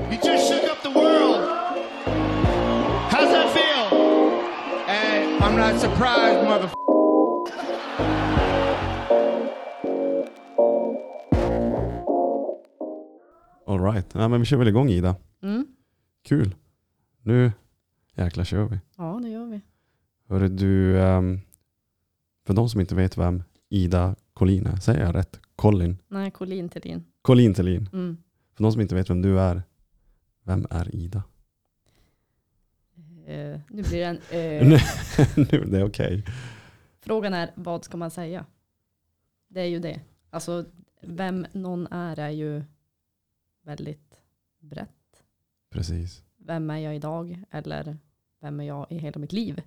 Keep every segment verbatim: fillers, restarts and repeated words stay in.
You just shook up the world. How's that feel? And I'm not surprised, mother. All right. Ja, men vi kör väl igång, Ida. Mm. Kul. Nu jäklar kör vi. Ja, det gör vi. Hörru du, um, för de som inte vet vem Ida Collin är, säger jag rätt? Collin? Nej, Collin Thelin. Collin Thelin. Mm. För de som inte vet vem du är, vem är Ida? Uh, nu blir det en... Uh, nu, det är okej. Okay. Frågan är, vad ska man säga? Det är ju det. Alltså, vem någon är är ju väldigt brett. Precis. Vem är jag idag? Eller vem är jag i hela mitt liv?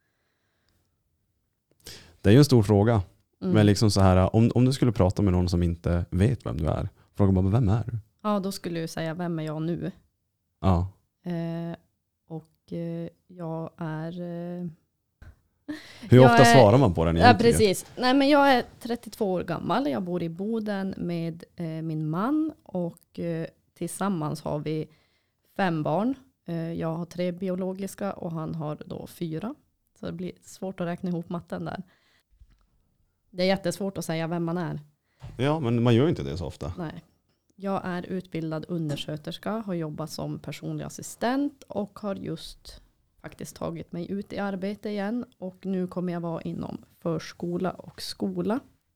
Det är ju en stor fråga. Mm. Men liksom så här, om, om du skulle prata med någon som inte vet vem du är, fråga bara, vem är du? Ja, då skulle jag säga, vem är jag nu? Ja. Eh, och eh, jag är... Eh, Hur jag ofta är, svarar man på den egentligen? Ja, precis. Nej, men jag är trettiotvå år gammal. Jag bor i Boden med eh, min man. Och eh, tillsammans har vi fem barn. Eh, jag har tre biologiska och han har då fyra. Så det blir svårt att räkna ihop matten där. Det är jättesvårt att säga vem man är. Ja, men man gör ju inte det så ofta. Nej. Jag är utbildad undersköterska, har jobbat som personlig assistent och har just faktiskt tagit mig ut i arbete igen. Och nu kommer jag vara inom förskola och skola.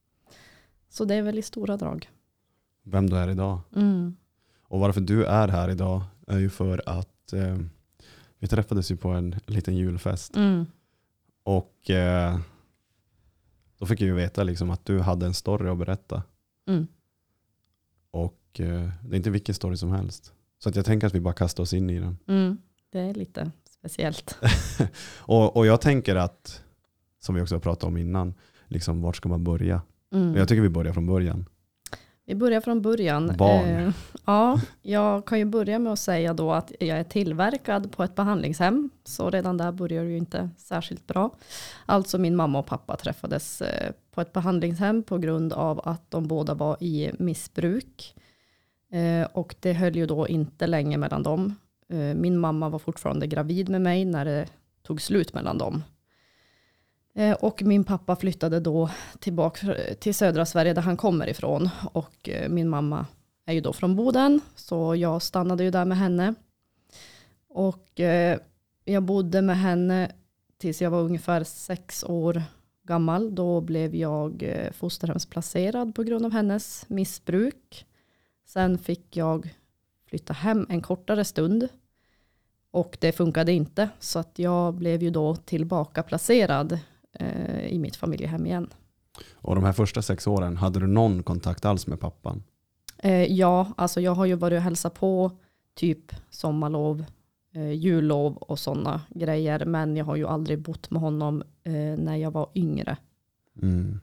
Så det är väl i stora drag. Vem du är idag. Mm. Och varför du är här idag är ju för att eh, vi träffades ju på en liten julfest. Mm. Och eh, då fick jag ju veta liksom att du hade en story att berätta. Mm. Och eh, det är inte vilken story som helst. Så att jag tänker att vi bara kastar oss in i den. Mm. Det är lite speciellt. och, och jag tänker att, som vi också har pratat om innan, liksom vart ska man börja? Mm. Jag tycker vi börjar från början. Vi börjar från början. Barn. Eh, ja, jag kan ju börja med att säga då att jag är tillverkad på ett behandlingshem. Så redan där börjar det ju inte särskilt bra. Alltså min mamma och pappa träffades eh, på ett behandlingshem på grund av att de båda var i missbruk. Eh, och det höll ju då inte länge mellan dem. Eh, min mamma var fortfarande gravid med mig när det tog slut mellan dem. Och min pappa flyttade då tillbaka till södra Sverige där han kommer ifrån. Och min mamma är ju då från Boden. Så jag stannade ju där med henne. Och jag bodde med henne tills jag var ungefär sex år gammal. Då blev jag fosterhemsplacerad på grund av hennes missbruk. Sen fick jag flytta hem en kortare stund. Och det funkade inte. Så att jag blev ju då tillbaka placerad i mitt familjehem igen. Och de här första sex åren, hade du någon kontakt alls med pappan? Eh, ja, alltså jag har ju varit och hälsat på typ sommarlov, eh, jullov och sådana grejer. Men jag har ju aldrig bott med honom eh, när jag var yngre. Mm.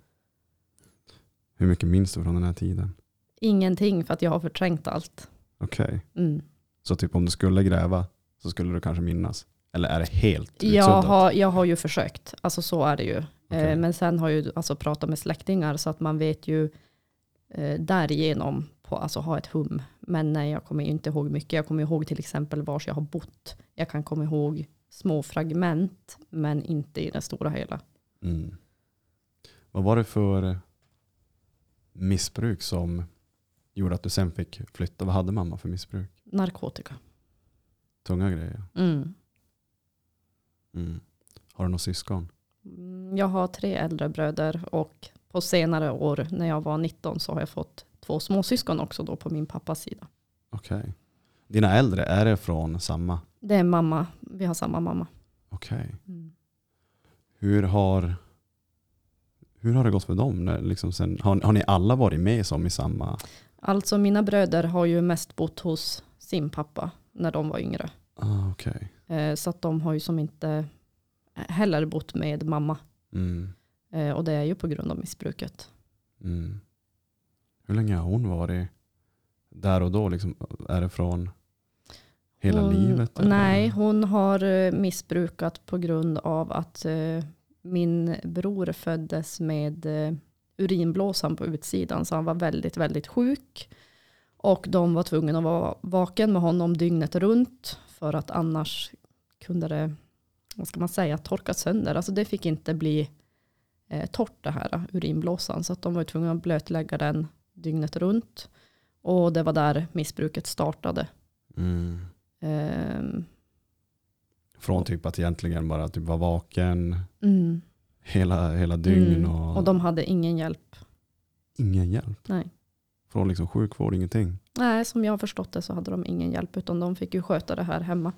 Hur mycket minns du från den här tiden? Ingenting, för att jag har förträngt allt. Okej. Okay. Mm. Så typ om du skulle gräva så skulle du kanske minnas? Eller är det helt utsuddat? Jag har, jag har ju försökt. Alltså så är det ju. Okay. Eh, men sen har jag ju alltså pratat med släktingar så att man vet ju eh, därigenom på, alltså ha ett hum. Men nej, jag kommer inte ihåg mycket. Jag kommer ihåg till exempel var jag har bott. Jag kan komma ihåg små fragment men inte i det stora hela. Mm. Vad var det för missbruk som gjorde att du sen fick flytta? Vad hade mamma för missbruk? Narkotika. Tunga grejer. Mm. Mm. Har du några syskon? Jag har tre äldre bröder och på senare år när jag var nitton så har jag fått två småsyskon också då på min pappas sida. Okej. Okay. Dina äldre, är det från samma? Det är mamma. Vi har samma mamma. Okej. Okay. Mm. Hur har hur har det gått för dem? När, liksom sen, har, har ni alla varit med som i samma? Alltså mina bröder har ju mest bott hos sin pappa när de var yngre. Ah, okej. Okay. Eh, så att de har ju som inte heller bott med mamma. Mm. Eh, och det är ju på grund av missbruket. Mm. Hur länge har hon varit där och då? Liksom, är det från hela hon, livet? Eller? Nej, hon har missbrukat på grund av att eh, min bror föddes med eh, urinblåsan på utsidan. Så han var väldigt, väldigt sjuk. Och de var tvungna att vara vaken med honom dygnet runt. För att annars kunde det, vad ska man säga, torka sönder. Alltså det fick inte bli eh, torrt det här urinblåsan. Så att de var tvungna att blötlägga den dygnet runt. Och det var där missbruket startade. Mm. Um, Från typ att egentligen bara typ vara vaken mm, hela, hela dygn. mm. Och, och de hade ingen hjälp. ingen hjälp? Nej. Från liksom sjukvård, ingenting? Nej, som jag har förstått det så hade de ingen hjälp. Utan de fick ju sköta det här hemma.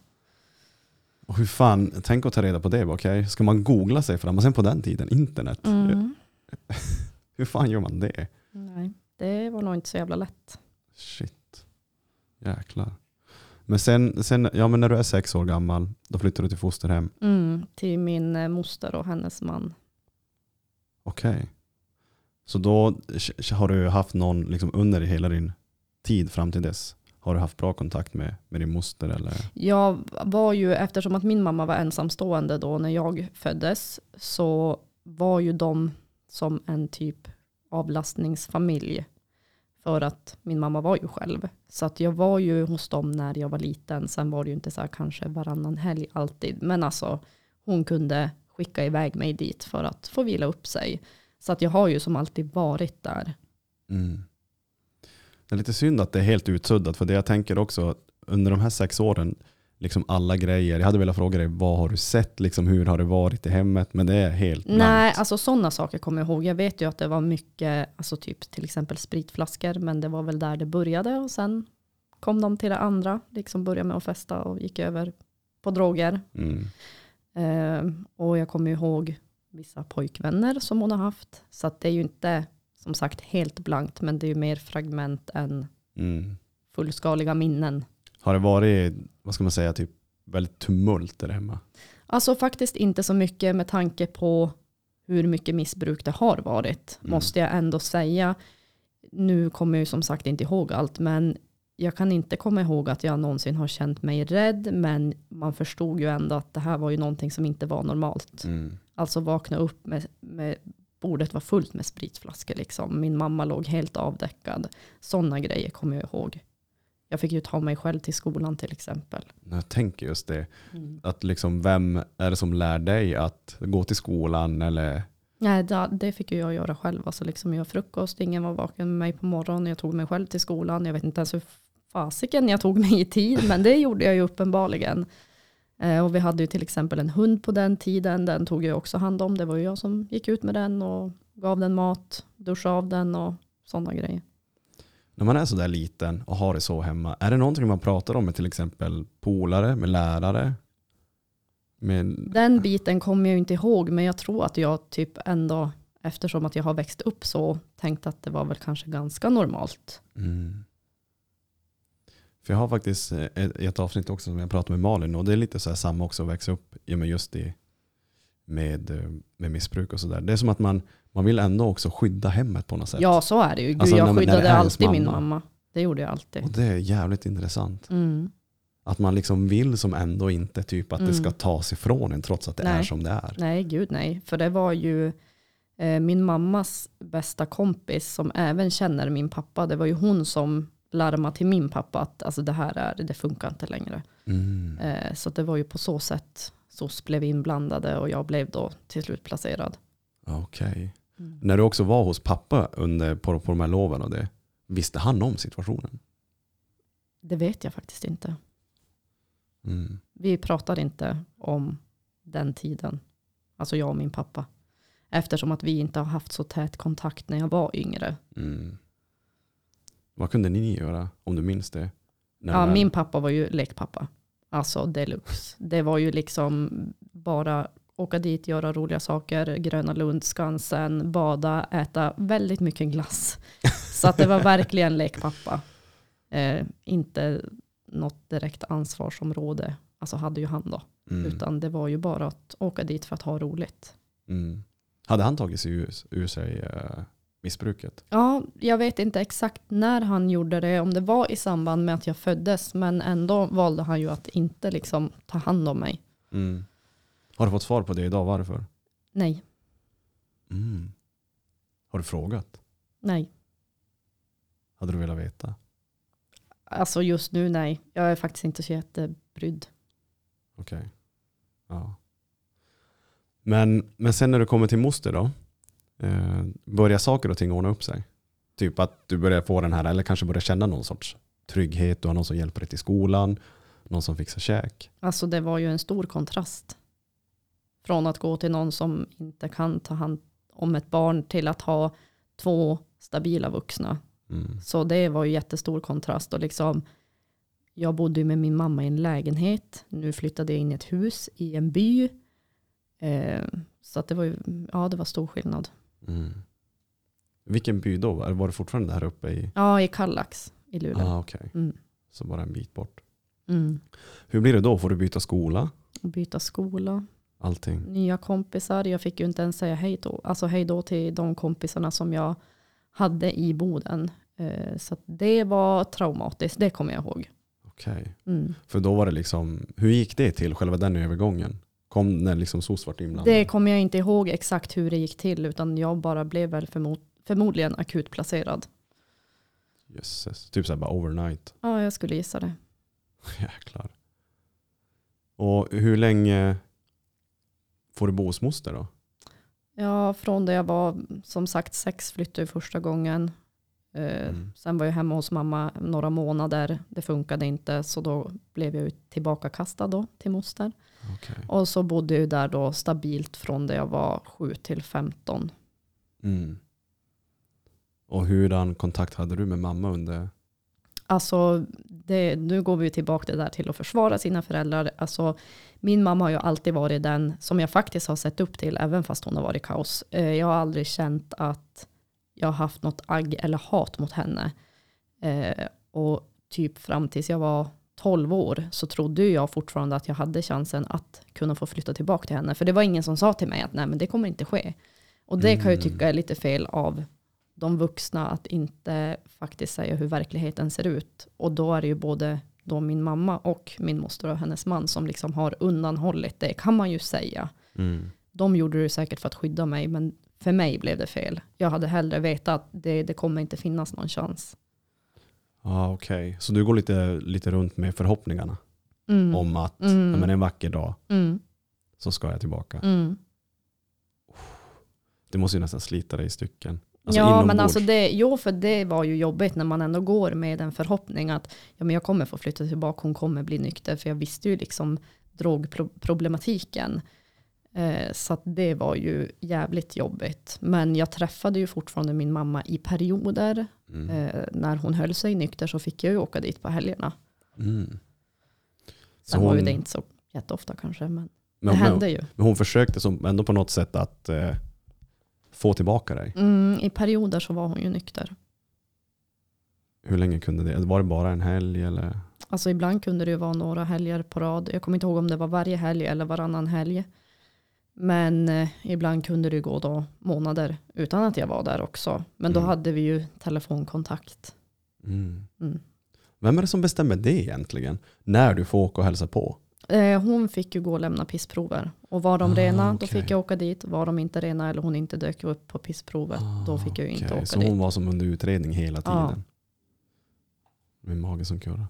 Och hur fan, tänk att ta reda på det, okej? Okay? Ska man googla sig fram? Och sen på den tiden, internet. Mm. Hur fan gör man det? Nej, det var nog inte så jävla lätt. Shit. Jäklar. Men sen, sen ja, men när du är sex år gammal, då flyttar du till fosterhem. Mm, till min eh, moster och hennes man. Okej. Okay. Så då sh- har du haft någon liksom under hela din tid fram till dess? Har du haft bra kontakt med, med din moster? Eller? Jag var ju, eftersom att min mamma var ensamstående då när jag föddes, så var ju de som en typ avlastningsfamilj. För att min mamma var ju själv. Så att jag var ju hos dem när jag var liten. Sen var det ju inte så här kanske varannan helg alltid. Men alltså hon kunde skicka iväg mig dit för att få vila upp sig. Så att jag har ju som alltid varit där. Mm. Det är lite synd att det är helt utsuddat. För det jag tänker också, under de här sex åren, liksom alla grejer. Jag hade velat fråga dig, vad har du sett? Liksom, hur har det varit i hemmet? Men det är helt blankt. Nej, alltså sådana saker kommer jag ihåg. Jag vet ju att det var mycket, alltså typ till exempel spritflaskor. Men det var väl där det började. Och sen kom de till det andra. Liksom började med att festa och gick över på droger. Mm. Uh, och jag kommer ihåg vissa pojkvänner som hon har haft. Så att det är ju inte som sagt helt blankt. Men det är ju mer fragment än Mm. fullskaliga minnen. Har det varit, vad ska man säga, typ väldigt tumult där hemma? Alltså faktiskt inte så mycket med tanke på hur mycket missbruk det har varit. Mm. Måste jag ändå säga. Nu kommer jag ju som sagt inte ihåg allt. Men jag kan inte komma ihåg att jag någonsin har känt mig rädd. Men man förstod ju ändå att det här var ju någonting som inte var normalt. Mm. Alltså vakna upp med, med bordet var fullt med spritflaskor liksom. Min mamma låg helt avdäckad. Sådana grejer kommer jag ihåg. Jag fick ju ta mig själv till skolan till exempel. Jag tänker just det. Mm. Att liksom, vem är det som lär dig att gå till skolan? Eller? Nej, det, det fick ju jag göra själv. Alltså liksom göra frukost. Ingen var vaken med mig på morgonen. Jag tog mig själv till skolan. Jag vet inte ens hur fasiken jag tog mig i tid. Men det gjorde jag ju uppenbarligen. Eh, och vi hade ju till exempel en hund på den tiden. Den tog jag också hand om. Det var ju jag som gick ut med den och gav den mat. Duschade av den och sådana grejer. När man är så där liten och har det så hemma, är det någonting man pratar om med till exempel polare, med lärare? Med... Den biten kommer jag inte ihåg, men jag tror att jag typ ändå, eftersom att jag har växt upp så, tänkte att det var väl kanske ganska normalt. Mm. För jag har faktiskt ett, ett avsnitt också som jag pratade med Malin, och det är lite så här samma också, att växa upp ja, men just i, med, med missbruk och sådär. Det är som att man, man vill ändå också skydda hemmet på något sätt. Ja, så är det ju. Gud, Alltså, när- jag när det skyddade är ens alltid min mamma. mamma. Det gjorde jag alltid. Och det är jävligt intressant. Mm. Att man liksom vill som ändå inte typ att Mm. det ska tas ifrån en trots att det Nej. är som det är. Nej, gud nej. För det var ju eh, min mammas bästa kompis som även känner min pappa. Det var ju hon som larmade till min pappa att alltså, det här är, det funkar inte längre. Mm. Eh, så det var ju på så sätt S O S blev inblandade och jag blev då till slut placerad. Okej. Mm. När du också var hos pappa under, på, på de här loven och det, visste han om situationen? Det vet jag faktiskt inte. Mm. Vi pratade inte om den tiden. Alltså jag och min pappa. Eftersom att vi inte har haft så tät kontakt när jag var yngre. Mm. Vad kunde ni göra om du minns det? När Ja, du väl- min pappa var ju lekpappa. Alltså deluxe. Det var ju liksom bara åka dit, göra roliga saker. Gröna Lund, Skansen, bada, äta väldigt mycket glass. Så att det var verkligen lekpappa. Eh, inte något direkt ansvarsområde. Alltså hade ju han då. Mm. Utan det var ju bara att åka dit för att ha roligt. Mm. Hade han tagit sig ur, ur sig uh, missbruket? Ja, jag vet inte exakt när han gjorde det. Om det var i samband med att jag föddes. Men ändå valde han ju att inte liksom ta hand om mig. Mm. Har du fått svar på det idag? Varför? Nej, Mm. Har du frågat? nej. Hade du velat veta? alltså just nu nej. Jag är faktiskt inte så jättebrydd. Okej. Okay. Ja. Men, men sen när du kommer till moster då, eh, börjar saker och ting ordna upp sig? Typ att du börjar få den här, eller kanske börjar känna någon sorts trygghet. Du har någon som hjälper dig till skolan, någon som fixar käk. Alltså det var ju en stor kontrast. Från att gå till någon som inte kan ta hand om ett barn till att ha två stabila vuxna. Mm. Så det var ju jättestor kontrast. Och liksom, jag bodde ju med min mamma i en lägenhet. Nu flyttade jag in i ett hus i en by. Eh, så att det var ju, ja det var stor skillnad. Mm. Vilken by då? Var, var det fortfarande där uppe i? Ja, i Kallax i Luleå. Ah, okej. Okay. Mm. Så bara en bit bort. Mm. Hur blir det då? Får du byta skola? Byta skola. Allting. Nya kompisar. Jag fick ju inte ens säga hej då. Alltså hej då till de kompisarna som jag hade i Boden. Eh, så att det var traumatiskt. Det kommer jag ihåg. Okej. Okay. Mm. För då var det liksom, hur gick det till själva den övergången? Kom när liksom S O S vart inblandad? Det kommer jag inte ihåg exakt hur det gick till. Utan jag bara blev väl förmod, förmodligen akut placerad. Jösses. Typ såhär bara overnight. Ja, jag skulle gissa det. Jäklar. Och hur länge får du bo hos moster då? Ja, från det jag var som sagt sex flyttade jag första gången. Eh, Mm. Sen var jag hemma hos mamma några månader. Det funkade inte så då blev jag tillbaka kastad då till moster. Okay. Och så bodde jag där då stabilt från det jag var sju till femton. Mm. Och hurdan kontakt hade du med mamma under? Alltså, det, nu går vi tillbaka det där till att försvara sina föräldrar. Alltså, min mamma har ju alltid varit den som jag faktiskt har sett upp till, även fast hon har varit kaos. Eh, jag har aldrig känt att jag har haft något agg eller hat mot henne. Eh, och typ fram tills jag var tolv år så trodde jag fortfarande att jag hade chansen att kunna få flytta tillbaka till henne. För det var ingen som sa till mig att nej, men det kommer inte ske. Och det kan jag tycka är lite fel av de vuxna att inte faktiskt säga hur verkligheten ser ut. Och då är det ju både då min mamma och min moster och hennes man som liksom har undanhållit det, kan man ju säga. Mm. De gjorde det säkert för att skydda mig, men för mig blev det fel. Jag hade hellre vetat att det, det kommer inte finnas någon chans. Ja, ah, okej. Okay. Så du går lite, lite runt med förhoppningarna Mm. om att Mm. ja, men en vacker dag Mm. så ska jag tillbaka. Mm. Det måste ju nästan slita dig i stycken. Alltså ja, men inombords. alltså det, jo, för det var ju jobbigt när man ändå går med en förhoppning att ja, men jag kommer få flytta tillbaka, hon kommer bli nykter. För jag visste ju liksom drogproblematiken. Eh, så att det var ju jävligt jobbigt. Men jag träffade ju fortfarande min mamma i perioder. Mm. Eh, när hon höll sig nykter så fick jag ju åka dit på helgerna. Mm. Sen hon, var ju det inte så jätteofta kanske, men, men det men, hände ju. Men hon försökte som, ändå på något sätt att eh, få tillbaka dig. Mm, i perioder så var hon ju nykter. Hur länge kunde det? Var det bara en helg eller? Alltså ibland kunde det ju vara några helger på rad. Jag kommer inte ihåg om det var varje helg eller varannan helg. Men eh, ibland kunde det gå då månader utan att jag var där också. Men då Mm. hade vi ju telefonkontakt. Mm. Mm. Vem är det som bestämmer det egentligen? När du får åka och hälsa på? Eh, hon fick ju gå och lämna pissprover. Och var de Ah, rena, då okej. fick jag åka dit. Var de inte rena eller hon inte dök upp på pissprovet, Ah, då fick jag ju inte okej. åka Så dit. hon var som under utredning hela Ja. tiden? Min mage som kurrar.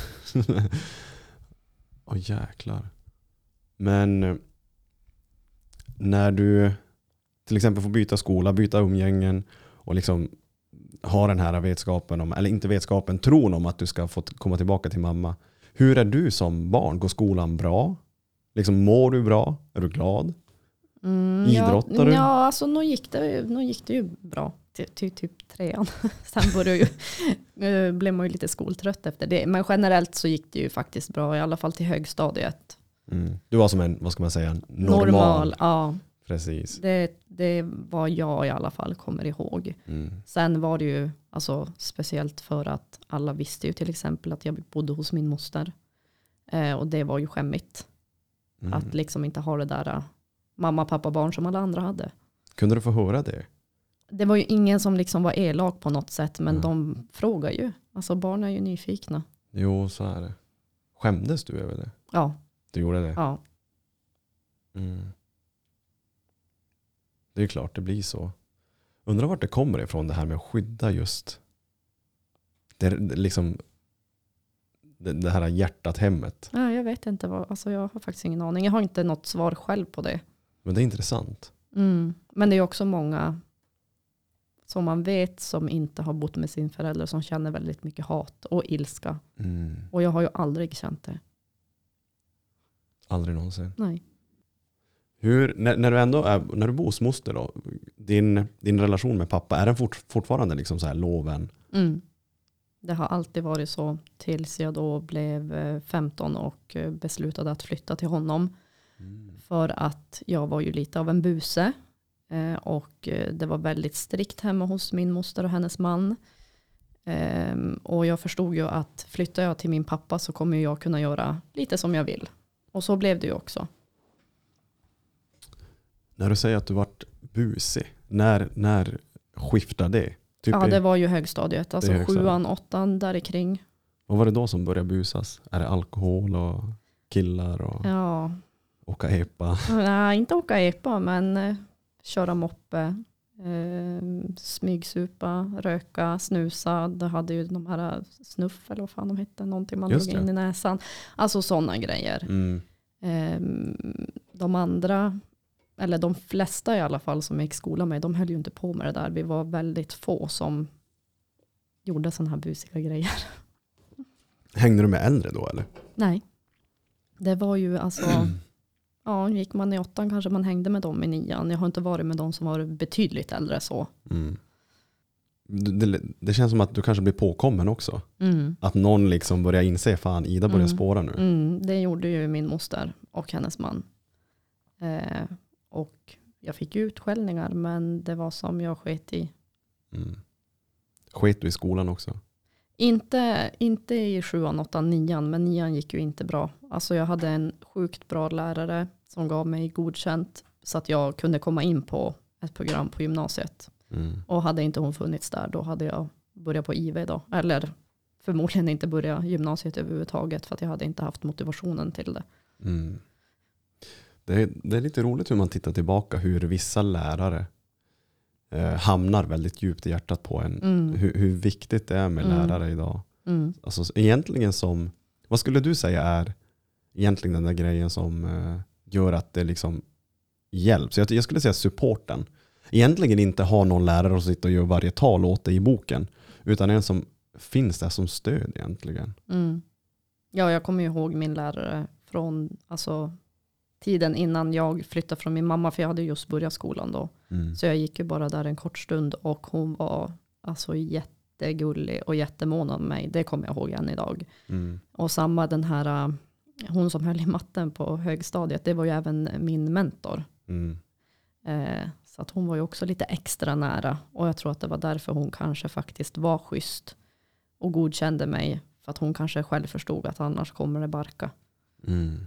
Åh jäklar. Men eh, när du till exempel får byta skola, byta umgängen och liksom ha den här vetskapen om, eller inte vetskapen, tron om att du ska få t- komma tillbaka till mamma. Hur är du som barn? Går skolan bra? Liksom, mår du bra? Är du glad? Mm, Idrottar ja, du? Ja, alltså nu gick det, nu gick det ju bra. Till, till typ trean. Sen började ju, eh, blev man ju lite skoltrött efter det. Men generellt så gick det ju faktiskt bra. I alla fall till högstadiet. Mm. Du var som en, vad ska man säga, normal. Normal, ja. Precis. Det, det var jag i alla fall kommer ihåg. Mm. Sen var det ju alltså, speciellt för att alla visste ju till exempel att jag bodde hos min moster. Eh, och det var ju skämmigt. Mm. Att liksom inte ha det där uh, mamma, pappa, barn som alla andra hade. Kunde du få höra det? Det var ju ingen som liksom var elak på något sätt. Men Mm. de frågar ju. Alltså barn är ju nyfikna. Jo, så är det. Skämdes du över det? Ja, Du gjorde det? ja. Mm. Det är klart, det blir så. Undrar vart det kommer ifrån det här med att skydda just det, det liksom det, det här hjärtat hemmet. Ja, jag vet inte vad, alltså jag har faktiskt ingen aning. Jag har inte något svar själv på det. Men det är intressant. Mm. Men det är också många som man vet som inte har bott med sin förälder som känner väldigt mycket hat och ilska. Mm. Och jag har ju aldrig känt det. Aldrig någonsin. Nej. Hur, när, när du ändå är, när du bor hos moster då, din, din relation med pappa, är den fort, fortfarande liksom så här loven? Mm. Det har alltid varit så tills jag då blev femton och beslutade att flytta till honom. Mm. För att jag var ju lite av en buse. Och det var väldigt strikt hemma hos min moster och hennes man. Och jag förstod ju att flyttar jag till min pappa så kommer jag kunna göra lite som jag vill. Och så blev det ju också. När du säger att du varit busig, när, när skiftar det? Typ Ja, i, det var ju högstadiet. Alltså högstadiet. sjuan, åttan, där kring. vad var det då som började busas? Är det alkohol och killar och Ja, åka epa? nej, inte åka epa, men eh, köra moppe, eh, smygsupa, röka, snusa. Det hade ju de här snuff, eller vad fan de hette, någonting man Just drog det. in i näsan. Alltså sådana grejer. Mm. Eh, de andra, eller de flesta i alla fall som jag gick i skolan med, de höll ju inte på med det där. Vi var väldigt få som gjorde sådana här busiga grejer. Hängde du med äldre då eller? Nej. Det var ju alltså, ja, gick man i åttan kanske man hängde med dem i nian. Jag har inte varit med dem som var betydligt äldre så. Mm. Det, det, det känns som att du kanske blir påkommen också. Mm. Att någon liksom börjar inse, fan Ida börjar Mm. spåra nu. Mm, det gjorde ju min moster och hennes man. Eh, och jag fick ju utskällningar, men det var som jag sket i. Mm. Sket du i skolan också? Inte, inte i sjuan, åttan, nian, men nian gick ju inte bra. Alltså jag hade en sjukt bra lärare som gav mig godkänt så att jag kunde komma in på ett program på gymnasiet. Mm. Och hade inte hon funnits där, då hade jag börjat på I V då. Eller förmodligen inte börjat gymnasiet överhuvudtaget, för att jag hade inte haft motivationen till det. Mm. Det, är, det är lite roligt hur man tittar tillbaka hur vissa lärare eh, hamnar väldigt djupt i hjärtat på en. Mm. Hur, hur viktigt det är med Mm. lärare idag. Mm. Alltså, egentligen som, vad skulle du säga är egentligen den där grejen som eh, gör att det liksom hjälps? Jag, jag skulle säga supporten. Egentligen inte ha någon lärare som sitter och gör varje tal åt dig i boken, utan en som finns där som stöd egentligen. Mm. Ja, jag kommer ju ihåg min lärare från alltså, tiden innan jag flyttade från min mamma, för jag hade just börjat skolan då. Mm. Så jag gick ju bara där en kort stund och hon var alltså jättegullig och jättemån om mig. Det kommer jag ihåg än idag. Mm. Och samma den här, uh, hon som höll i matten på högstadiet, det var ju även min mentor. Mm. Eh, så att hon var ju också lite extra nära. Och jag tror att det var därför hon kanske faktiskt var schysst och godkände mig. För att hon kanske själv förstod att annars kommer det barka. Mm.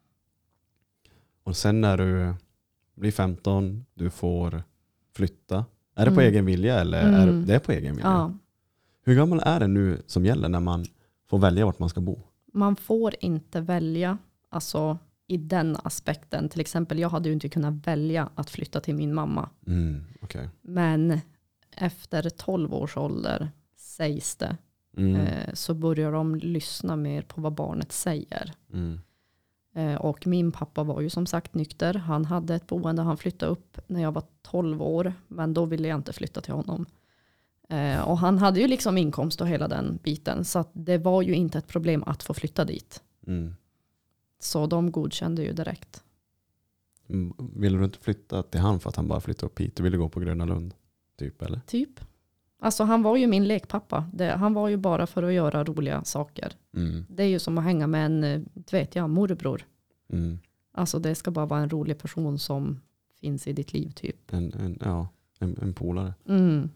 Och sen när du blir femton, du får flytta. Är det på Mm. egen vilja eller Mm. är det, det är på egen vilja? Ja, Hur gammal är det nu som gäller när man får välja vart man ska bo? man får inte välja, alltså i den aspekten. Till exempel, jag hade ju inte kunnat välja att flytta till min mamma. Mm. Okay. Men efter tolv års ålder, sägs det, Mm. eh, så börjar de lyssna mer på vad barnet säger. Mm. Eh, och min pappa var ju som sagt nykter. Han hade ett boende, han flyttade upp när jag var tolv år. Men då ville jag inte flytta till honom. Eh, och han hade ju liksom inkomst och hela den biten. Så att det var ju inte ett problem att få flytta dit. Mm. Så de godkände ju direkt. Mm. Ville du inte flytta till han för att han bara flyttade upp hit? Du ville gå på Gröna Lund typ eller? Typ. Alltså han var ju min lekpappa. Det, han var ju bara för att göra roliga saker. Mm. Det är ju som att hänga med en, eh, vet jag, morbror. Mm. Alltså det ska bara vara en rolig person som finns i ditt liv typ. En, en, ja, en, en polare. Mm.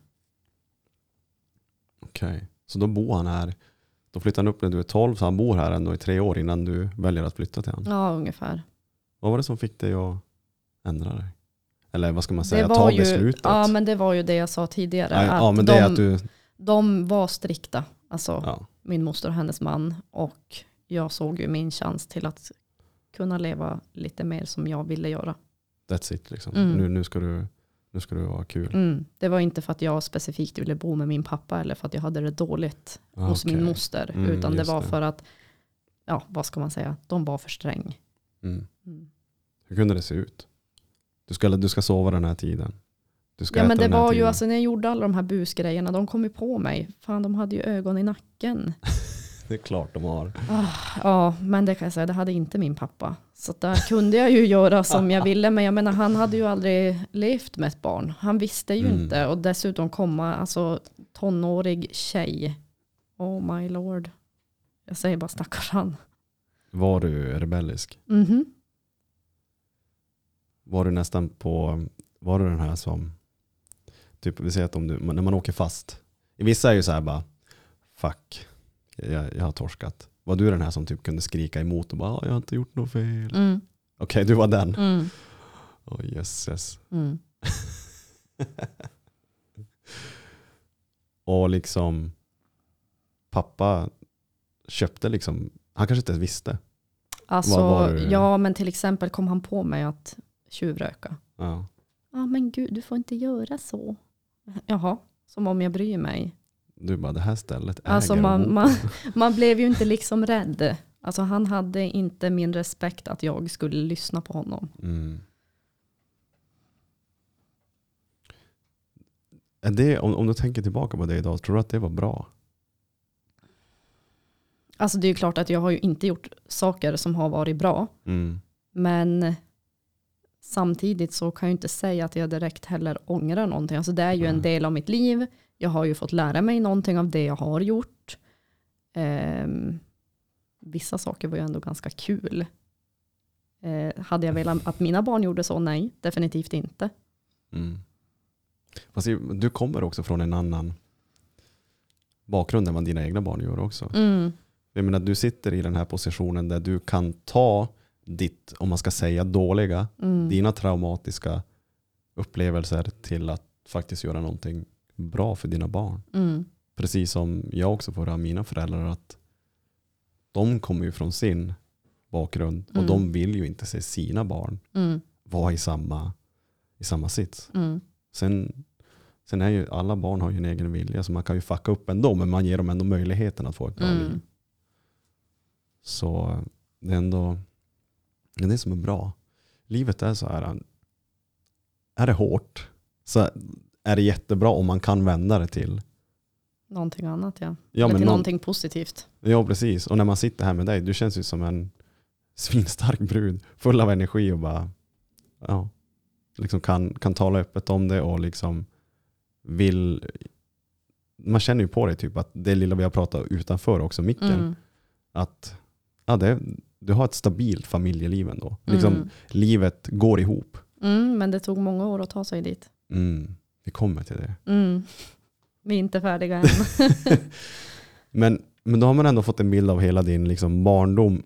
Okej. Okay. Så då bor han här. Då flyttar han upp när du är tolv, så han bor här ändå i tre år innan du väljer att flytta till honom. Ja, ungefär. Vad var det som fick dig att ändra dig? Eller vad ska man säga, Det var ta ju, beslutet? ja, men det var ju det jag sa tidigare. ja, att ja, men de, det är att du... de var strikta. Alltså Ja, min moster och hennes man. Och jag såg ju min chans till att kunna leva lite mer som jag ville göra. that's it liksom. Mm. Nu, nu, ska du, nu ska du vara kul. Mm. Det var inte för att jag specifikt ville bo med min pappa eller för att jag hade det dåligt Ah, hos okej. min moster. Mm, utan det just var det. för att ja, vad ska man säga, de var för sträng. Mm. Mm. Hur kunde det se ut? Du ska, du ska sova den här tiden. Du ska Ja, äta men det den här var ju tiden. alltså när jag gjorde alla de här busgrejerna, de kom ju på mig. Fan, de hade ju ögon i nacken. Det är klart de har. Ah, ja, men det kan jag säga, det hade inte min pappa. Så där kunde jag ju göra som jag ville. Men jag menar, han hade ju aldrig levt med ett barn. Han visste ju Mm. inte. Och dessutom komma, alltså tonårig tjej. Oh my lord. Jag säger bara stackars han. Var du rebellisk? Mhm. Var du nästan på, var du den här som, typ vi säger att om du, när man åker fast. Vissa är ju så här bara, fuck, jag, jag har torskat. Var du den här som typ kunde skrika emot och bara, jag har inte gjort något fel? Mm. Okej, du var den. Mm. Oh, yes, yes. Mm. Och liksom, pappa köpte liksom, han kanske inte ens visste. Alltså, Vad var du- ja, men till exempel kom han på mig att tjuvröka. Ja. Ja, men gud, du får inte göra så. Jaha, som om jag bryr mig. Du bara, det här stället äger Alltså man, boken. man, man blev ju inte liksom rädd. Alltså han hade inte min respekt att jag skulle lyssna på honom. Mm. Är det, om, om du tänker tillbaka på det idag, tror du att det var bra? Alltså det är ju klart att jag har ju inte gjort saker som har varit bra. Mm. Men samtidigt så kan jag inte säga att jag direkt heller ångrar någonting. Alltså det är ju en Mm. del av mitt liv. Jag har ju fått lära mig någonting av det jag har gjort. Ehm, vissa saker var ju ändå ganska kul. Eh, hade jag velat att mina barn gjorde så? Nej, definitivt inte. Mm. Fast du kommer också från en annan bakgrund än vad dina egna barn gör också. Mm. Jag menar, du sitter i den här positionen där du kan ta ditt, om man ska säga dåliga, Mm. dina traumatiska upplevelser till att faktiskt göra någonting bra för dina barn. Mm. Precis som jag också får höra av mina föräldrar att de kommer ju från sin bakgrund och Mm. de vill ju inte se sina barn Mm. vara i samma, i samma sits. Mm. Sen, sen är ju alla barn har ju en egen vilja så man kan ju fucka upp ändå men man ger dem ändå möjligheten att få ett bra Mm. liv. Så det är ändå det är det som är bra. Livet är så här, är det hårt så är det jättebra om man kan vända det till. Någonting annat, ja. Ja, Eller men till någon- någonting positivt. Ja, precis. Och när man sitter här med dig, du känns ju som en svinstark brud. Full av energi och bara ja, liksom kan, kan tala öppet om det och liksom vill. Man känner ju på dig typ att det lilla vi har pratat utanför också, micken. Mm. Att ja, det, du har ett stabilt familjeliv ändå. Liksom, Mm. livet går ihop. Mm, men det tog många år att ta sig dit. Mm, vi kommer till det. Mm. Vi är inte färdiga än. Men, men då har man ändå fått en bild av hela din liksom, barndom.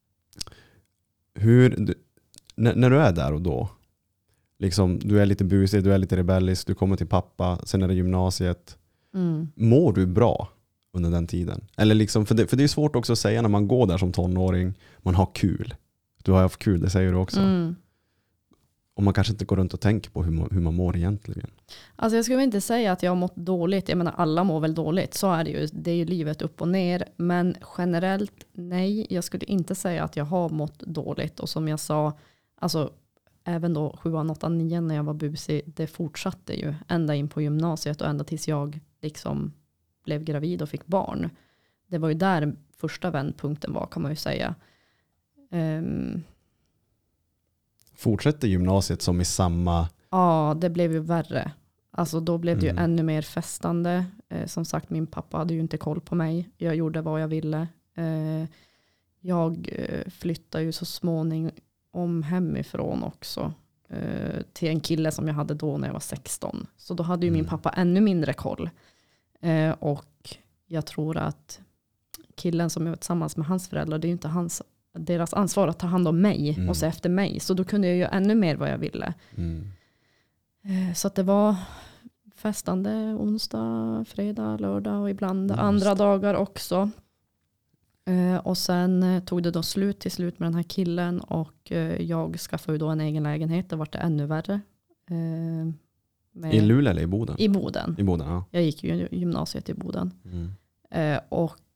Hur, du, när, när du är där och då, liksom, du är lite busig, du är lite rebellisk, du kommer till pappa, sen är det gymnasiet. Mm. Mår du bra under den tiden? Eller liksom, för, det, för det är svårt också att säga när man går där som tonåring, man har kul. Du har haft kul, det säger du också. Mm. Och man kanske inte går runt och tänker på hur man, hur man mår egentligen. Alltså jag skulle väl inte säga att jag har mått dåligt. Jag menar alla mår väl dåligt. Så är det ju. Det är ju livet upp och ner. Men generellt nej. Jag skulle inte säga att jag har mått dåligt. Och som jag sa, alltså även då sjuan, åttan, nian när jag var busig. Det fortsatte ju ända in på gymnasiet. Och ända tills jag liksom blev gravid och fick barn. Det var ju där första vändpunkten var, kan man ju säga. Um, Fortsätter gymnasiet som i samma... Ja, det blev ju värre. Alltså då blev det Mm. ju ännu mer festande. Eh, som sagt, min pappa hade ju inte koll på mig. Jag gjorde vad jag ville. Eh, jag eh, flyttade ju så småningom hemifrån också. Eh, till en kille som jag hade då när jag var sexton. Så då hade ju min Mm. pappa ännu mindre koll. Eh, och jag tror att killen som jag var tillsammans med hans föräldrar, det är ju inte hans, deras ansvar att ta hand om mig Mm. och se efter mig. Så då kunde jag ju ännu mer vad jag ville. Mm. Eh, Så att det var festande onsdag, fredag, lördag och ibland Mm, andra just dagar också. Eh, Och sen eh, tog det då slut till slut med den här killen och eh, jag skaffade ju då en egen lägenhet. Det var det ännu värre. Eh, med- I Luleå eller i Boden? I Boden. I Boden, ja. Jag gick ju gymnasiet i Boden. Mm. Eh, Och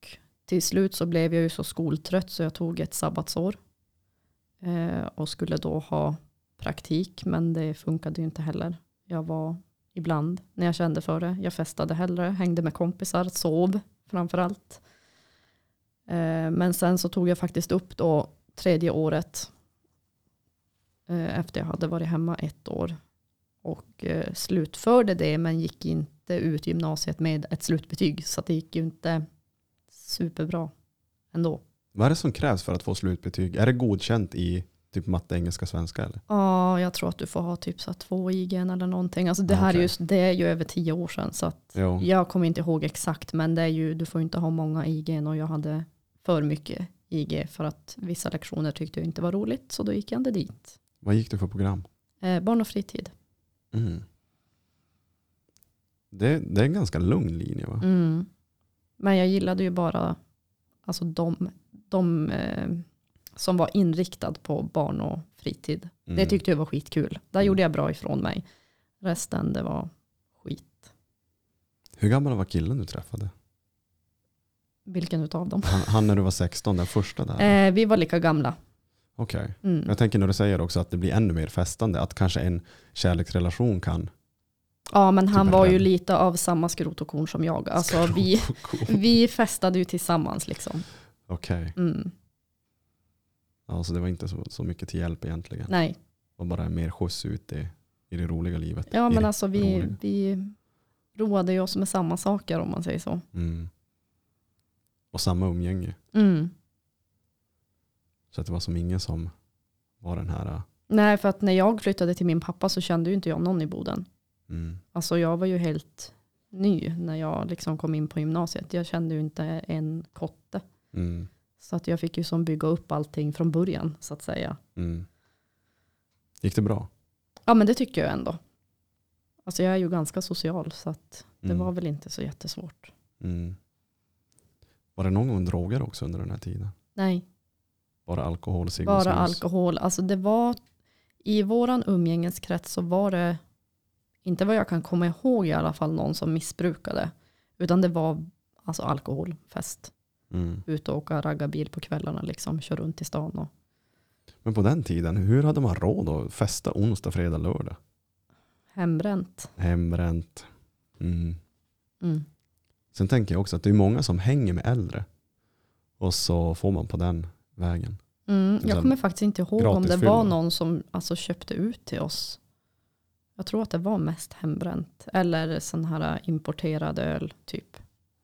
till slut så blev jag ju så skoltrött så jag tog ett sabbatsår. Eh, och skulle då ha praktik, men det funkade ju inte heller. Jag var ibland när jag kände för det. Jag festade hellre, hängde med kompisar, sov framförallt. Eh, men sen så tog jag faktiskt upp då tredje året eh, efter jag hade varit hemma ett år. Och eh, slutförde det, men gick inte ut gymnasiet med ett slutbetyg. Så det gick ju inte superbra ändå. Vad är det som krävs för att få slutbetyg? Är det godkänt i typ matte, engelska, svenska eller? Ja, jag tror att du får ha typ så här två I G N eller någonting. Alltså det Ah, här okej. är just, det är ju över tio år sedan. Så att Jo. jag kommer inte ihåg exakt, men det är ju, du får inte ha många I G N och jag hade för mycket I G för att vissa lektioner tyckte jag inte var roligt. Så då gick jag inte dit. Vad gick du för program? Eh, barn och fritid. Mm. Det, det är en ganska lugn linje va? Mm. Men jag gillade ju bara alltså de, de eh, som var inriktad på barn och fritid. Mm. Det tyckte jag var skitkul. Där Mm. gjorde jag bra ifrån mig. Resten det var skit. Hur gammal var killen du träffade? Vilken utav dem? Han, han när du var sexton, den första där? Eh, vi var lika gamla. Okej. Mm. Jag tänker när du säger också att det blir ännu mer festande. Att kanske en kärleksrelation kan... Ja, men han Typ var ju rädd. lite av samma skrot och korn som jag. Alltså vi, vi festade ju tillsammans liksom. Okej. Mm. Alltså det var inte så, så mycket till hjälp egentligen. Nej. Det var bara mer skjuts ut i, i det roliga livet. Ja, I men det alltså vi, roliga. vi roade ju oss med samma saker om man säger så. Mm. Och samma umgänge. Mm. Så att det var som ingen som var den här... Nej, för att när jag flyttade till min pappa så kände ju inte jag någon i Boden. Mm, Alltså jag var ju helt ny när jag liksom kom in på gymnasiet. Jag kände ju inte en kotte. mm, Så att jag fick ju som bygga upp allting från början så att säga. mm. Gick det bra? Ja, men det tycker jag ändå. Alltså jag är ju ganska social så att det Mm. var väl inte så jättesvårt. Mm. Var det någon gång droger också under den här tiden? Nej, Bara alkohol, cigg och bara snus? alkohol. Alltså det var, i våran umgängeskrets så var det, inte vad jag kan komma ihåg i alla fall, någon som missbrukade. Utan det var alltså alkoholfest. Mm. Ut och åka raggarbil på kvällarna liksom, kör runt i stan och Men på den tiden, hur hade man råd att festa onsdag, fredag, lördag? hembränt. Hembränt. Mm. Mm. Sen tänker jag också att det är många som hänger med äldre. Och så får man på den vägen. Mm. Sen Jag kommer faktiskt inte ihåg om det gratisfylla. var någon som alltså köpte ut till oss. Jag tror att det var mest hembränt. Eller sån här importerad öl typ.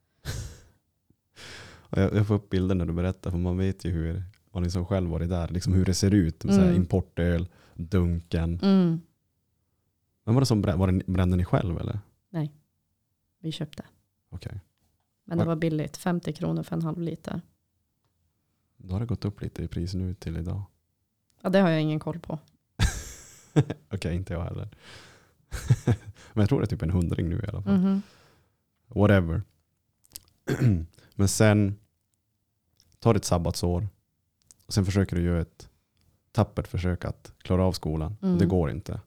Och jag, jag får upp bilder när du berättar, för man vet ju hur man liksom själv varit där. Liksom hur det ser ut med så här Mm. importöl, dunken. Mm. Men var det som brä- var det, brände ni själv eller? Vi köpte. Okej. Men det Ja. var billigt. femtio kronor för en halv liter. Då har det gått upp lite i pris nu till idag. Ja, det har jag ingen koll på. Okej, inte jag heller. Men jag tror det är typ en hundring nu i alla fall. Mhm. Whatever. Men sen tar ett sabbatsår. Och sen försöker du göra ett tappert försök att klara av skolan. Mm. Och det går inte.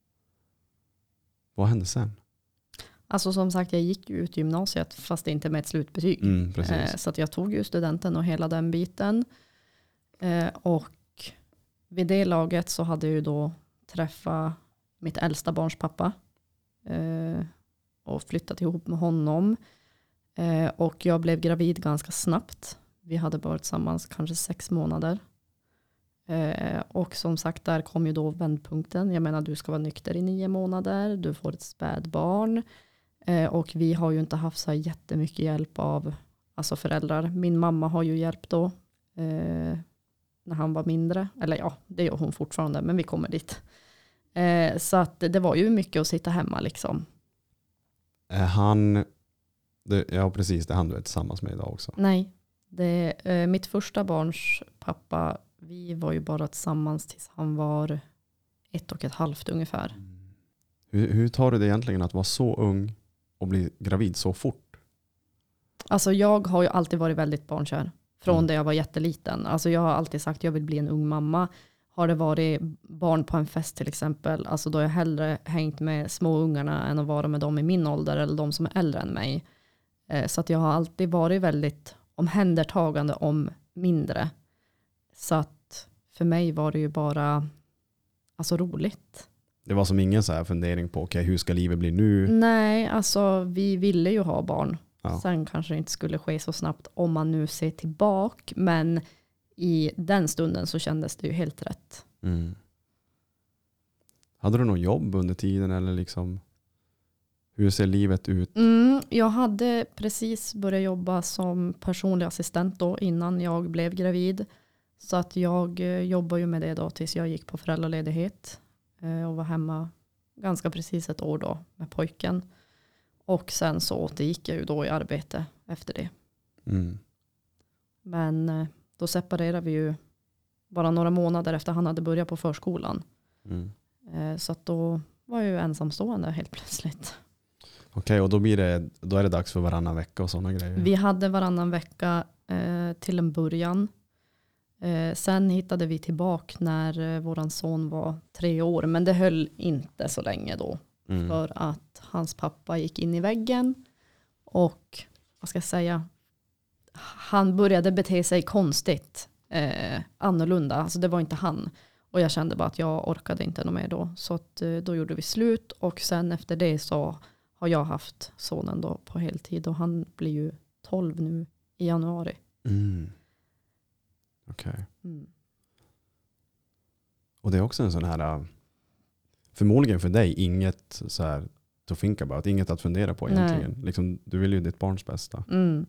Vad hände sen? Alltså som sagt, jag gick ju ut gymnasiet fast inte med ett slutbetyg. Mm, precis. Eh, så att jag tog ju studenten och hela den biten. Eh, och vid det laget så hade jag ju då träffat mitt äldsta barns pappa. Eh, och flyttat ihop med honom. Eh, och jag blev gravid ganska snabbt. Vi hade varit tillsammans kanske sex månader. Eh, och som sagt, där kom ju då vändpunkten. Jag menar, du ska vara nykter i nio månader. Du får ett spädbarn. Eh, och vi har ju inte haft så här jättemycket hjälp av alltså föräldrar. Min mamma har ju hjälp då. Eh, när han var mindre. Eller ja, det gör hon fortfarande. Men vi kommer dit. Eh, så att det var ju mycket att sitta hemma liksom. Är han... Det, ja, precis. Det är han du är tillsammans med idag också. Nej, det, eh, mitt första barns pappa, vi var ju bara tillsammans tills han var ett och ett halvt ungefär. Hur, hur tar du det egentligen att vara så ung och bli gravid så fort? Alltså jag har ju alltid varit väldigt barnkär. Från Mm. det jag var jätteliten. Alltså jag har alltid sagt att jag vill bli en ung mamma. Har det varit barn på en fest till exempel. Alltså då har jag hellre hängt med små ungarna än att vara med dem i min ålder. Eller de som är äldre än mig. Eh, så att jag har alltid varit väldigt omhändertagande om mindre. Så att för mig var det ju bara alltså roligt. Det var som ingen så här fundering på okej, hur ska livet bli nu? Nej, alltså vi ville ju ha barn. Ja. Sen kanske det inte skulle ske så snabbt om man nu ser tillbaka. Men i den stunden så kändes det ju helt rätt. Mm. Hade du något jobb under tiden eller liksom hur ser livet ut? Mm, jag hade precis börjat jobba som personlig assistent då innan jag blev gravid. Så att jag eh, jobbar ju med det då tills jag gick på föräldraledighet. Eh, och var hemma ganska precis ett år då med pojken. Och sen så återgick jag ju då i arbete efter det. Mm. Men eh, då separerade vi ju bara några månader efter han hade börjat på förskolan. Mm. Eh, så att då var jag ju ensamstående helt plötsligt. Okej, och då, blir det, då är det dags för varannan vecka och sådana grejer. Vi hade varannan vecka eh, till en början. Eh, sen hittade vi tillbaka när eh, våran son var tre år. Men det höll inte så länge då. Mm. För att hans pappa gick in i väggen. Och vad ska jag säga? Han började bete sig konstigt. Eh, annorlunda. Alltså det var inte han. Och jag kände bara att jag orkade inte något mer då. Så att, eh, då gjorde vi slut. Och sen efter det så har jag haft sonen då på heltid. Och han blir ju tolv nu i januari. Mm. Okej. Mm. Och det är också en sån här, uh, förmodligen för dig, inget så här to think about, inget att fundera på egentligen. Liksom, du vill ju ditt barns bästa. Mm.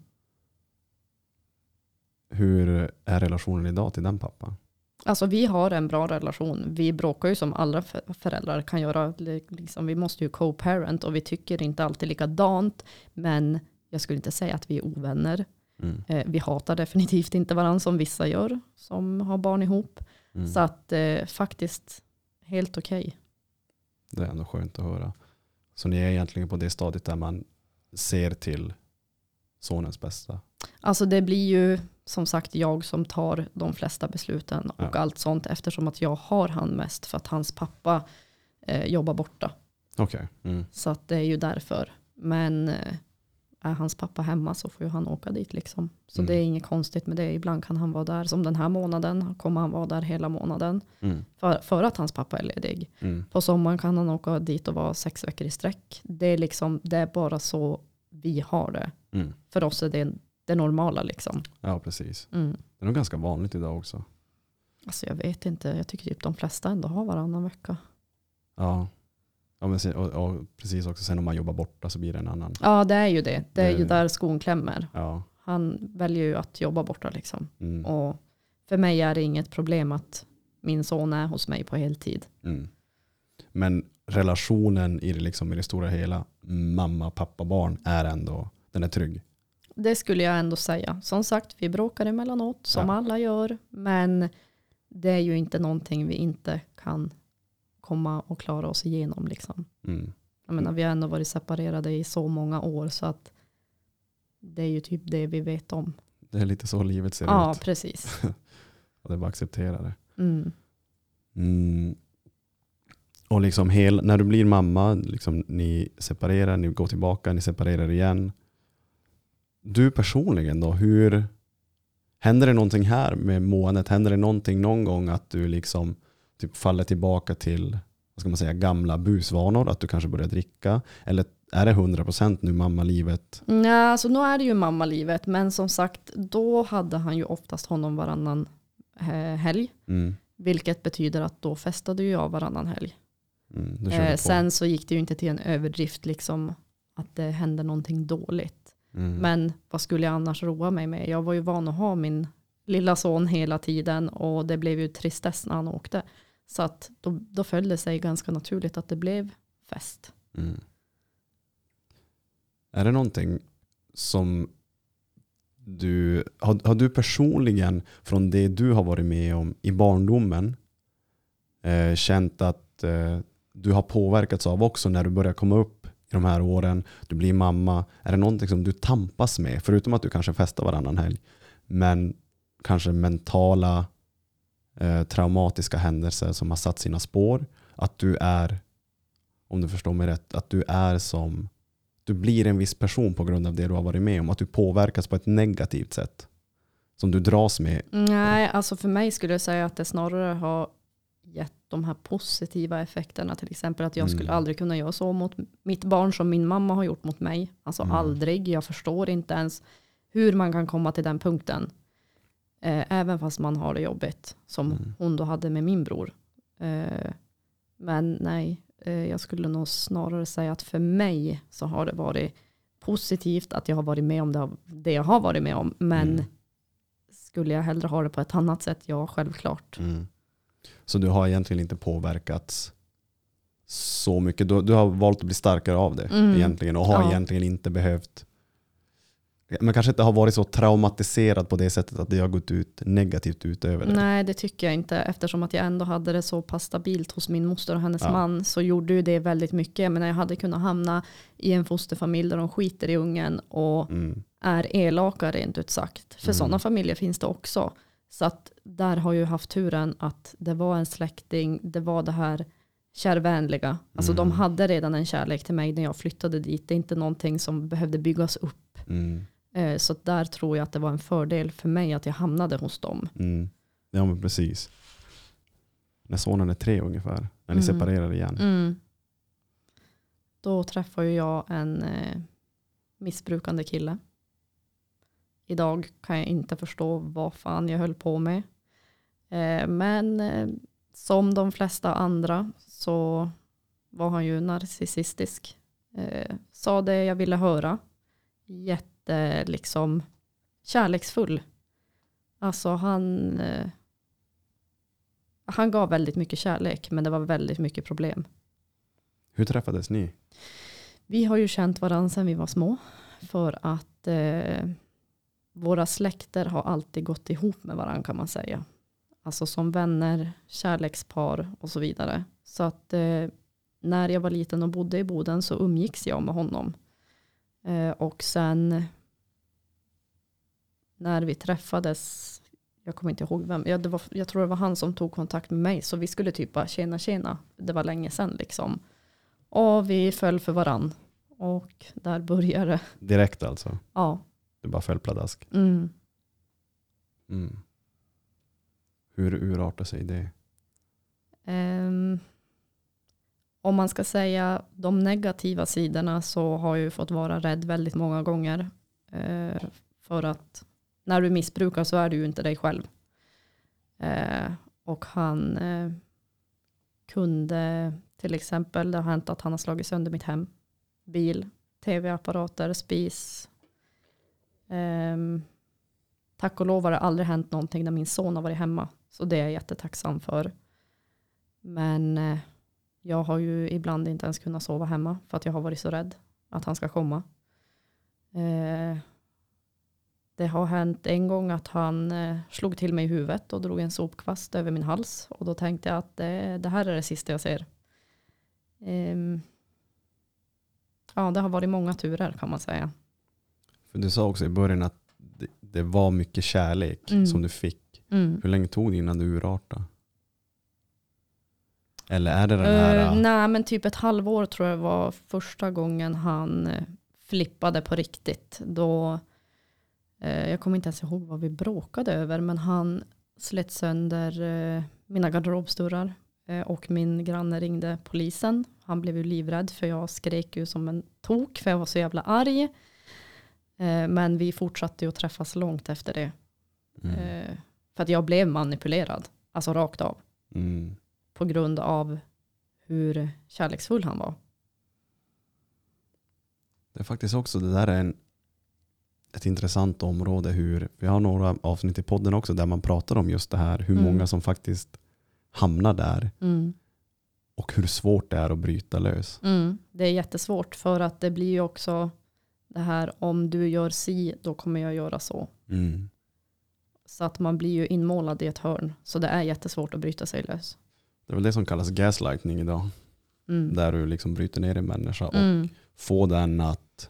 Hur är relationen idag till den pappa? Alltså vi har en bra relation. Vi bråkar ju som alla föräldrar kan göra. Liksom, vi måste ju co-parent och vi tycker inte alltid likadant. Men jag skulle inte säga att vi är ovänner. Mm. Eh, vi hatar definitivt inte varandra som vissa gör som har barn ihop. Mm. Så att eh, faktiskt helt okej. Okay. Det är ändå skönt att höra. Så ni är egentligen på det stadiet där man ser till sonens bästa? Alltså det blir ju som sagt jag som tar de flesta besluten och ja. allt sånt eftersom att jag har han mest för att hans pappa eh, jobbar borta. Okej. Okay. Mm. Så att det är ju därför. Men eh, är hans pappa hemma så får ju han åka dit liksom. Så Mm. det är inget konstigt med det. Ibland kan han vara där som den här månaden. Kommer han vara där hela månaden. Mm. För, för att hans pappa är ledig. Mm. På sommaren kan han åka dit och vara sex veckor i sträck. Det är liksom, det är bara så vi har det. Mm. För oss är det det normala liksom. Ja, precis. Mm. Det är nog ganska vanligt idag också. Alltså jag vet inte. Jag tycker typ de flesta ändå har varannan vecka. Ja. Ja, men sen, och, och precis också sen om man jobbar borta så blir det en annan. Ja, det är ju det. Det är Det- ju där skon klämmer. Ja. Han väljer ju att jobba borta liksom. Mm. Och för mig är det inget problem att min son är hos mig på heltid. Mm. Men relationen i det, liksom, i det stora hela, mamma, pappa, barn, är ändå, den är trygg. Det skulle jag ändå säga. Som sagt, vi bråkar emellanåt som Ja. alla gör. Men det är ju inte någonting vi inte kan komma och klara oss igenom. Liksom. Mm. Jag menar, vi har ändå varit separerade i så många år så att det är ju typ det vi vet om. Det är lite så livet ser Ja, ut. precis. Och det är bara att acceptera det. Mm. Mm. Och liksom hel, när du blir mamma, liksom, ni separerar, ni går tillbaka, ni separerar igen. Du personligen då, hur händer det någonting här med måendet? Händer det någonting någon gång att du liksom typ faller tillbaka till, vad ska man säga, gamla busvanor, att du kanske börjar dricka? Eller är det hundra procent nu mammalivet? Ja, alltså nu är det ju mammalivet. Men som sagt, då hade han ju oftast honom varannan eh, helg. Mm. Vilket betyder att då festade ju jag varannan helg. Mm, du kör Eh, på. sen så gick det ju inte till en överdrift liksom att det hände någonting dåligt. Mm. Men vad skulle jag annars roa mig med? Jag var ju van att ha min lilla son hela tiden och det blev ju tristess när han åkte. Så att då, då föll det sig ganska naturligt att det blev fest. Mm. Är det någonting som du har, har du personligen från det du har varit med om i barndomen eh, känt att eh, du har påverkats av också när du börjar komma upp i de här åren, du blir mamma? Är det någonting som du tampas med, förutom att du kanske festar varannan helg, men kanske mentala eh, traumatiska händelser som har satt sina spår, att du är, om du förstår mig rätt, att du är som du blir en viss person på grund av det du har varit med om. Att du påverkas på ett negativt sätt. Som du dras med. Nej, alltså för mig skulle jag säga att det snarare har gett de här positiva effekterna. Till exempel att jag Mm. skulle aldrig kunna göra så mot mitt barn som min mamma har gjort mot mig. Alltså Mm. aldrig. Jag förstår inte ens hur man kan komma till den punkten. Eh, även fast man har det jobbigt. Som Mm. hon då hade med min bror. Eh, men nej, eh, jag skulle nog snarare säga att för mig så har det varit positivt att jag har varit med om det, det jag har varit med om. Men Mm. skulle jag hellre ha det på ett annat sätt? Ja, självklart. Mm. Så du har egentligen inte påverkats så mycket. Du, du har valt att bli starkare av det Mm. egentligen. Och har Ja. egentligen inte behövt. Men kanske inte har varit så traumatiserad på det sättet att det har gått ut negativt ut över det. Nej, det tycker jag inte. Eftersom att jag ändå hade det så pass stabilt hos min moster och hennes Ja. man, så gjorde ju det väldigt mycket. Men jag hade kunnat hamna i en fosterfamilj där de skiter i ungen och Mm. är elaka rent ut sagt. För Mm. sådana familjer finns det också. Så att där har jag ju haft turen att det var en släkting, det var det här kärvänliga. Alltså Mm. de hade redan en kärlek till mig när jag flyttade dit. Det är inte någonting som behövde byggas upp. Mm. Eh, Så att där tror jag att det var en fördel för mig att jag hamnade hos dem. Mm. Ja, men precis. När sonen är tre ungefär. När ni Mm. separerar igen. Mm. Då träffar ju jag en eh, missbrukande kille. Idag kan jag inte förstå vad fan jag höll på med. Eh, men eh, som de flesta andra så var han ju narcissistisk. Eh, sa det jag ville höra. Jätte liksom kärleksfull. Alltså han eh, han gav väldigt mycket kärlek, men det var väldigt mycket problem. Hur träffades ni? Vi har ju känt varandra sedan vi var små. För att eh, våra släkter har alltid gått ihop med varandra, kan man säga. Alltså som vänner, kärlekspar och så vidare. Så att eh, när jag var liten och bodde i Boden så umgicks jag med honom. Eh, och sen när vi träffades, jag kommer inte ihåg vem, ja, det var, jag tror det var han som tog kontakt med mig. Så vi skulle typ bara tjena tjena. Det var länge sedan liksom. Och vi föll för varann. Och där började det. Direkt alltså? Ja. Det bara föll pladask. Mm. Mm. Hur urartar sig det? Um, om man ska säga de negativa sidorna så har jag ju fått vara rädd väldigt många gånger. Uh, för att när du missbrukar så är du ju inte dig själv. Uh, och han uh, kunde till exempel, det har hänt att han har slagit sönder mitt hem. Bil, tv-apparater, spis. Um, tack och lov har det aldrig hänt någonting när min son har varit hemma. Så det är jag jättetacksam för. Men eh, jag har ju ibland inte ens kunnat sova hemma. För att jag har varit så rädd att han ska komma. Eh, det har hänt en gång att han eh, slog till mig i huvudet. Och drog en sopkvast över min hals. Och då tänkte jag att det, det här är det sista jag ser. Eh, ja, det har varit många turer kan man säga. För du sa också i början att det, det var mycket kärlek Mm. som du fick. Mm. Hur länge tog det innan du urartade? Eller är det den här... Uh, nej, men typ ett halvår tror jag var första gången han uh, flippade på riktigt. Då, uh, jag kommer inte ens ihåg vad vi bråkade över, men han slet sönder uh, mina garderobsdörrar. Uh, och min granne ringde polisen. Han blev ju livrädd för jag skrek ju som en tok för jag var så jävla arg. Uh, men vi fortsatte ju att träffas långt efter det. Mm. Uh, för att jag blev manipulerad. Alltså rakt av. Mm. På grund av hur kärleksfull han var. Det är faktiskt också, det där är en, ett intressant område. Hur, vi har några avsnitt i podden också där man pratar om just det här. Hur Mm. många som faktiskt hamnar där. Mm. Och hur svårt det är att bryta lös. Mm. Det är jättesvårt för att det blir ju också det här om du gör si då kommer jag göra så. Mm. Så att man blir ju inmålad i ett hörn. Så det är jättesvårt att bryta sig lös. Det är väl det som kallas gaslightning idag. Mm. Där du liksom bryter ner en människa och Mm. får den att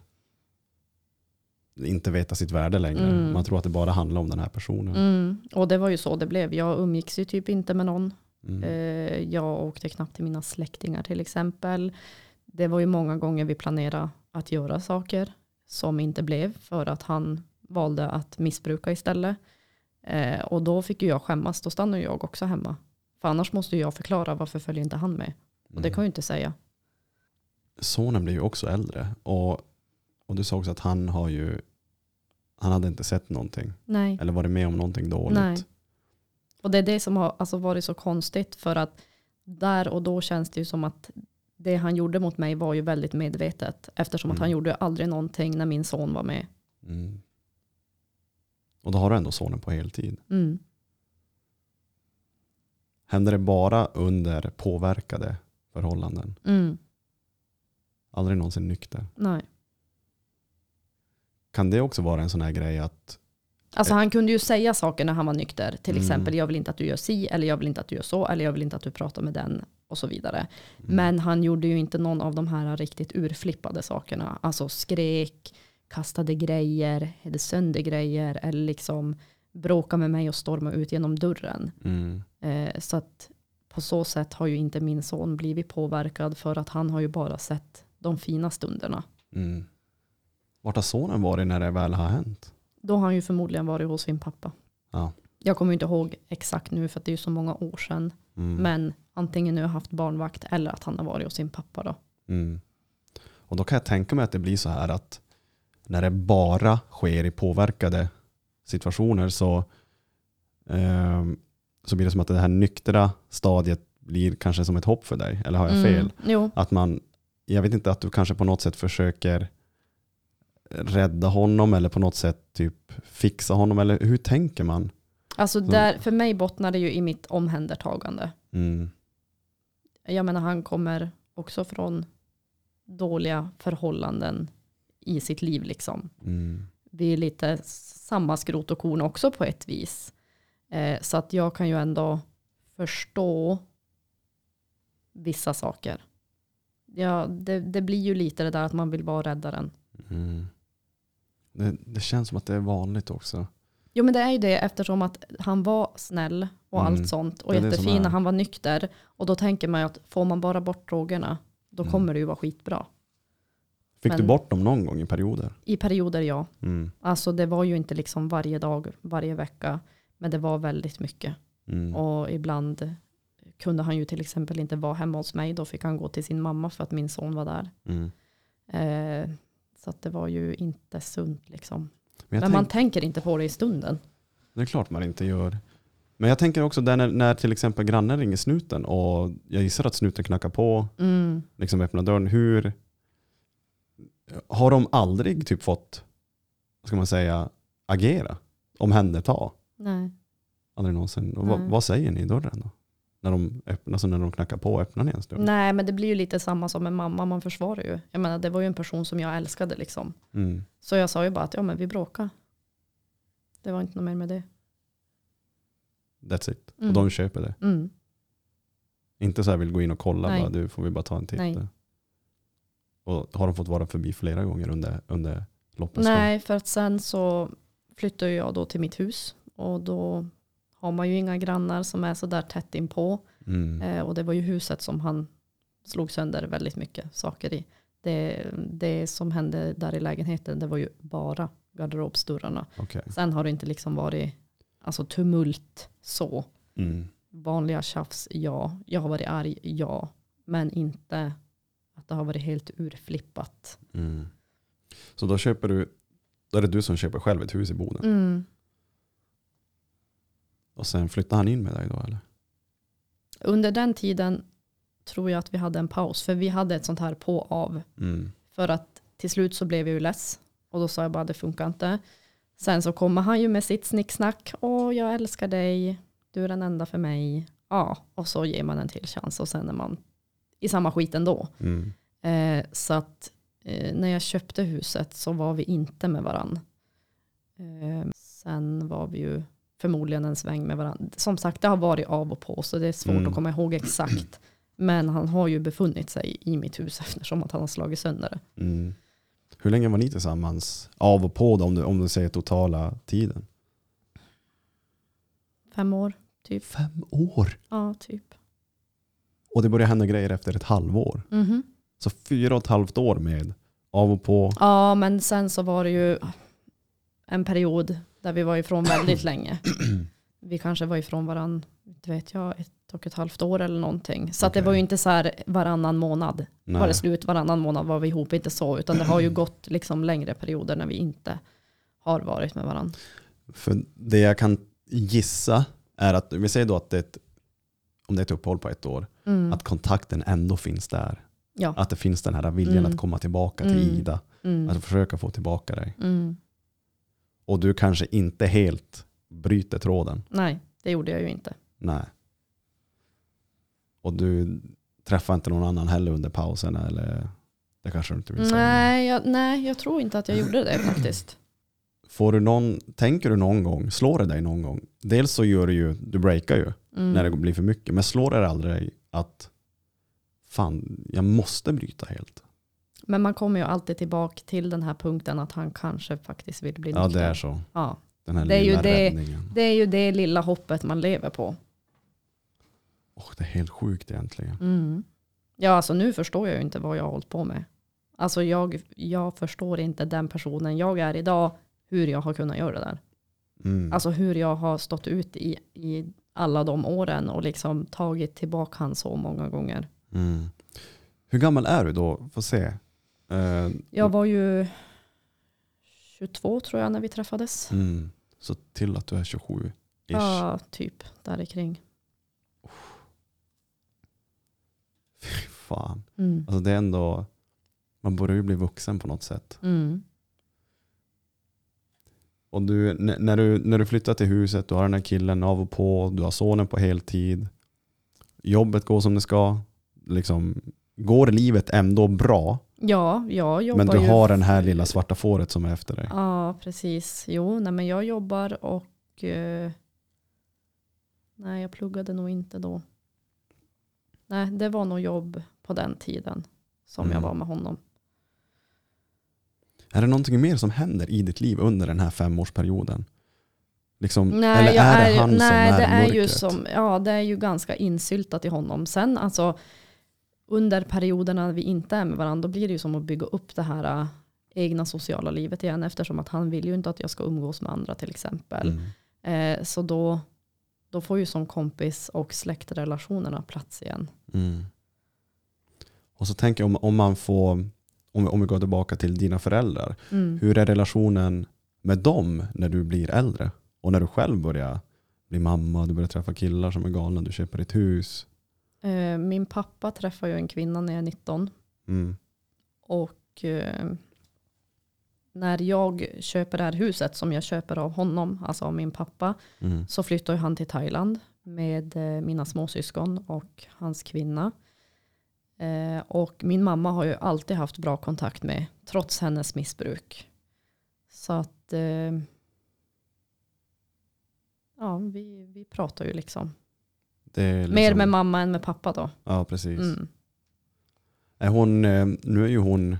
inte veta sitt värde längre. Mm. Man tror att det bara handlar om den här personen. Mm. Och det var ju så det blev. Jag umgicks ju typ inte med någon. Mm. Eh, jag åkte knappt till mina släktingar till exempel. Det var ju många gånger vi planerade att göra saker som inte blev för att han valde att missbruka istället. Eh, och då fick ju jag skämmas, då stannade jag också hemma. För annars måste jag förklara varför följer inte han med. Och det kan jag ju inte säga. Sonen blir ju också äldre. Och, och du sa också att han har ju han hade inte sett någonting. Nej. Eller varit med om någonting dåligt. Nej. Och det är det som har alltså varit så konstigt. För att där och då känns det ju som att det han gjorde mot mig var ju väldigt medvetet. Eftersom Mm. att han gjorde aldrig någonting när min son var med. Mm. Och då har du ändå sonen på heltid. Mm. Hände det bara under påverkade förhållanden? Mm. Aldrig någonsin nykter? Nej. Kan det också vara en sån här grej att Alltså han kunde ju säga saker när han var nykter. Till Mm. exempel, jag vill inte att du gör si, eller jag vill inte att du gör så, eller jag vill inte att du pratar med den och så vidare. Mm. Men han gjorde ju inte någon av de här riktigt urflippade sakerna. Alltså skrek, kastade grejer, hade sönder grejer, eller liksom bråka med mig och storma ut genom dörren. Mm. Eh, så att på så sätt har ju inte min son blivit påverkad, för att han har ju bara sett de fina stunderna. Mm. Vart har sonen varit när det väl har hänt? Då har han ju förmodligen varit hos sin pappa. Ja. Jag kommer inte ihåg exakt nu, för att det är ju så många år sedan. Mm. Men antingen nu har haft barnvakt eller att han har varit hos sin pappa då. Mm. Och då kan jag tänka mig att det blir så här att när det bara sker i påverkade situationer så, eh, så blir det som att det här nyktra stadiet blir kanske som ett hopp för dig. Eller har jag fel? Mm, jo. Att man, jag vet inte, att du kanske på något sätt försöker rädda honom eller på något sätt typ fixa honom, eller hur tänker man? Alltså där, för mig bottnar det ju i mitt omhändertagande. Mm. Jag menar, han kommer också från dåliga förhållanden i sitt liv liksom. Mm. Vi är lite samma skrot och korn också på ett vis. Eh, så att jag kan ju ändå förstå vissa saker. Ja, det, det blir ju lite det där att man vill vara räddaren. Mm. Det, det känns som att det är vanligt också. Jo, men det är ju det, eftersom att han var snäll och Mm. allt sånt. Och Det är det som jättefin är. när han var nykter. Och då tänker man ju att får man bara bort drogerna, då Mm. kommer det ju vara skitbra. Fick Men- du bort dem någon gång i perioder? I perioder, ja. Mm. Alltså det var ju inte liksom varje dag, varje vecka. Men det var väldigt mycket. Mm. Och ibland kunde han ju till exempel inte vara hemma hos mig. Då fick han gå till sin mamma för att min son var där. Mm. Eh, så att det var ju inte sunt liksom. Men, Men jag man tänk, tänker inte på det i stunden. det är klart man inte gör. Men jag tänker också där när, när till exempel grannen ringer snuten och jag gissar att snuten knackar på, Mm. liksom öppnar dörren. Hur har de aldrig typ fått, vad ska man säga, agera? Omhänderta? Nej. Aldrig någonsin. Och vad, Nej. vad säger ni i dörren då? När de, öppnar, alltså när de knackar på, öppnar ni ens dörren? Nej, men det blir ju lite samma som med mamma. Man försvarar ju. Jag menar, det var ju en person som jag älskade liksom. Mm. Så jag sa ju bara att ja, men vi bråkar. Det var inte något mer med det. That's it. Mm. Och de köper det. Mm. Inte så här vill gå in och kolla, Nej. bara, du får vi bara ta en titt. Nej. Och har de fått vara förbi flera gånger under, under loppens gång? Nej, för att sen så flyttade jag då till mitt hus. Och då har man ju inga grannar som är så där tätt inpå. Mm. Eh, och det var ju huset som han slog sönder väldigt mycket saker i. Det, det som hände där i lägenheten, det var ju bara garderobsdörrarna. Okej. Sen har det inte liksom varit alltså tumult så. Mm. Vanliga tjafs, ja. Jag har varit arg, ja. Men inte att det har varit helt urflippat. Mm. Så då köper du, då är det du som köper själv ett hus i Boden. Mm. Och sen flyttar han in med dig då eller? Under den tiden tror jag att vi hade en paus. För vi hade ett sånt här på av. Mm. För att till slut så blev jag ju less. Och då sa jag bara, det funkar inte. Sen så kommer han ju med sitt snicksnack. Åh, jag älskar dig. Du är den enda för mig. Ja, och så ger man en till chans. Och sen är man i samma skit ändå. Mm. Eh, så att eh, när jag köpte huset så var vi inte med varann. Eh, sen var vi ju förmodligen en sväng med varann. Som sagt, det har varit av och på. Så det är svårt Mm. att komma ihåg exakt. Men han har ju befunnit sig i mitt hus eftersom att han har slagit sönder det. Mm. Hur länge var ni tillsammans av och på då, om du, om du säger totala tiden? Fem år, typ. Fem år? Ja, typ. Och det började hända grejer efter ett halvår. Mhm. Så fyra och ett halvt år med av och på? Ja, men sen så var det ju en period där vi var ifrån väldigt länge. Vi kanske var ifrån varann, vet jag, ett och ett halvt år eller någonting. Så att det Okej. var ju inte så här varannan månad. Nej. Var det slut varannan månad var vi ihop, inte så. Utan det har ju gått liksom längre perioder när vi inte har varit med varandra. För det jag kan gissa är att, vi säger då att det är ett, om det är ett uppehåll på ett år, Mm. att kontakten ändå finns där. Ja. Att det finns den här viljan Mm. att komma tillbaka till Mm. Ida. Mm. Att försöka få tillbaka dig. Mm. Och du kanske inte helt bryter tråden. Nej, det gjorde jag ju inte. Nej. Och du träffar inte någon annan heller under pausen, eller det kanske du inte vill säga. Nej jag, nej, jag tror inte att jag gjorde det faktiskt. Får du någon, tänker du någon gång, slår det dig någon gång? Dels så gör du ju, du breakar ju Mm. när det blir för mycket, men slår det aldrig dig att fan, jag måste bryta helt? Men man kommer ju alltid tillbaka till den här punkten att han kanske faktiskt vill bli Ja, nykter. det är så. Ja. Den här Det är ju lilla det- räddningen. Det är ju det lilla hoppet man lever på. Åh, det är helt sjukt egentligen. Mm. Ja, alltså nu förstår jag ju inte vad jag har hållit på med. Alltså jag, jag förstår inte den personen jag är idag, hur jag har kunnat göra det där. Mm. Alltså hur jag har stått ut i, i alla de åren och liksom tagit tillbaka han så många gånger. Mm. Hur gammal är du då? Får se. Eh, Jag var ju tjugotvå tror jag när vi träffades. mm. Så till att du är tjugosju ish. Ja, typ där kring. Fy fan. Mm. Alltså det är ändå, man börjar ju bli vuxen på något sätt. Mm. Och du, n- när, du, när du flyttar till huset, du har den här killen av och på, du har sonen på heltid, jobbet går som det ska, liksom, går livet ändå bra, Ja, jag jobbar men du ju. har den här lilla svarta fåret som är efter dig. Ja, precis. Jo, nej, men jag jobbar och eh, nej, jag pluggade nog inte då. Nej, det var nog jobb på den tiden som Mm. jag var med honom. Är det någonting mer som händer i ditt liv under den här femårsperioden? Liksom, Nej, eller jag är det ju- han som nej, är det är ju mörkret? som, ja, det är ju ganska insyltat i honom. Sen alltså under perioderna vi inte är med varandra, då blir det ju som att bygga upp det här äh, egna sociala livet igen, eftersom att han vill ju inte att jag ska umgås med andra till exempel. Mm. Eh, så då, då får ju som kompis och släktrelationerna plats igen. Mm. Och så tänker jag om, om man får, om, om vi går tillbaka till dina föräldrar, Mm. hur är relationen med dem när du blir äldre? Och när du själv börjar bli mamma, du börjar träffa killar som är galna, du köper ett hus. Eh, min pappa träffar ju en kvinna när jag är nitton. Mm. Och eh, när jag köper det här huset som jag köper av honom, alltså av min pappa, Mm. så flyttar ju han till Thailand med eh, mina småsyskon och hans kvinna. Eh, och min mamma har ju alltid haft bra kontakt med, trots hennes missbruk. Så att eh, ja, vi, vi pratar ju liksom. Det är liksom, Mer med mamma än med pappa då. Ja, precis. Mm. Är hon, eh, nu är ju hon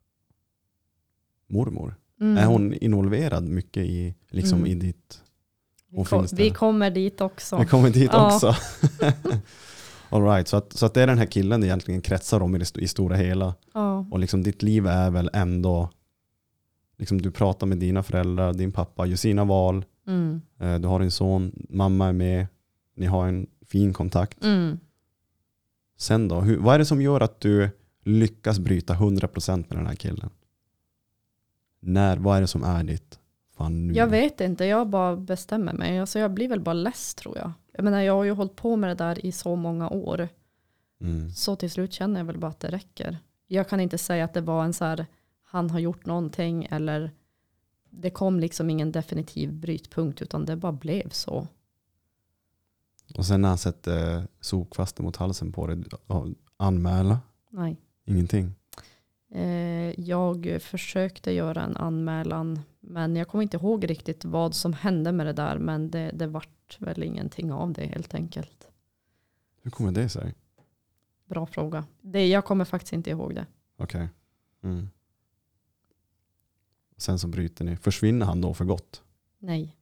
mormor. Mm. Är hon involverad mycket i, liksom Mm. i ditt... vi, och kom, finns det- vi kommer dit också. Vi kommer dit Ja. också. All right, så, att, så att det är den här killen det egentligen kretsar om i det st- i stora hela. Ja. Och liksom ditt liv är väl ändå, liksom du pratar med dina föräldrar, din pappa gör sina val, Mm. eh, du har en son, mamma är med, ni har en fin kontakt. Mm. Sen då, hur, vad är det som gör att du lyckas bryta hundra procent med den här killen? När, vad är det som är ditt fan nu? Jag vet inte, jag bara bestämmer mig. Alltså jag blir väl bara less tror jag. Jag menar, jag har ju hållit på med det där i så många år. Mm. Så till slut känner jag väl bara att det räcker. Jag kan inte säga att det var en så här, han har gjort någonting eller det kom liksom ingen definitiv brytpunkt utan det bara blev så. Och sen när han sätter eh, sopkvasten mot halsen på dig, ja, anmäla, Nej. ingenting. Eh, jag försökte göra en anmälan men jag kommer inte ihåg riktigt vad som hände med det där men det, det vart väl ingenting av det helt enkelt. Hur kommer det sig? Bra fråga. Det, jag kommer faktiskt inte ihåg det. Okej. Mm. Sen så bryter ni. Försvinner han då för gott? Nej.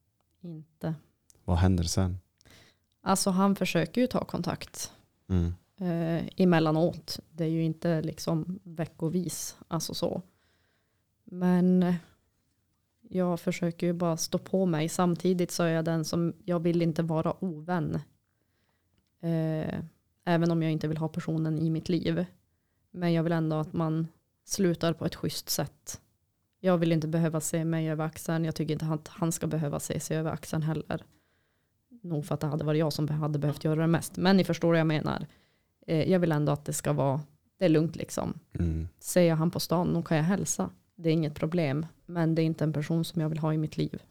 Inte. Vad händer sen? Alltså han försöker ju ta kontakt. Mm. eh, emellanåt. Det är ju inte liksom veckovis, alltså så. Men eh, jag försöker ju bara stå på mig. Samtidigt så är jag den som, jag vill inte vara ovän. Eh, även om jag inte vill ha personen i mitt liv. Men jag vill ändå att man slutar på ett schysst sätt. Jag vill inte behöva se mig över axeln. Jag tycker inte att han ska behöva se sig över axeln heller. Nog för att det hade varit jag som hade behövt göra det mest. Men ni förstår vad jag menar. Eh, jag vill ändå att det ska vara, det är lugnt liksom. Mm. Ser jag han på stan, nog kan jag hälsa. Det är inget problem. Men det är inte en person som jag vill ha i mitt liv.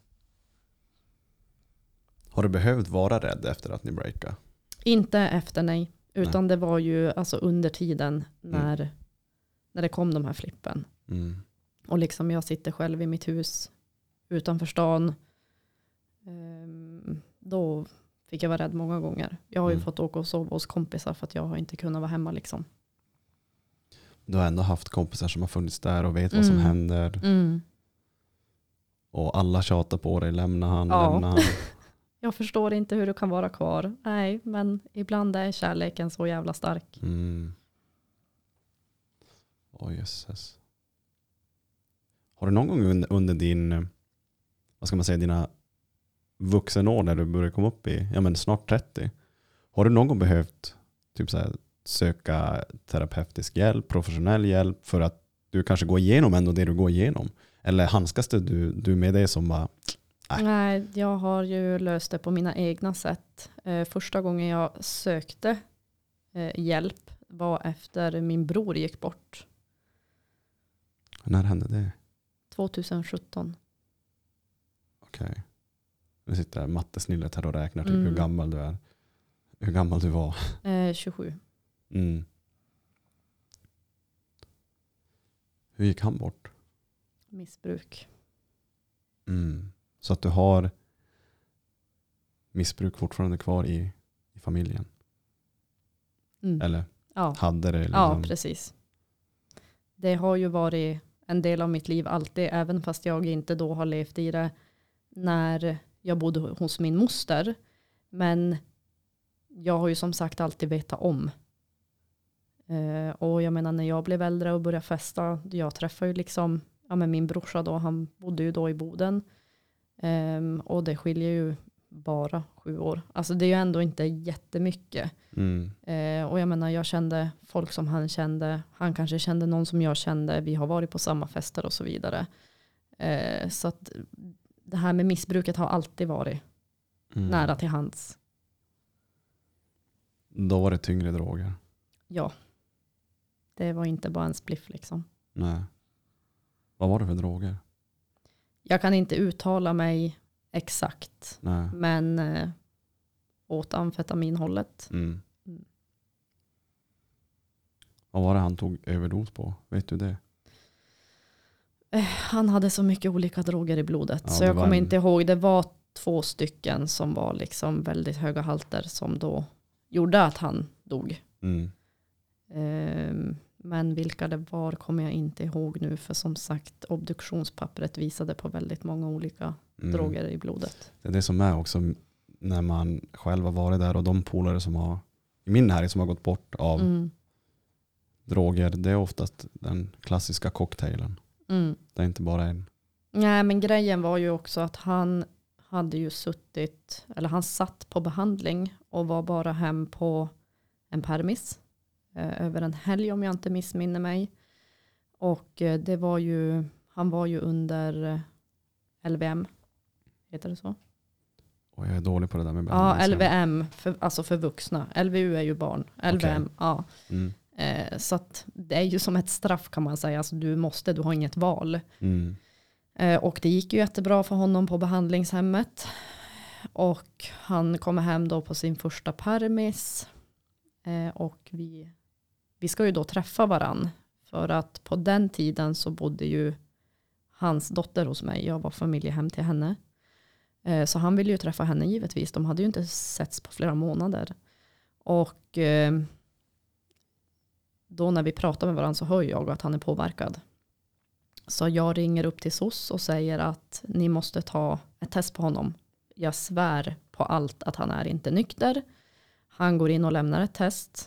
Har du behövt vara rädd efter att ni breakade? Inte efter, nej. Utan nej. Det var ju alltså under tiden när, mm. när det kom de här flippen. Mm. Och liksom jag sitter själv i mitt hus utanför stan. Um, då fick jag vara rädd många gånger. Jag har ju mm. fått åka och sova hos kompisar för att jag har inte kunnat vara hemma liksom. Du har ändå haft kompisar som har funnits där och vet mm. vad som händer. Mm. Och alla tjatar på dig, lämna han, ja. lämna han. Jag förstår inte hur du kan vara kvar. Nej, men ibland är kärleken så jävla stark. Mm. Åh, jösses. Har du någon gång under, under din, vad ska man säga, dina vuxenår när du börjar komma upp i, ja men snart trettio. Har du någon gång behövt typ så här, söka terapeutisk hjälp, professionell hjälp för att du kanske går igenom ändå det du går igenom? Eller handskas du, du med det som bara... Nej. Nej, jag har ju löst det på mina egna sätt. Eh, första gången jag sökte eh, hjälp var efter min bror gick bort. När hände det? tjugohundrasjutton. Okej. Okay. Nu sitter mattesnillet här och räknar typ mm. hur gammal du är. Hur gammal du var. Eh, tjugosju. Mm. Hur gick han bort? Missbruk. Mm. Så att du har missbruk fortfarande kvar i, i familjen? Mm. Eller ja. hade det? Liksom... Ja, precis. Det har ju varit en del av mitt liv alltid, även fast jag inte då har levt i det när jag bodde hos min moster. Men jag har ju som sagt alltid vetat om. Eh, och jag menar när jag blev äldre och började festa, jag träffade ju liksom, ja men min brorsa då, han bodde ju då i Boden. Um, och det skiljer ju bara sju år. Alltså det är ju ändå inte jättemycket. Mm. Uh, och jag menar jag kände folk som han kände. Han kanske kände någon som jag kände. Vi har varit på samma fester och så vidare. Uh, så att det här med missbruket har alltid varit mm. nära till hands. Då var det tyngre droger? Ja. Det var inte bara en spliff liksom. Nej. Vad var det för droger? Jag kan inte uttala mig exakt. Nej. Men eh, åt amfetaminhållet. Mm. Mm. Vad var det han tog överdos på? Vet du det? Eh, han hade så mycket olika droger i blodet. Ja, så jag kommer en... inte ihåg. Det var två stycken som var liksom väldigt höga halter. Som då gjorde att han dog. Mm. Eh, men vilka det var kommer jag inte ihåg nu. För som sagt, obduktionspappret visade på väldigt många olika mm. droger i blodet. Det är det som är också när man själv har varit där. Och de polare som har, i min närhet som har gått bort av mm. droger. Det är oftast den klassiska cocktailen. Mm. Det är inte bara en. Nej, men grejen var ju också att han hade ju suttit, eller han satt på behandling och var bara hem på en permis. Över en helg om jag inte missminner mig. Och det var ju, han var ju under L V M. Heter det så? Och jag är dålig på det där med ja, L V M, för, alltså för vuxna. L V U är ju barn. L V M, okay. ja. Mm. Eh, så att det är ju som ett straff kan man säga. Alltså du måste, du har inget val. Mm. Eh, och det gick ju jättebra för honom på behandlingshemmet. Och han kommer hem då på sin första permis. Eh, och vi, vi ska ju då träffa varann. För att på den tiden så bodde ju hans dotter hos mig. Jag var familjehem till henne. Eh, så han ville ju träffa henne givetvis. De hade ju inte setts på flera månader. Och eh, då när vi pratar med varandra så hör jag att han är påverkad. Så jag ringer upp till S O S och säger att ni måste ta ett test på honom. Jag svär på allt att han är inte nykter. Han går in och lämnar ett test.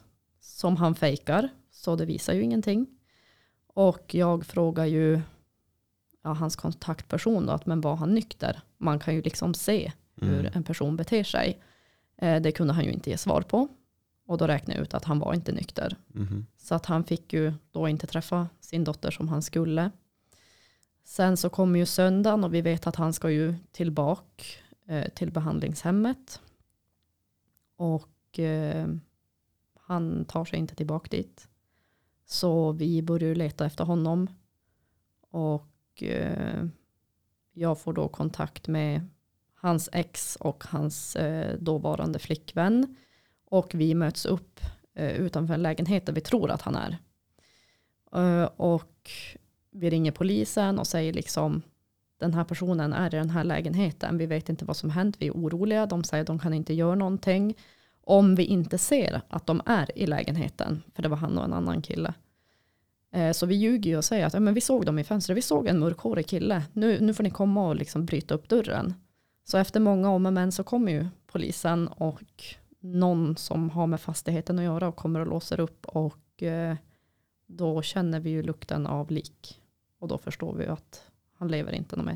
som han fejkar. Så det visar ju ingenting. Och jag frågar ju ja, hans kontaktperson då, att men var han nykter? Man kan ju liksom se hur Mm. en person beter sig. Eh, det kunde han ju inte ge svar på. Och då räknade jag ut att han var inte nykter. Mhm. Så att han fick ju då inte träffa sin dotter som han skulle. Sen så kommer ju söndagen och vi vet att han ska ju tillbaka eh, till behandlingshemmet. Och eh, han tar sig inte tillbaka dit. Så vi börjar ju leta efter honom. Och eh, jag får då kontakt med hans ex och hans eh, dåvarande flickvän. Och vi möts upp eh, utanför en lägenhet där vi tror att han är. Eh, och vi ringer polisen och säger liksom den här personen är i den här lägenheten. Vi vet inte vad som hänt. Vi är oroliga. De säger att de kan inte göra någonting. Om vi inte ser att de är i lägenheten. För det var han och en annan kille. Eh, så vi ljuger ju och säger att ja, men vi såg dem i fönstret. Vi såg en mörkhårig kille. Nu, nu får ni komma och liksom bryta upp dörren. Så efter många om och men så kommer ju polisen och någon som har med fastigheten att göra och kommer och låser upp. Och eh, då känner vi ju lukten av lik. Och då förstår vi att han lever inte någon mer.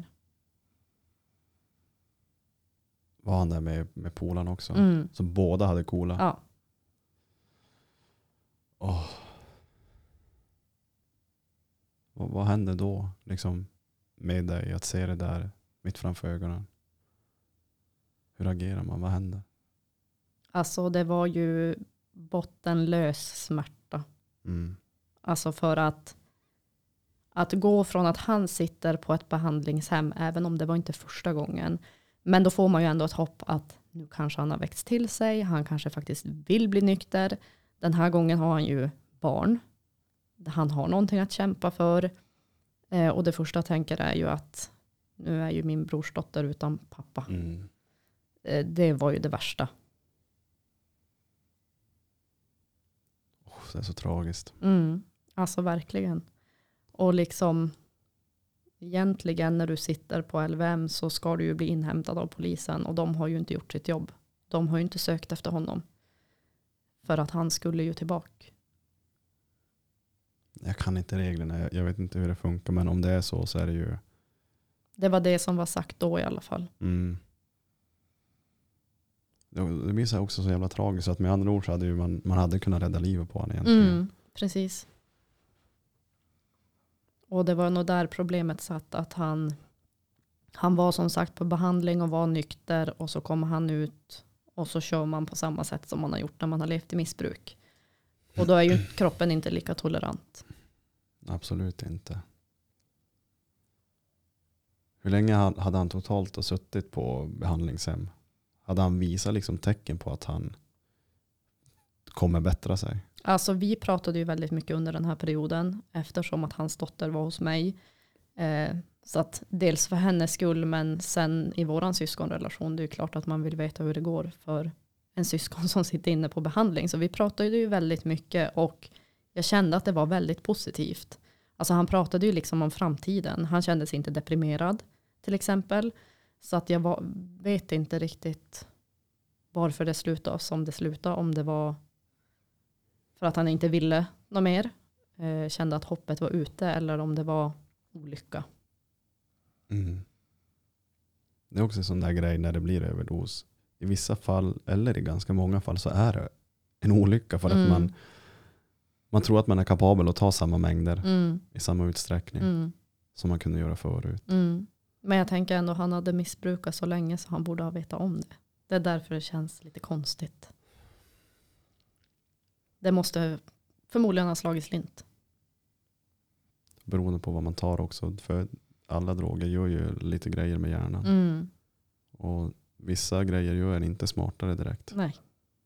Var han där med, med polarna också? Mm. Så båda hade cola? Ja. Åh. Vad, vad hände då liksom, med dig att se det där mitt framför ögonen? Hur agerar man? Vad hände? Alltså det var ju bottenlös smärta. Mm. Alltså för att att gå från att han sitter på ett behandlingshem, även om det var inte första gången. Men då får man ju ändå ett hopp att nu kanske han har växt till sig. Han kanske faktiskt vill bli nykter. Den här gången har han ju barn. Han har någonting att kämpa för. Eh, och det första jag tänker är ju att nu är ju min brorsdotter utan pappa. Mm. Eh, det var ju det värsta. Oh, det är så tragiskt. Mm, alltså verkligen. Och liksom egentligen när du sitter på L V M så ska du ju bli inhämtad av polisen och de har ju inte gjort sitt jobb. De har ju inte sökt efter honom. För att han skulle ju tillbaka. Jag kan inte reglerna. Jag, jag vet inte hur det funkar. Men om det är så så är det ju... Det var det som var sagt då i alla fall. Mm. Det, det blir så också så jävla tragiskt. Att med andra ord så hade ju man, man hade kunnat rädda livet på honom egentligen. Mm, precis. Och det var nog där problemet satt. Att han, han var som sagt på behandling och var nykter. Och så kommer han ut. Och så kör man på samma sätt som man har gjort när man har levt i missbruk. Och då är ju kroppen inte lika tolerant. Absolut inte. Hur länge hade han totalt och suttit på behandlingshem? Hade han visat liksom tecken på att han kommer bättra sig? Alltså vi pratade ju väldigt mycket under den här perioden. Eftersom att hans dotter var hos mig. Eh, så att dels för hennes skull. Men sen i våran syskonrelation. Det är ju klart att man vill veta hur det går för en syskon som sitter inne på behandling. Så vi pratade ju väldigt mycket. Och jag kände att det var väldigt positivt. Alltså han pratade ju liksom om framtiden. Han kände sig inte deprimerad till exempel. Så att jag var, vet inte riktigt varför det slutade som det slutade. Om det var för att han inte ville något mer. Eh, kände att hoppet var ute. Eller om det var olycka. Mm. Det är också en sån där grej när det blir överdos. I vissa fall, eller i ganska många fall, så är det en olycka. För Mm. att man, man tror att man är kapabel att ta samma mängder Mm. i samma utsträckning Mm. som man kunde göra förut. Mm. Men jag tänker ändå att han hade missbrukat så länge så han borde ha vetat om det. Det är därför det känns lite konstigt. Det måste förmodligen ha slagit slint. Beroende på vad man tar också. För alla droger gör ju lite grejer med hjärnan. Mm. Och vissa grejer gör en inte smartare direkt. Nej.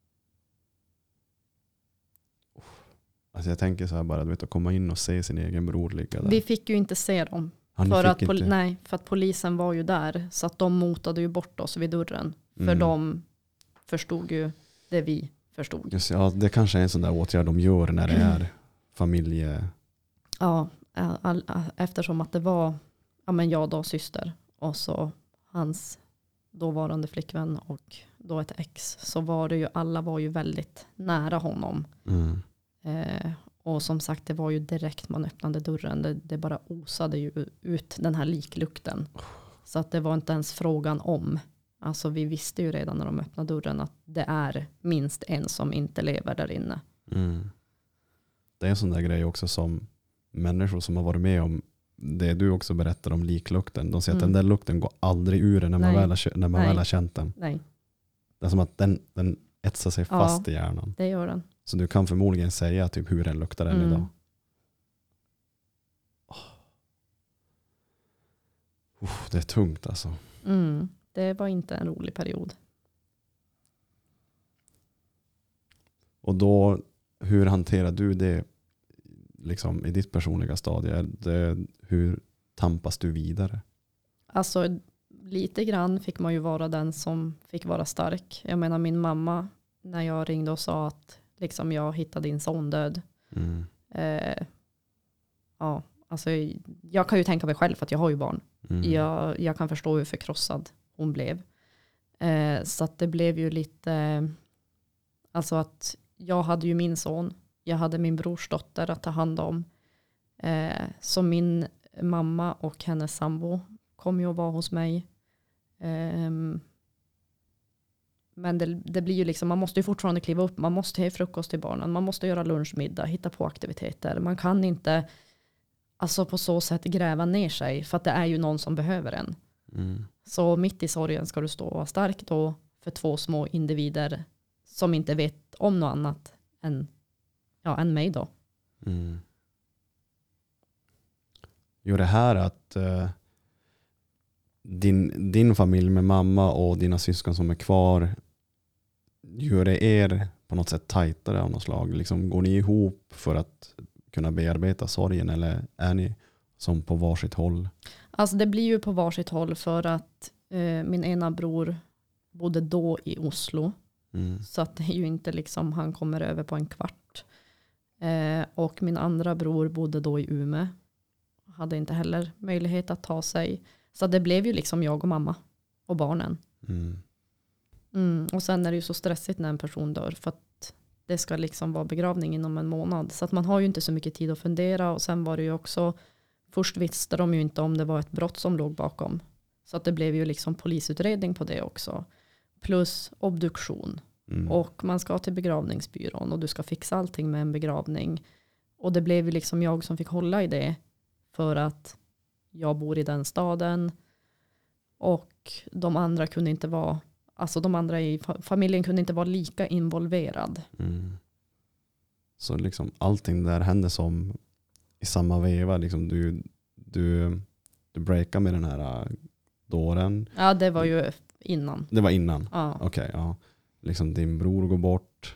Alltså jag tänker så här bara, du vet, att komma in och se sin egen bror ligga där. Vi fick ju inte se dem. Han För fick att, pol- inte. nej, för att polisen var ju där. Så att de motade ju bort oss vid dörren. För Mm. de förstod ju det vi förstod. Just, ja, det kanske är en sån där åtgärd de gör när det är familje... Ja, all, all, eftersom att det var ja, men jag då syster. Och så hans dåvarande flickvän och då ett ex. Så var det ju, alla var ju väldigt nära honom. Mm. Eh, och som sagt, det var ju direkt man öppnade dörren. Det, det bara osade ju ut den här liklukten. Så att det var inte ens frågan om. Alltså vi visste ju redan när de öppnade dörren att det är minst en som inte lever där inne. Mm. Det är en sån där grej också som människor som har varit med om det du också berättar om liklukten. De säger mm. att den där lukten går aldrig ur när man, väl har, när man väl har känt den. Nej. Det är som att den, den etsar sig fast ja, i hjärnan. Det gör den. Så du kan förmodligen säga typ hur den luktar än mm. idag. Oh. Oh, det är tungt alltså. Mm. Det var inte en rolig period. Och då, hur hanterar du det liksom i ditt personliga stadie? Det, hur tampas du vidare? Alltså lite grann fick man ju vara den som fick vara stark. Jag menar min mamma, när jag ringde och sa att liksom jag hittade din son död. Mm. Eh, ja, alltså jag kan ju tänka mig själv att jag har ju barn. Mm. Jag, jag kan förstå hur förkrossad hon blev. Eh, så att det blev ju lite, alltså att jag hade ju min son. Jag hade min brors dotter att ta hand om. Eh, så min mamma och hennes sambo kom ju att vara hos mig. Eh, men det, det blir ju liksom, man måste ju fortfarande kliva upp. Man måste ha frukost till barnen. Man måste göra lunchmiddag, hitta på aktiviteter. Man kan inte alltså på så sätt gräva ner sig. För att det är ju någon som behöver en. Mm. Så mitt i sorgen ska du stå och vara stark då för två små individer som inte vet om något annat än, ja, än mig då. Mm. Jo, det här att uh, din, din familj med mamma och dina syskon som är kvar, gör det er på något sätt tajtare av något slag? Liksom, går ni ihop för att kunna bearbeta sorgen eller är ni som på varsitt håll? Alltså det blir ju på varsitt håll för att eh, min ena bror bodde då i Oslo. Mm. Så att det är ju inte liksom han kommer över på en kvart. Eh, och min andra bror bodde då i Umeå. Hade inte heller möjlighet att ta sig. Så det blev ju liksom jag och mamma och barnen. Mm. Mm, och sen är det ju så stressigt när en person dör. För att det ska liksom vara begravning inom en månad. Så att man har ju inte så mycket tid att fundera. Och sen var det ju också, först visste de ju inte om det var ett brott som låg bakom. Så att det blev ju liksom polisutredning på det också. Plus obduktion. Mm. Och man ska till begravningsbyrån och du ska fixa allting med en begravning. Och det blev ju liksom jag som fick hålla i det. För att jag bor i den staden. Och de andra kunde inte vara, alltså de andra i familjen kunde inte vara lika involverad. Mm. Så liksom allting där hände som i samma veva. Liksom du, du, du breakade med den här dåren. Ja, det var ju innan. Det var innan? Ja. Okej, okay, ja. Liksom din bror går bort.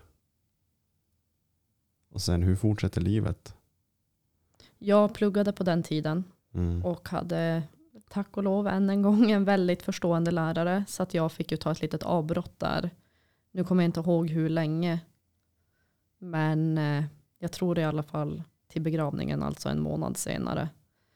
Och sen hur fortsätter livet? Jag pluggade på den tiden. Mm. Och hade tack och lov än en gång en väldigt förstående lärare. Så att jag fick ju ta ett litet avbrott där. Nu kommer jag inte ihåg hur länge. Men eh, jag tror i alla fall till begravningen, alltså en månad senare.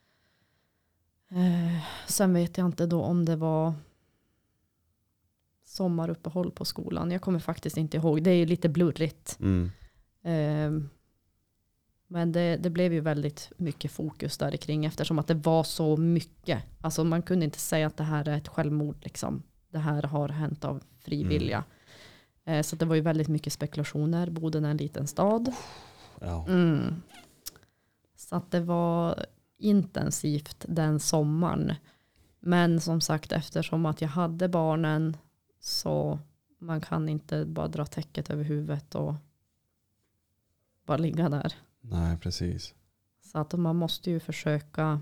Eh, sen vet jag inte då om det var sommaruppehåll på skolan. Jag kommer faktiskt inte ihåg. Det är ju lite blurrigt. Mm. Eh, men det, det blev ju väldigt mycket fokus där kring eftersom att det var så mycket. Alltså man kunde inte säga att det här är ett självmord liksom. Det här har hänt av frivilliga. Mm. Eh, så det var ju väldigt mycket spekulationer. Boden är en liten stad. Ja. Mm. Så att det var intensivt den sommaren. Men som sagt, eftersom att jag hade barnen så man kan inte bara dra täcket över huvudet och bara ligga där. Nej, precis. Så att man måste ju försöka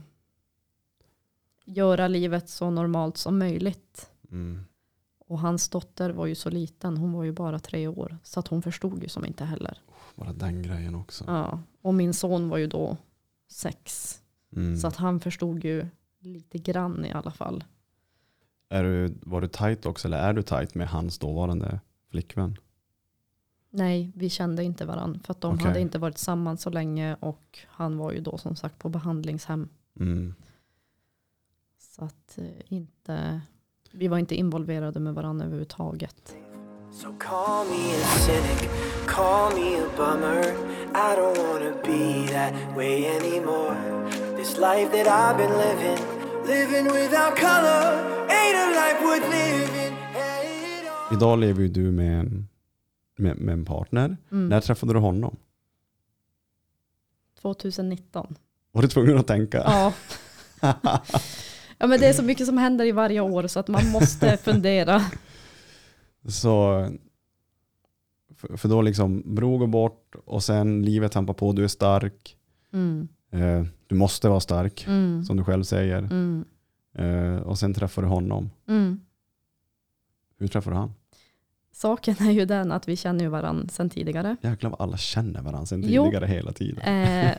göra livet så normalt som möjligt. Mm. Och hans dotter var ju så liten. Hon var ju bara tre år. Så att hon förstod ju som inte heller. Bara den grejen också. Ja. Och min son var ju då sex. Mm. Så att han förstod ju lite grann i alla fall. Är du, var du tajt också eller är du tajt med hans dåvarande flickvän? Nej, vi kände inte varandra. För att de okay. hade inte varit samman så länge. Och han var ju då som sagt på behandlingshem. Mm. Så att eh, inte... Vi var inte involverade med varandra överhuvudtaget. So call me a cynic, call me a bummer. I don't wanna be that way anymore. This life that I've been living, living without color, ain't a life worth living. Hey, it all- Idag lever ju du med en, med, med en partner. Mm. När träffade du honom? tjugonitton. Var du tvungen att tänka? Ja. Ja, men det är så mycket som händer i varje år så att man måste fundera. Så, för, för då liksom bro går bort och sen livet tampar på, du är stark. Mm. Eh, du måste vara stark, Mm. som du själv säger. Mm. Eh, och sen träffar du honom. Mm. Hur träffar du han? Saken är ju den att vi känner ju varandra sedan tidigare. Jäklar vad alla känner varandra sen Jo. tidigare hela tiden. Eh,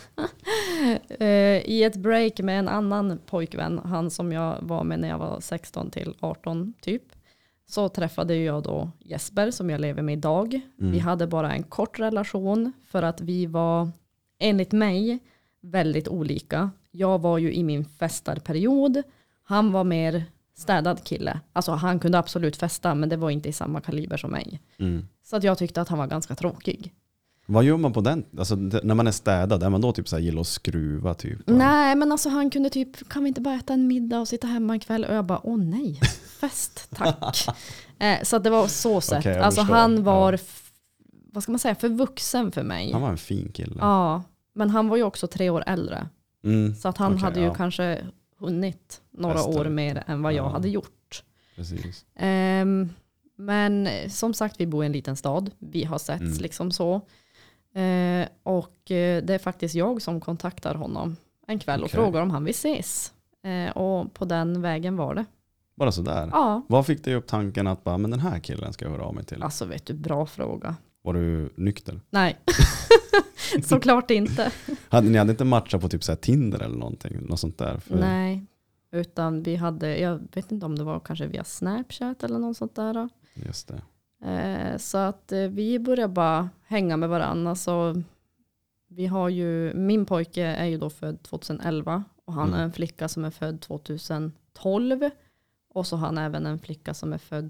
eh, I ett break med en annan pojkvän, han som jag var med när jag var sexton till arton typ, så träffade jag då Jesper som jag lever med idag. Mm. Vi hade bara en kort relation för att vi var, enligt mig, väldigt olika. Jag var ju i min festarperiod. Han var mer städad kille. Alltså han kunde absolut festa, men det var inte i samma kaliber som mig. Mm. Så att jag tyckte att han var ganska tråkig. Vad gör man på den? Alltså, det, när man är städad, är man då typ så här gillar att skruva typ? Nej, men alltså han kunde typ, kan vi inte bara äta en middag och sitta hemma en kväll? Och jag bara, åh nej, fest, tack. eh, så att det var så sett. Okej, jag alltså förstår. han var, Ja. f- vad ska man säga, för vuxen för mig. Han var en fin kille. Ja, men han var ju också tre år äldre. Mm. Så att han Okej, hade ju ja. kanske hunnit några Festa år lite. mer än vad jag Ja. hade gjort. Precis. Ehm, men eh, som sagt, vi bor i en liten stad. Vi har setts Mm. liksom så. Eh, och eh, det är faktiskt jag som kontaktar honom en kväll och Okej. frågar om han vill ses. Eh, och på den vägen var det. Bara sådär. Ja, Vad fick dig upp tanken att bara, men den här killen ska jag höra av mig till? alltså vet du, bra fråga. Var du nykter? Nej, såklart inte. Hade, ni hade inte matchat på typ så här Tinder eller någonting? Något sånt där? För, Nej, utan vi hade, jag vet inte om det var kanske via Snapchat eller något sånt där. Just det. Eh, så att eh, vi började bara hänga med varandra. Så vi har ju, min pojke är ju då född tjugoelva och han Mm. är en flicka som är född tjugotolv. Och så har han även en flicka som är född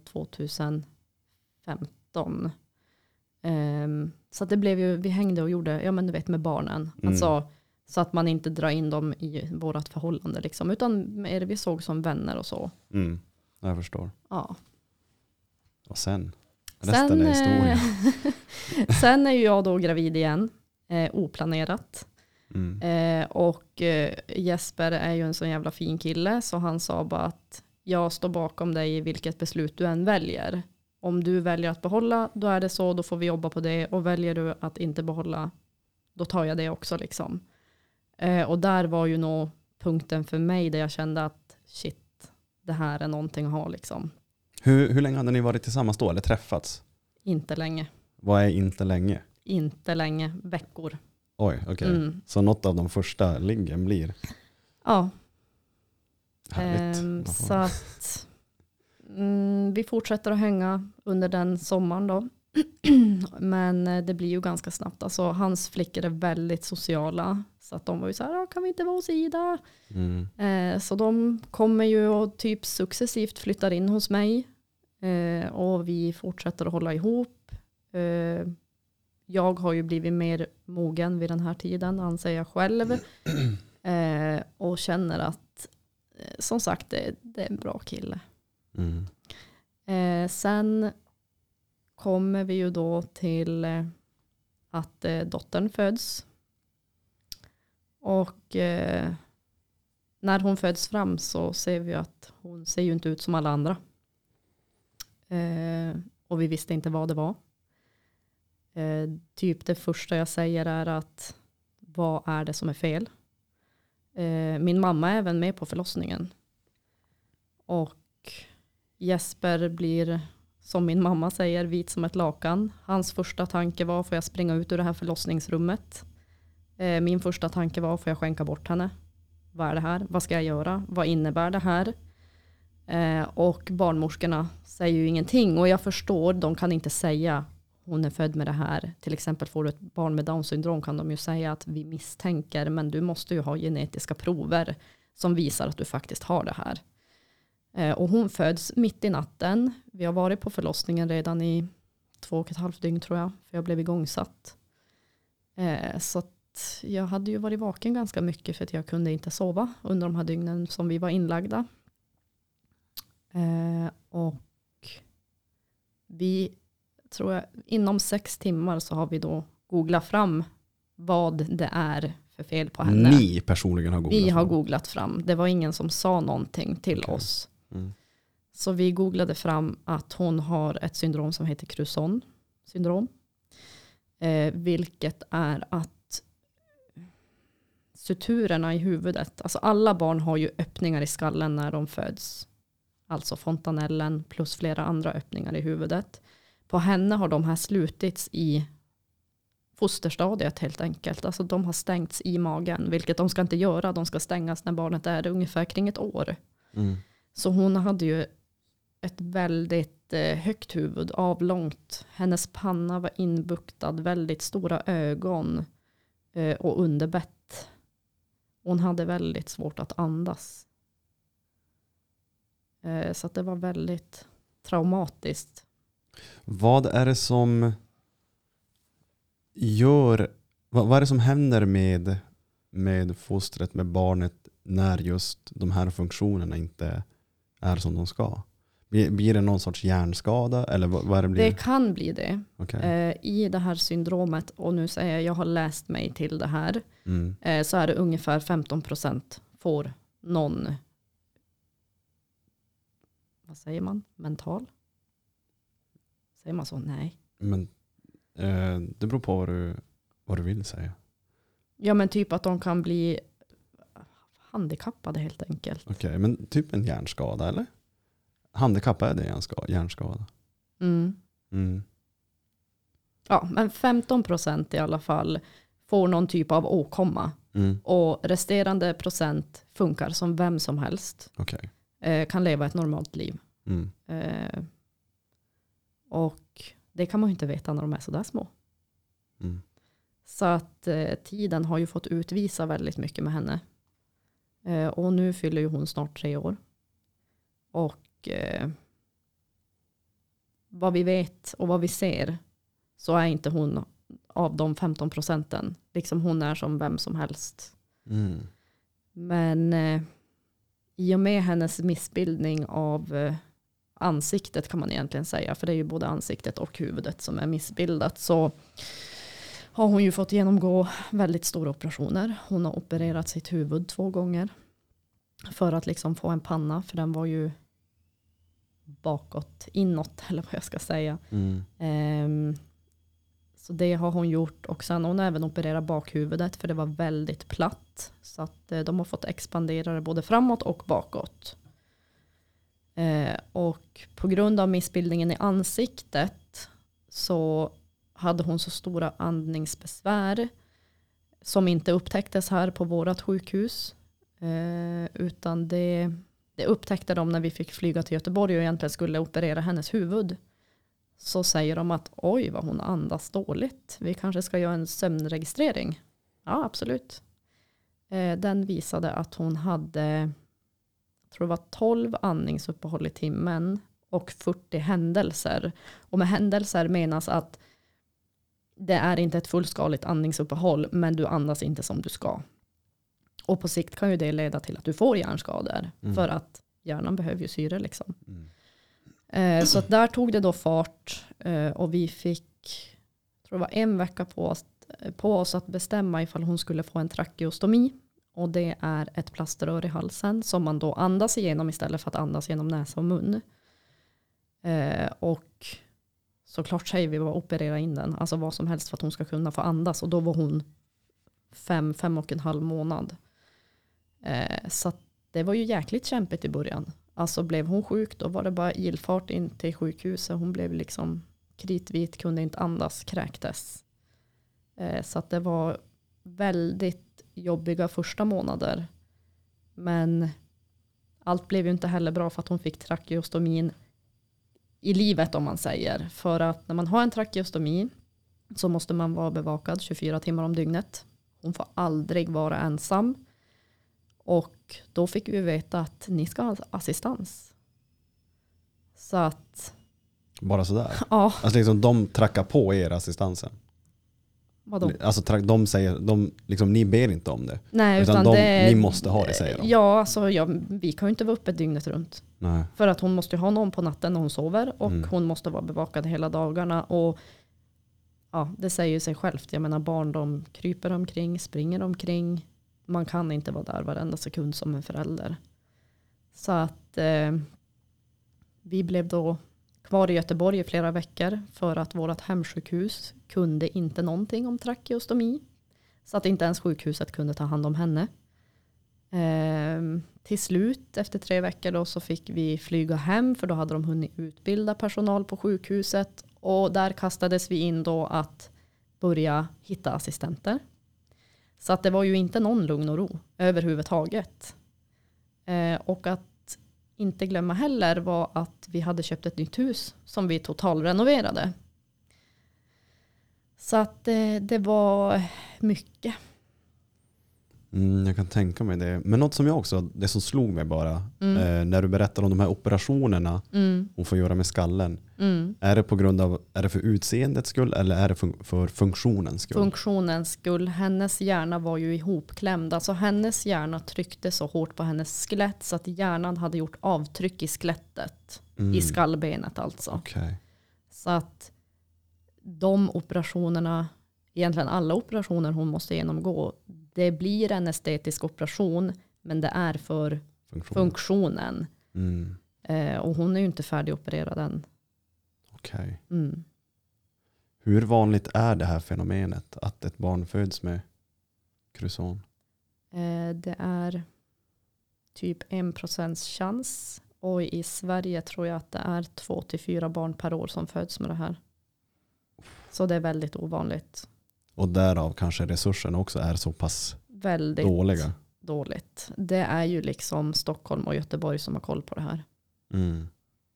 tjugofemton. Ehm, så att det blev ju, vi hängde och gjorde, ja men du vet med barnen. Mm. Alltså, så att man inte drar in dem i vårat förhållande liksom. Utan mer vi såg som vänner och så. Mm. Jag förstår. Ja. Och sen? Resten är eh, historia. sen är ju jag då gravid igen. Eh, oplanerat. Mm. Eh, och eh, Jesper är ju en sån jävla fin kille. Så han sa bara att jag står bakom dig i vilket beslut du än väljer. Om du väljer att behålla, då är det så. Då får vi jobba på det. Och väljer du att inte behålla, då tar jag det också liksom. Eh, och där var ju nog punkten för mig där jag kände att shit, det här är någonting att ha liksom. Hur, hur länge hade ni varit tillsammans då? Eller träffats? Inte länge. Vad är inte länge? Inte länge. Veckor. Oj, okej. Mm. Så något av de första liggen blir Ja. härligt. Ehm, Vad fan. så att mm, vi fortsätter att hänga under den sommaren då. Men eh, det blir ju ganska snabbt. Alltså, hans flickor är väldigt sociala. Så att de var ju så här, "Ah, kan vi inte vara hos Ida?" Mm. Eh, så de kommer ju och typ successivt flyttar in hos mig. Eh, och vi fortsätter att hålla ihop. Eh, jag har ju blivit mer mogen vid den här tiden, anser jag själv. Eh, och känner att, eh, som sagt, det, det är en bra kille. Mm. Eh, sen kommer vi ju då till eh, att eh, dottern föds. Och eh, när hon föds fram så ser vi att hon ser ju inte ut som alla andra. Eh, och vi visste inte vad det var. Eh, typ det första jag säger är att vad är det som är fel? Eh, min mamma är även med på förlossningen. Och Jesper blir, som min mamma säger, vit som ett lakan. Hans första tanke var, får jag springa ut ur det här förlossningsrummet? Eh, min första tanke var, får jag skänka bort henne? Vad är det här? Vad ska jag göra? Vad innebär det här? Eh, och barnmorskorna säger ju ingenting. Och jag förstår, de kan inte säga hon är född med det här. Till exempel får du ett barn med Downs syndrom kan de ju säga att vi misstänker, men du måste ju ha genetiska prover som visar att du faktiskt har det här. Eh, och hon föds mitt i natten. Vi har varit på förlossningen redan i två och ett halvt dygn tror jag, för jag blev igångsatt. Eh, så att jag hade ju varit vaken ganska mycket för att jag kunde inte sova under de här dygnen som vi var inlagda. Eh, och vi tror jag inom sex timmar så har vi då googlat fram vad det är för fel på henne. Ni personligen har googlat Vi har fram. googlat fram. Det var ingen som sa någonting till Okej. oss. Mm. Så vi googlade fram att hon har ett syndrom som heter Cruzon syndrom. Eh, vilket är att suturerna i huvudet, alltså alla barn har ju öppningar i skallen när de föds. Alltså fontanellen plus flera andra öppningar i huvudet. På henne har de här slutits i fosterstadiet helt enkelt. Alltså de har stängts i magen, vilket de ska inte göra. De ska stängas när barnet är ungefär kring ett år. Mm. Så hon hade ju ett väldigt eh, högt huvud, avlångt. Hennes panna var inbuktad, väldigt stora ögon eh, och underbett. Hon hade väldigt svårt att andas. Eh, så att det var väldigt traumatiskt. Vad är det som gör, vad, vad är det som händer med, med fostret, med barnet när just de här funktionerna inte är som de ska? Blir, blir det någon sorts hjärnskada eller vad, vad är det blir? Det kan bli det. Okay. Eh, I det här syndromet, och nu säger jag, jag har läst mig till det här, Mm. eh, så är det ungefär femton procent får någon, vad säger man, mental? Säger man så? Nej. Men eh, det beror på vad du, vad du vill säga. Ja, men typ att de kan bli handikappade helt enkelt. Okej, okay, men typ en hjärnskada eller? Handikapp är det hjärnskada? hjärnskada. Mm. Mm. Ja, men femton procent i alla fall får någon typ av åkomma. Mm. Och resterande procent funkar som vem som helst. Okay. Eh, kan leva ett normalt liv. Mm. Eh, och det kan man ju inte veta när de är så där små. Mm. Så att eh, tiden har ju fått utvisa väldigt mycket med henne. Eh, och nu fyller ju hon snart tre år. Och eh, vad vi vet och vad vi ser så är inte hon av de femton procenten. Liksom hon är som vem som helst. Mm. Men eh, i och med hennes missbildning av eh, ansiktet kan man egentligen säga, för det är ju både ansiktet och huvudet som är missbildat, så har hon ju fått genomgå väldigt stora operationer. Hon har opererat sitt huvud två gånger för att liksom få en panna, för den var ju bakåt, inåt eller vad jag ska säga. Mm. Um, så det har hon gjort, och sen har hon även opererat bakhuvudet för det var väldigt platt, så att uh, de har fått expandera det både framåt och bakåt. Uh, och på grund av missbildningen i ansiktet så hade hon så stora andningsbesvär som inte upptäcktes här på vårat sjukhus, uh, utan det, det upptäckte de när vi fick flyga till Göteborg och egentligen skulle operera hennes huvud. Så säger de att oj vad hon andas dåligt. Vi kanske ska göra en sömnregistrering. Ja, absolut. Eh, den visade att hon hade, jag tror det var tolv andningsuppehåll i timmen och fyrtio händelser. Och med händelser menas att det är inte ett fullskaligt andningsuppehåll, men du andas inte som du ska. Och på sikt kan ju det leda till att du får hjärnskador. Mm. För att hjärnan behöver ju syre liksom. Mm. Eh, så att där tog det då fart eh, och vi fick, jag tror det var en vecka på oss, på oss att bestämma ifall hon skulle få en trakeostomi. Och det är ett plaströr i halsen som man då andas igenom istället för att andas genom näsa och mun. Eh, och såklart säger vi bara operera in den, alltså vad som helst för att hon ska kunna få andas. Och då var hon fem, fem och en halv månad. Eh, så att det var ju jäkligt kämpigt i början. Alltså blev hon sjuk, då var det bara ilfart in till sjukhuset. Hon blev liksom kritvit, kunde inte andas, kräktes. Eh, så att det var väldigt jobbiga första månader. Men allt blev ju inte heller bra för att hon fick trakeostomin i livet, om man säger. För att när man har en trakeostomi så måste man vara bevakad tjugofyra timmar om dygnet. Hon får aldrig vara ensam. Och då fick vi veta att ni ska ha assistans. Så att... Bara sådär? Ja. Alltså liksom de trackar på er assistansen? Vadå? Alltså tra- de säger, de, liksom, ni ber inte om det. Nej, utan utan de, det, ni måste ha det, säger de. Ja, alltså, ja, vi kan ju inte vara uppe dygnet runt. Nej. För att hon måste ju ha någon på natten när hon sover. Och Mm. hon måste vara bevakad hela dagarna. Och ja, det säger ju sig självt. Jag menar, barn de kryper omkring, springer omkring. Man kan inte vara där varenda sekund som en förälder. Så att eh, vi blev då kvar i Göteborg i flera veckor. För att vårt hemsjukhus kunde inte någonting om trakeostomi. Så att inte ens sjukhuset kunde ta hand om henne. Eh, till slut efter tre veckor då så fick vi flyga hem. För då hade de hunnit utbilda personal på sjukhuset. Och där kastades vi in då att börja hitta assistenter. Så att det var ju inte någon lugn och ro överhuvudtaget. Eh, och att inte glömma heller var att vi hade köpt ett nytt hus som vi totalrenoverade. Så att eh, det var mycket. Mm, jag kan tänka mig det. Men något som jag också, det som slog mig bara, Mm. eh, när du berättar om de här operationerna Mm, hon får göra med skallen. mm. Är det på grund av, är det för utseendets skull eller är det för, för funktionens skull? Funktionens skull. Hennes hjärna var ju ihopklämd. Alltså hennes hjärna tryckte så hårt på hennes skelett så att hjärnan hade gjort avtryck i skelettet. Mm. I skallbenet alltså. Okej. Så att de operationerna, egentligen alla operationer hon måste genomgå, det blir en estetisk operation men det är för Funktion. funktionen. Mm. Eh, och hon är ju inte färdigopererad än. Okej. Mm. Hur vanligt är det här fenomenet att ett barn föds med Cruson? Eh, det är typ en procents chans. Och i Sverige tror jag att det är två till fyra barn per år som föds med det här. Så det är väldigt ovanligt. Och därav kanske resurserna också är så pass Väldigt dåliga. dåligt. Det är ju liksom Stockholm och Göteborg som har koll på det här. Mm.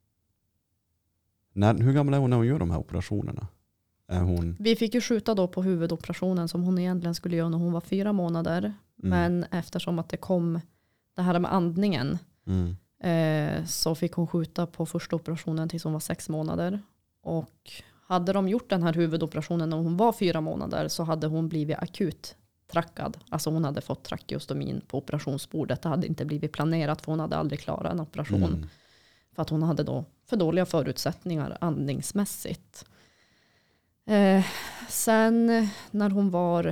När, hur gammal är hon när hon gör de här operationerna? Är hon... Vi fick ju skjuta då på huvudoperationen som hon egentligen skulle göra när hon var fyra månader. Mm. Men eftersom att det kom det här med andningen Mm. eh, så fick hon skjuta på första operationen tills hon var sex månader. Och hade de gjort den här huvudoperationen när hon var fyra månader så hade hon blivit akut trackad. Alltså hon hade fått trakeostomin på operationsbordet. Det hade inte blivit planerat för hon hade aldrig klarat en operation. Mm. För att hon hade då för dåliga förutsättningar andningsmässigt. Eh, sen när hon var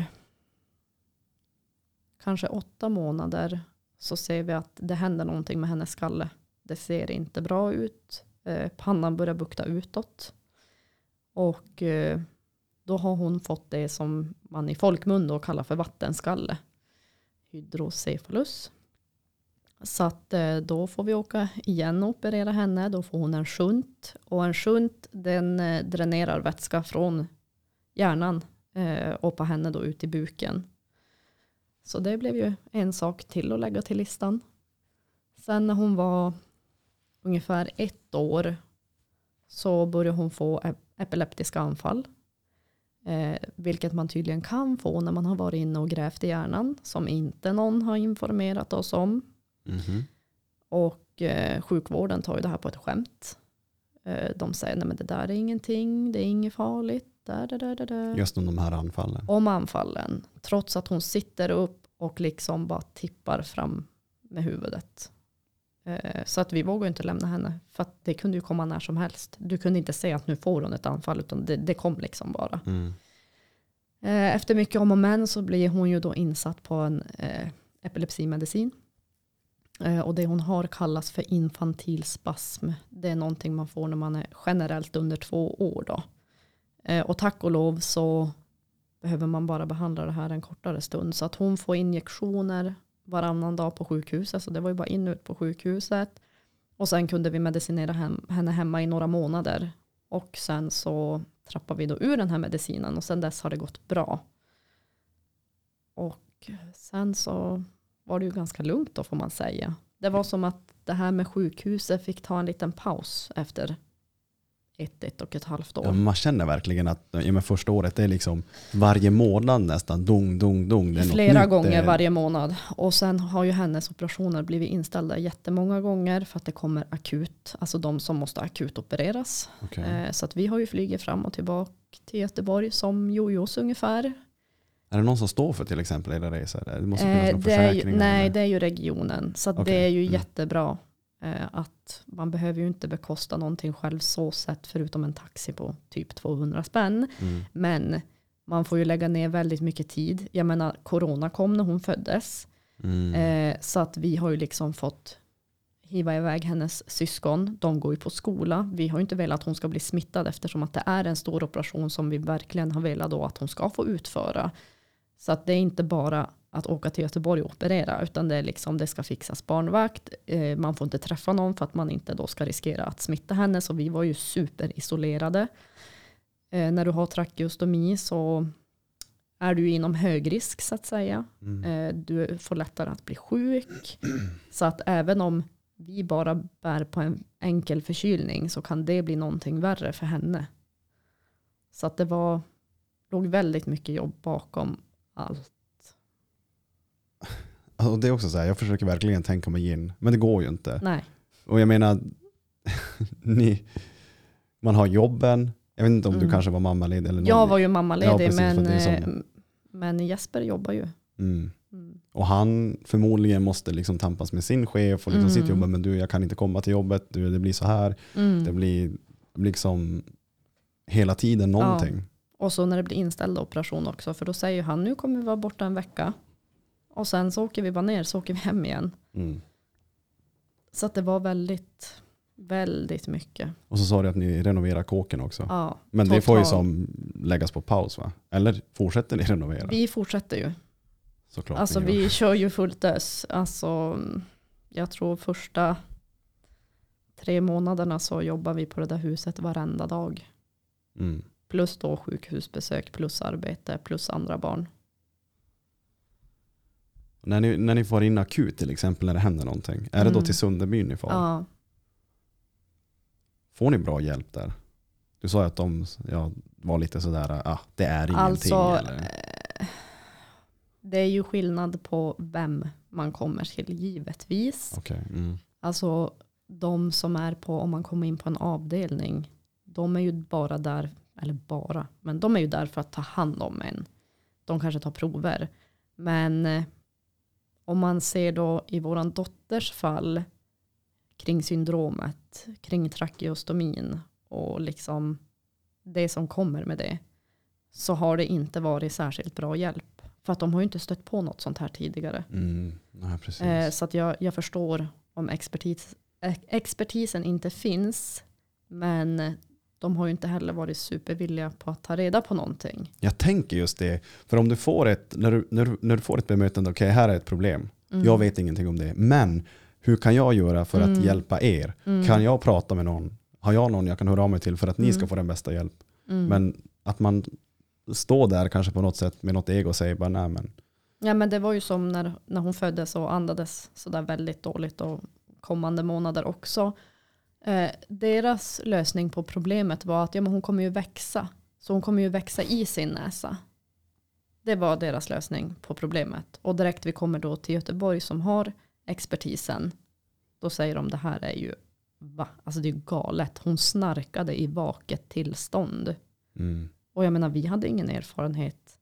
kanske åtta månader så ser vi att det händer någonting med hennes skalle. Det ser inte bra ut. Eh, pannan börjar bukta utåt. Och eh, då har hon fått det som man i folkmun då kallar för vattenskalle. Hydrocephalus. Så att eh, då får vi åka igen och operera henne. Då får hon en shunt. Och en shunt den eh, dränerar vätska från hjärnan. Eh, och på henne då ut i buken. Så det blev ju en sak till att lägga till listan. Sen när hon var ungefär ett år så började hon få ep- epileptiska anfall. Eh, vilket man tydligen kan få när man har varit inne och grävt i hjärnan. Som inte någon har informerat oss om. Mhm. Och eh, sjukvården tar ju det här på ett skämt. Eh, de säger nej men det där är ingenting, det är inget farligt. Där, där, där, där, där. Just om de här anfallen. Om anfallen. Trots att hon sitter upp och liksom bara tippar fram med huvudet. Eh, så att vi vågar inte lämna henne. För att det kunde ju komma när som helst. Du kunde inte säga att nu får hon ett anfall utan det, det kom liksom bara. Mm. Eh, efter mycket om och men så blir hon ju då insatt på en eh, epilepsimedicin. Eh, och det hon har kallas för infantil spasm. Det är någonting man får när man är generellt under två år då. Eh, och tack och lov så behöver man bara behandla det här en kortare stund. Så att hon får injektioner varannan dag på sjukhuset. Så det var ju bara in ut på sjukhuset. Och sen kunde vi medicinera hem, henne hemma i några månader. Och sen så trappar vi då ur den här medicinen. Och sen dess har det gått bra. Och sen så var det ju ganska lugnt då får man säga. Det var som att det här med sjukhuset fick ta en liten paus efter ett, ett och ett halvt år. Ja, man känner verkligen att ja, men första året det är liksom varje månad nästan dong, dong, dong. Det är något Flera nytt, gånger det... varje månad. Och sen har ju hennes operationer blivit inställda jättemånga gånger för att det kommer akut. Alltså de som måste akut opereras. Okay. Eh, så att vi har ju flugit fram och tillbaka till Göteborg som jojos ungefär. Är det någon som står för till exempel era resor? Det måste finnas Eh, någon det är ju, försäkring. nej, eller? det är ju regionen. Så att Okej, det är ju mm. jättebra. Eh, att man behöver ju inte bekosta någonting själv så sett förutom en taxi på typ tvåhundra spänn. Mm. Men man får ju lägga ner väldigt mycket tid. Jag menar, corona kom när hon föddes. Mm. Eh, så att vi har ju liksom fått hiva iväg hennes syskon. De går ju på skola. Vi har ju inte velat att hon ska bli smittad eftersom att det är en stor operation som vi verkligen har velat då att hon ska få utföra. Så att det är inte bara att åka till Göteborg och operera, utan det är liksom, det ska fixas barnvakt. Eh, man får inte träffa någon för att man inte då ska riskera att smitta henne. Så vi var ju superisolerade. Eh, när du har trakeostomi så är du inom hög risk så att säga. Mm. Eh, du får lättare att bli sjuk. Så att även om vi bara bär på en enkel förkylning så kan det bli någonting värre för henne. Så att det var, låg väldigt mycket jobb bakom allt. Och det är också så här, jag försöker verkligen tänka mig in, men det går ju inte. Nej. Och jag menar, ni, man har jobben. Jag vet inte om Mm. du kanske var mammaledig eller någon. Jag var ju mammaledig, Ja, precis, för men, det är som- eh, men Jesper jobbar ju. Mm. Mm. Och han förmodligen måste liksom tampas med sin chef och liksom Mm. sitt jobb. Men du, jag kan inte komma till jobbet. Du, det blir så här. Mm. Det blir liksom hela tiden någonting. Och så när det blir inställd operation också. För då säger han, nu kommer vi vara borta en vecka. Och sen så åker vi bara ner, så åker vi hem igen. Mm. Så att det var väldigt, väldigt mycket. Och så sa du att ni renoverar kåken också. Ja, Men det får ju total. som läggas på paus, va? Eller fortsätter ni renovera? Vi fortsätter ju. Såklart Alltså ni gör. vi kör ju fullt ös. Alltså jag tror första tre månaderna så jobbar vi på det där huset varenda dag. Mm. Plus då sjukhusbesök, plus arbete, plus andra barn. När ni, när ni får in akut till exempel när det händer någonting. Är det då Mm. till Sunderbyn ni får? Ja, Får ni bra hjälp där? Du sa ju att de ja, var lite sådär, ah, det är ingenting. alltså eller? eh, det är ju skillnad på vem man kommer till givetvis. Okej. Mm. Alltså de som är på, om man kommer in på en avdelning, de är ju bara där, eller bara, men de är ju där för att ta hand om en. De kanske tar prover. Men eh, om man ser då i våran dotters fall kring syndromet, kring trakeostomin och liksom det som kommer med det, så har det inte varit särskilt bra hjälp. För att de har ju inte stött på något sånt här tidigare. Mm. Ja, precis. Eh, så att jag, jag förstår om expertis, ex- expertisen inte finns, men de har ju inte heller varit supervilliga på att ta reda på någonting. Jag tänker just det. För om du får ett, när du, när du, när du får ett bemötande, okej, här är ett problem. Mm. Jag vet ingenting om det. Men hur kan jag göra för att Mm. hjälpa er? Mm. Kan jag prata med någon? Har jag någon jag kan höra av mig till för att ni Mm. ska få den bästa hjälp? Mm. Men att man står där kanske på något sätt med något ego och säger bara nej men. Ja, men det var ju som när, när hon föddes och andades sådär väldigt dåligt och kommande månader också. Eh, deras lösning på problemet var att ja, men hon kommer ju växa. Så hon kommer ju växa i sin näsa. Det var deras lösning på problemet. Och direkt vi kommer då till Göteborg som har expertisen, då säger de det här är ju, va? Alltså det är ju galet. Hon snarkade i vaket tillstånd. Mm. Och jag menar, vi hade ingen erfarenhet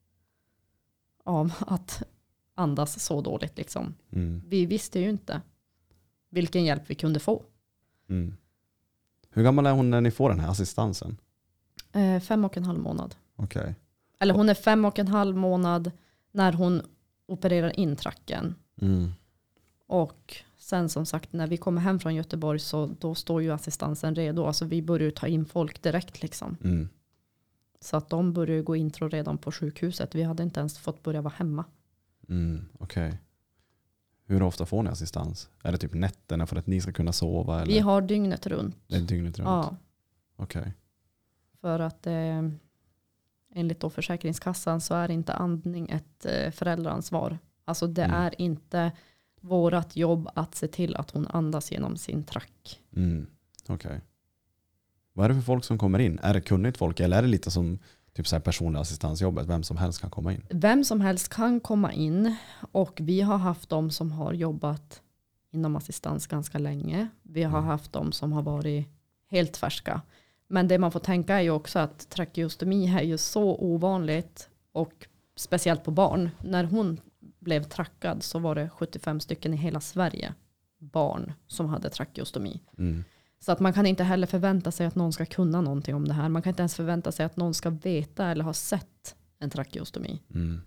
av att andas så dåligt liksom. Mm. Vi visste ju inte vilken hjälp vi kunde få. Mm. Hur gammal är hon när ni får den här assistansen? Eh, fem och en halv månad. Okej. Eller hon är fem och en halv månad när hon opererar in tracken. Mm. Och sen som sagt, när vi kommer hem från Göteborg så då står ju assistansen redo. Alltså vi börjar ju ta in folk direkt liksom. Mm. Så att de börjar ju gå intro redan på sjukhuset. Vi hade inte ens fått börja vara hemma. Mm. Okej. Hur ofta får ni assistans? Är det typ nätterna för att ni ska kunna sova? Eller? Vi har dygnet runt. Det är dygnet runt? Ja, Okej. för att eh, enligt då Försäkringskassan så är inte andning ett eh, föräldraansvar. Alltså det Mm. är inte vårat jobb att se till att hon andas genom sin track. Mm. Okej. Vad är det för folk som kommer in? Är det kunnigt folk eller är det lite som typ så här personliga assistansjobbet? Vem som helst kan komma in? Vem som helst kan komma in och vi har haft de som har jobbat inom assistans ganska länge. Vi har Mm. haft de som har varit helt färska. Men det man får tänka är ju också att trakeostomi är ju så ovanligt och speciellt på barn. När hon blev trackad så var det sjuttiofem stycken i hela Sverige barn som hade trakeostomi. Mm. Så att man kan inte heller förvänta sig att någon ska kunna någonting om det här. Man kan inte ens förvänta sig att någon ska veta eller ha sett en trakeostomi. Mm.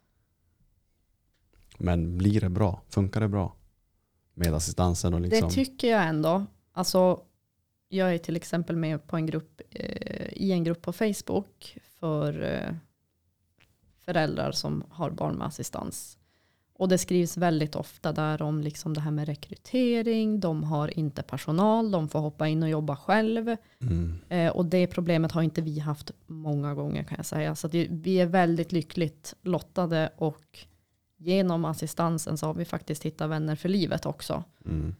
Men blir det bra? Funkar det bra? Med assistansen och liksom... Det tycker jag ändå. Alltså, jag är till exempel med på en grupp, eh, i en grupp på Facebook för eh, föräldrar som har barn med assistans. Och det skrivs väldigt ofta där om liksom det här med rekrytering. De har inte personal, de får hoppa in och jobba själv. Mm. Eh, och det problemet har inte vi haft många gånger kan jag säga. Så att vi är väldigt lyckligt lottade och genom assistansen så har vi faktiskt hittat vänner för livet också. Mm.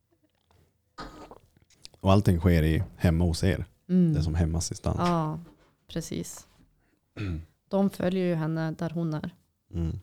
Och allting sker i hemma hos er. Mm. Det är som hemassistans. Ja, precis. De följer ju henne där hon är. Mm.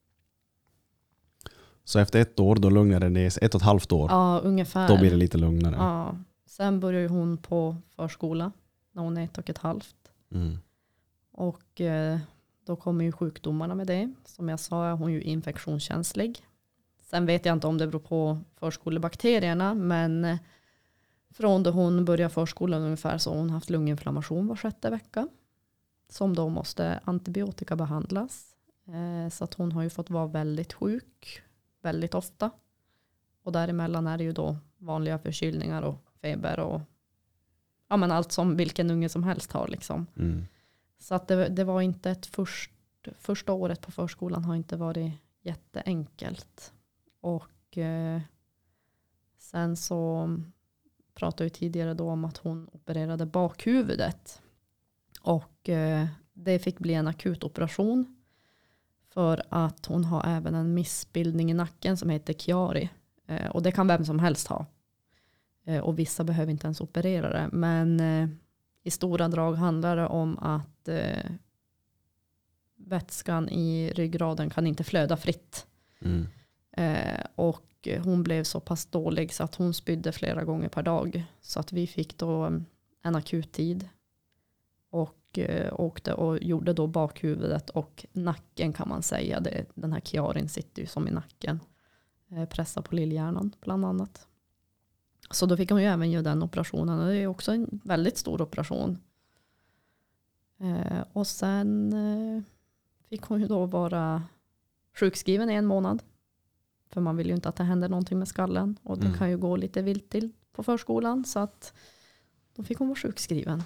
Så efter ett år, då lugnar det ner sig. Ett och ett halvt år. Ja, ungefär. Då blir det lite lugnare. Ja. Sen börjar ju hon på förskola när hon är ett och ett halvt. Mm. Och eh, då kommer ju sjukdomarna med det. Som jag sa är hon ju infektionskänslig. Sen vet jag inte om det beror på förskolebakterierna. Men eh, från då hon börjar förskolan ungefär så har hon haft lunginflammation var sjätte vecka. Som då måste antibiotika behandlas. Eh, så att hon har ju fått vara väldigt sjuk. Väldigt ofta. Och däremellan är det ju då vanliga förkylningar och feber. Och ja, men allt som vilken unge som helst har liksom. Mm. Så att det, det var inte ett först, första året på förskolan har inte varit jätteenkelt. Och eh, sen så pratade jag tidigare då om att hon opererade bakhuvudet. Och eh, det fick bli en akut operation. För att hon har även en missbildning i nacken som heter Chiari. Eh, och det kan vem som helst ha. Eh, och vissa behöver inte ens operera det. Men eh, i stora drag handlar det om att eh, vätskan i ryggraden kan inte flöda fritt. Mm. Eh, och hon blev så pass dålig så att hon spydde flera gånger per dag. Så att vi fick då en akut tid. Och eh, åkte och gjorde då bakhuvudet och nacken kan man säga. Det, den här Chiarin sitter ju som i nacken. Eh, pressa på lillhjärnan bland annat. Så då fick hon ju även göra den operationen. Och det är också en väldigt stor operation. Eh, och sen eh, fick hon ju då vara sjukskriven i en månad. För man vill ju inte att det händer någonting med skallen. Och det Mm. kan ju gå lite vilt till på förskolan. Så att då fick hon vara sjukskriven.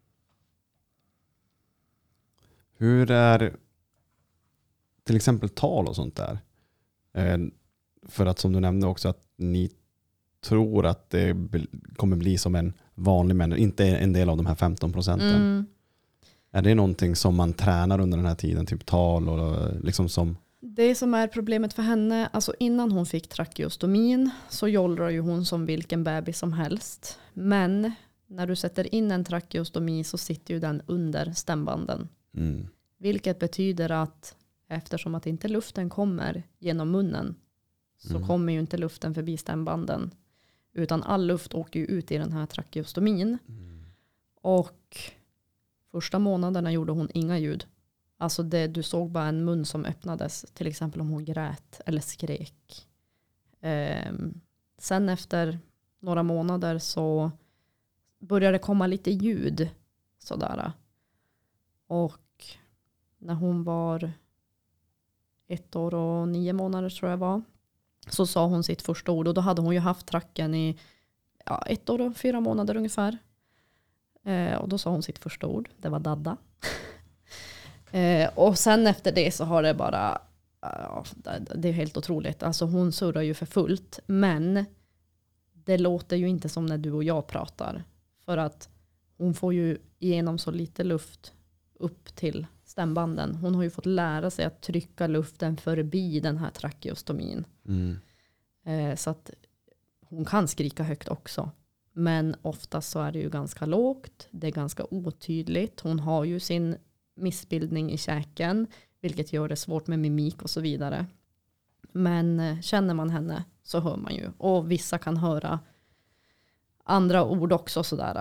Hur är till exempel tal och sånt där? Eh, för att som du nämnde också att ni tror att det bl- kommer bli som en vanlig människa, inte en del av de här femton procenten. Mm. Är det någonting som man tränar under den här tiden, typ tal och liksom som... Det som är problemet för henne, alltså innan hon fick trakeostomin så jollrar ju hon som vilken bebis som helst. Men när du sätter in en trakeostomi så sitter ju den under stämbanden. Mm. Vilket betyder att eftersom att inte luften kommer genom munnen så Mm. kommer ju inte luften förbi stämbanden. Utan all luft åker ju ut i den här trakeostomin. Mm. Och första månaderna gjorde hon inga ljud. Alltså det, du såg bara en mun som öppnades. Till exempel om hon grät eller skrek. Ehm, sen efter några månader så började det komma lite ljud. Sådär. Och när hon var ett år och nio månader tror jag var. Så sa hon sitt första ord. Och då hade hon ju haft tracken i ja, ett år och fyra månader ungefär. Eh, och då sa hon sitt första ord. Det var dadda. eh, och sen efter det så har det bara... Ja, det är helt otroligt. Alltså hon surrar ju för fullt. Men det låter ju inte som när du och jag pratar. För att hon får ju igenom så lite luft upp till stämbanden. Hon har ju fått lära sig att trycka luften förbi den här trakeostomin. Mm. Eh, så att hon kan skrika högt också. Men oftast så är det ju ganska lågt. Det är ganska otydligt. Hon har ju sin missbildning i käken. Vilket gör det svårt med mimik och så vidare. Men eh, känner man henne så hör man ju. Och vissa kan höra andra ord också sådär.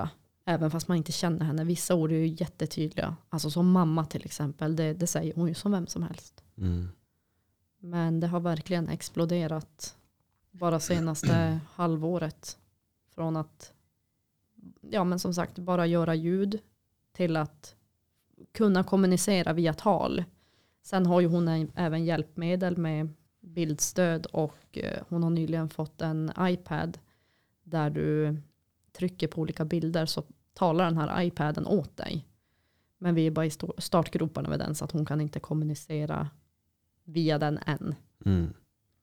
Även fast man inte känner henne. Vissa ord är ju jättetydliga. Alltså som mamma till exempel. Det, det säger hon ju som vem som helst. Mm. Men det har verkligen exploderat. Bara senaste halvåret. Från att, ja men som sagt, bara göra ljud. Till att kunna kommunicera via tal. Sen har ju hon en, även hjälpmedel med bildstöd. Och eh, hon har nyligen fått en iPad. Där du trycker på olika bilder så talar den här iPaden åt dig. Men vi är bara i startgroparna med den så att hon kan inte kommunicera via den än. Mm.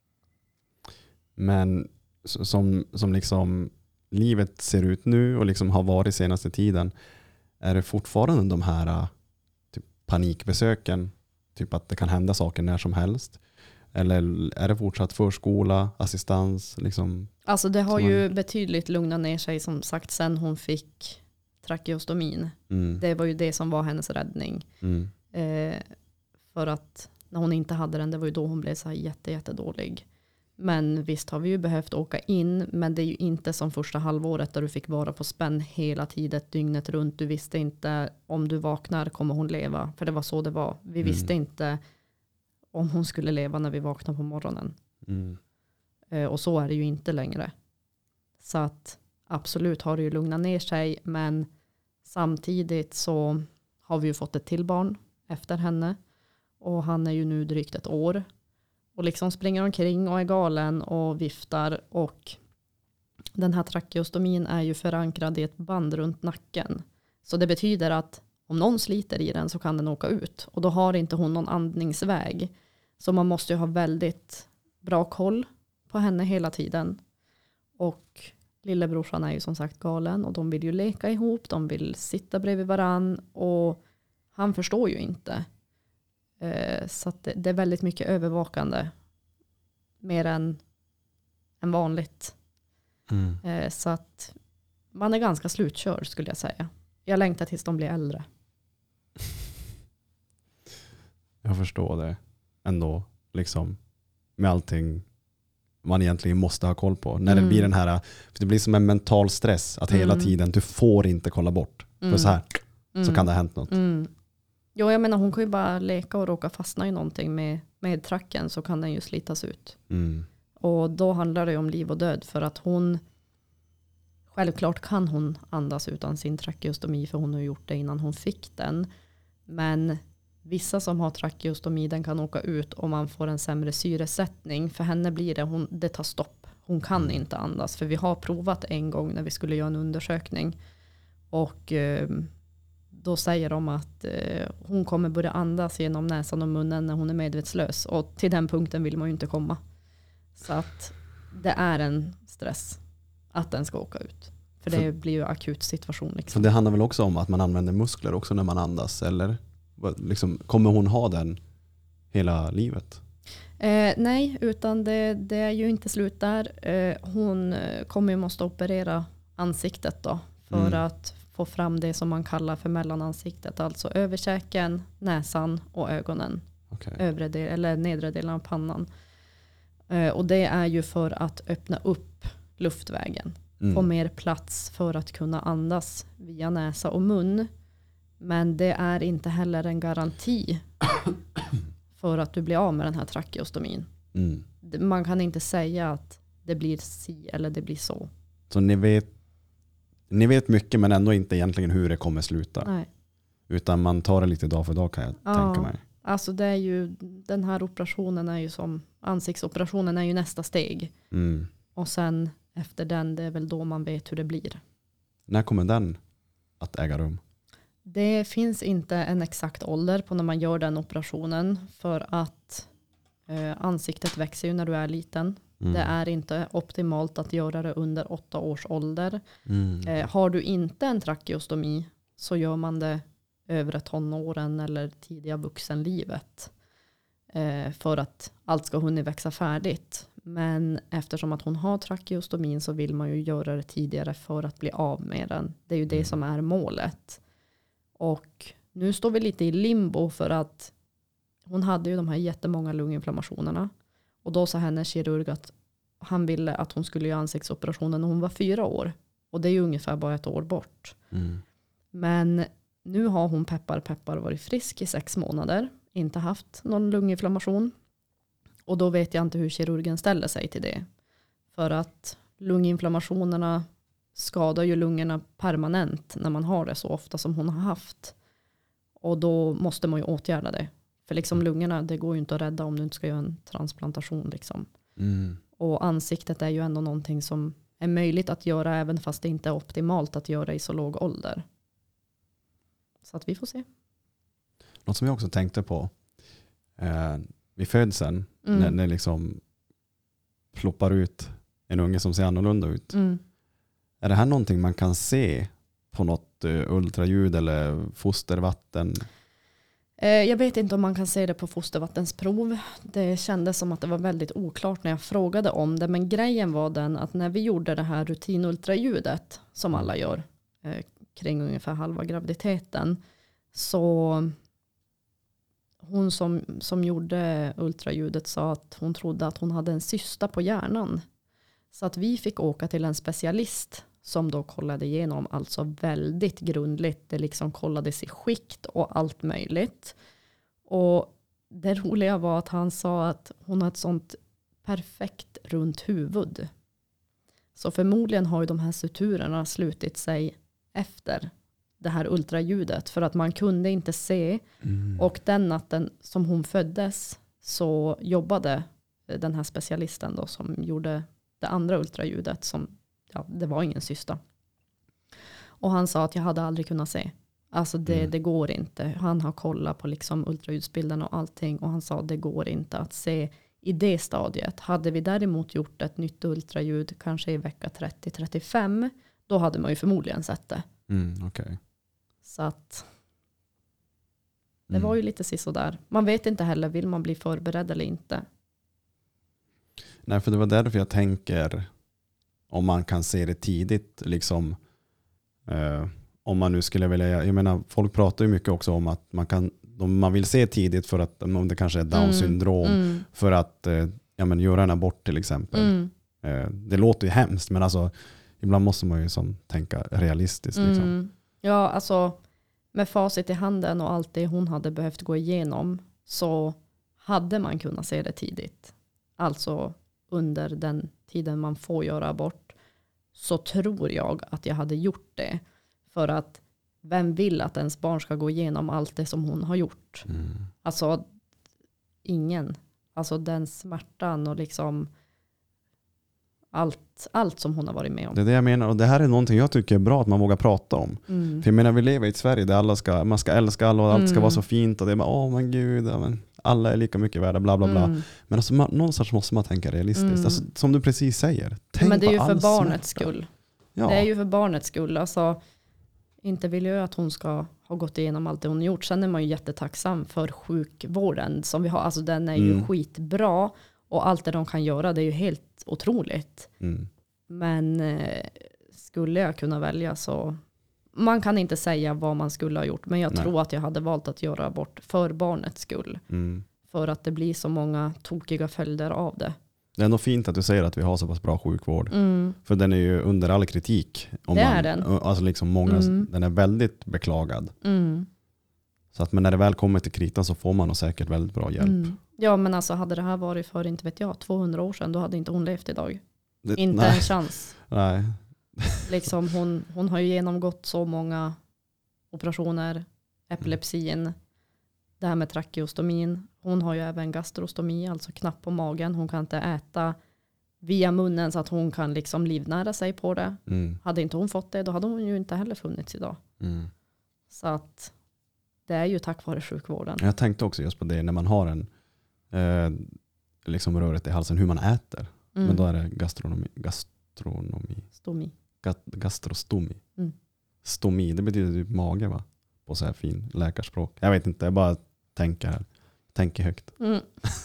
Men som, som liksom livet ser ut nu och liksom har varit senaste tiden, är det fortfarande de här typ panikbesöken, typ att det kan hända saker när som helst? Eller är det fortsatt förskola, assistans? Liksom, alltså det har man... ju betydligt lugnat ner sig som sagt sen hon fick trakeostomin. Mm. Det var ju det som var hennes räddning. Mm. Eh, för att när hon inte hade den, det var ju då hon blev så här jätte, jätte dålig. Men visst har vi ju behövt åka in, men det är ju inte som första halvåret där du fick vara på spänn hela tiden, dygnet runt. Du visste inte om du vaknar kommer hon leva, för det var så det var. Vi Mm. visste inte om hon skulle leva när vi vaknade på morgonen. Mm. Eh, och så är det ju inte längre. Så att absolut har det ju lugnat ner sig, men samtidigt så har vi ju fått ett till barn efter henne. Och han är ju nu drygt ett år. Och liksom springer omkring och är galen och viftar. Och den här trakeostomin är ju förankrad i ett band runt nacken. Så det betyder att om någon sliter i den så kan den åka ut. Och då har inte hon någon andningsväg. Så man måste ju ha väldigt bra koll på henne hela tiden. Och lillebrorsan är ju som sagt galen. Och de vill ju leka ihop. De vill sitta bredvid varann. Och han förstår ju inte. Så att det, det är väldigt mycket övervakande. Mer än, än vanligt. Mm. Så att man är ganska slutkörd skulle jag säga. Jag längtar tills de blir äldre. Jag förstår det ändå. Liksom, med allting man egentligen måste ha koll på. När Mm. det blir den här, för det blir som en mental stress att hela Mm. tiden, du får inte kolla bort. Mm. För så här, Mm. så kan det ha hänt något. Mm. Jo, jag menar hon kan ju bara leka och råka fastna i någonting med, med tracken så kan den ju slitas ut. Mm. Och då handlar det om liv och död för att hon, självklart kan hon andas utan sin trakeostomi för hon har gjort det innan hon fick den. Men vissa som har trakeostomi den kan åka ut om man får en sämre syresättning. För henne blir det, hon, det tar stopp. Hon kan Mm. inte andas för vi har provat en gång när vi skulle göra en undersökning. Och eh, då säger de att eh, hon kommer börja andas genom näsan och munnen när hon är medvetslös. Och till den punkten vill man ju inte komma. Så att det är en stress att den ska åka ut. För det För- blir ju akut situation. Så Liksom. det handlar väl också om att man använder muskler också när man andas, eller? Vad- Liksom, kommer hon ha den hela livet? Eh, nej, utan det, det är ju inte slut där. Eh, hon eh, kommer ju måste operera ansiktet då. För Mm. att få fram det som man kallar för mellanansiktet. Alltså överkäken, näsan och ögonen. Okay. Övre del, eller nedre delen av pannan. Eh, och det är ju för att öppna upp luftvägen. Mm. Få mer plats för att kunna andas via näsa och mun. Men det är inte heller en garanti för att du blir av med den här trakeostomin. Mm. Det- Man kan inte säga att det blir si eller det blir så. Så ni vet, ni vet mycket men ändå inte egentligen hur det kommer sluta. Nej. Utan man tar det lite dag för dag kan jag Ja. tänka mig. Alltså det är ju, den här operationen är ju som, ansiktsoperationen är ju nästa steg. Mm. Och sen efter den, det är väl då man vet hur det blir. När kommer den att äga rum? Det finns inte en exakt ålder på när man gör den operationen. För att eh, ansiktet växer ju när du är liten. Mm. Det är inte optimalt att göra det under åtta års ålder. Mm. Eh, har du inte en trakeostomi så gör man det övre tonåren eller tidiga vuxenlivet. Eh, för att allt ska hunnit växa färdigt. Men eftersom att hon har trakeostomin så vill man ju göra det tidigare för att bli av med den. Det är ju det Mm. som är målet. Och nu står vi lite i limbo för att hon hade ju de här jättemånga lunginflammationerna. Och då sa hennes kirurg att han ville att hon skulle göra ansiktsoperationen när hon var fyra år. Och det är ju ungefär bara ett år bort. Mm. Men nu har hon peppar peppar varit frisk i sex månader. Inte haft någon lunginflammation. Och då vet jag inte hur kirurgen ställer sig till det. För att lunginflammationerna skadar ju lungorna permanent när man har det så ofta som hon har haft. Och då måste man ju åtgärda det. För liksom lungorna, det går ju inte att rädda om du inte ska göra en transplantation. Liksom. Mm. Och ansiktet är ju ändå någonting som är möjligt att göra även fast det inte är optimalt att göra i så låg ålder. Så att vi får se. Något som jag också tänkte på eh, vid födseln, Mm. när det liksom ploppar ut en unge som ser annorlunda ut. Mm. Är det här någonting man kan se på något uh, ultraljud eller fostervatten? Eh, jag vet inte om man kan se det på fostervattensprov. Det kändes som att det var väldigt oklart när jag frågade om det. Men grejen var den att när vi gjorde det här rutinultraljudet som alla gör eh, kring ungefär halva graviditeten, så hon som, som gjorde ultraljudet sa att hon trodde att hon hade en cysta på hjärnan. Så att vi fick åka till en specialist som då kollade igenom, alltså väldigt grundligt. Det liksom kollades i skikt och allt möjligt. Och det roliga var att han sa att hon har ett sånt perfekt runt huvud. Så förmodligen har ju de här suturerna slutit sig efter det här ultraljudet. För att man kunde inte se. Mm. Och den natten som hon föddes så jobbade den här specialisten då som gjorde det andra ultraljudet som, ja, det var ingen cysta. Och han sa att jag hade aldrig kunnat se. Alltså det, Mm. det går inte. Han har kollat på liksom ultraljudsbilden och allting. Och han sa att det går inte att se i det stadiet. Hade vi däremot gjort ett nytt ultraljud kanske i vecka trettio trettiofem, då hade man ju förmodligen sett det. Mm, okay. Så att det Mm. var ju lite sisådär. Man vet inte heller, vill man bli förberedd eller inte? Nej, för det var därför jag tänker om man kan se det tidigt, liksom eh, om man nu skulle vilja, jag menar folk pratar ju mycket också om att man kan, om man vill se tidigt för att om det kanske är Down syndrom, Mm. för att eh, ja, men göra en abort till exempel. Mm. Eh, det låter ju hemskt, men alltså ibland måste man ju som tänka realistiskt liksom. Mm. Ja, alltså med facit i handen och allt det hon hade behövt gå igenom så hade man kunnat se det tidigt. Alltså under den tiden man får göra abort så tror jag att jag hade gjort det. För att vem vill att ens barn ska gå igenom allt det som hon har gjort? Mm. Alltså ingen. Alltså den smärtan och liksom allt, allt som hon har varit med om. Det är det jag menar, och det här är någonting jag tycker är bra att man vågar prata om. Mm. För jag menar, vi lever i ett Sverige där alla ska, man ska älska alla och allt ska Mm. vara så fint och det är bara, åh men gud, ja, men alla är lika mycket värda, bla bla bla. Mm. Men alltså, man, någonstans måste man tänka realistiskt. Mm. Alltså, som du precis säger, tänk Men det är ju på för all barnets smärta. skull. Ja. Det är ju för barnets skull. Alltså, inte vill jag att hon ska ha gått igenom allt det hon har gjort. Sen är man ju jättetacksam för sjukvården som vi har. Alltså den är ju Mm. skitbra. Och allt det de kan göra, det är ju helt otroligt. Mm. Men eh, skulle jag kunna välja så... Man kan inte säga vad man skulle ha gjort. Men jag Nej. tror att jag hade valt att göra abort för barnets skull. Mm. För att det blir så många tokiga följder av det. Det är ändå fint att du säger att vi har så pass bra sjukvård. Mm. För den är ju under all kritik. Om Det man, är den. Alltså liksom många, Mm. den är väldigt beklagad. Mm. Så att, men när det väl kommer till kritan så får man nog säkert väldigt bra hjälp. Mm. Ja, men alltså hade det här varit för, inte vet jag, tvåhundra år sedan, då hade inte hon levt idag. Det, Inte nej, en chans. nej. Liksom hon, hon har ju genomgått så många operationer, epilepsin, det här med trakeostomin. Hon har ju även gastrostomi, alltså knapp på magen. Hon kan inte äta via munnen så att hon kan liksom livnära sig på det. Mm. Hade inte hon fått det, då hade hon ju inte heller funnits idag. Mm. Så att det är ju tack vare sjukvården. Jag tänkte också just på det när man har en eh, liksom röret i halsen, hur man äter. Mm. Men då är det gastronomi, gastronomi, Stomi. gat, gastrostomi. Mm. Stomi, det betyder typ mage va? På så här fin läkarspråk. Jag vet inte, jag bara tänker här. Tänker högt. Mm.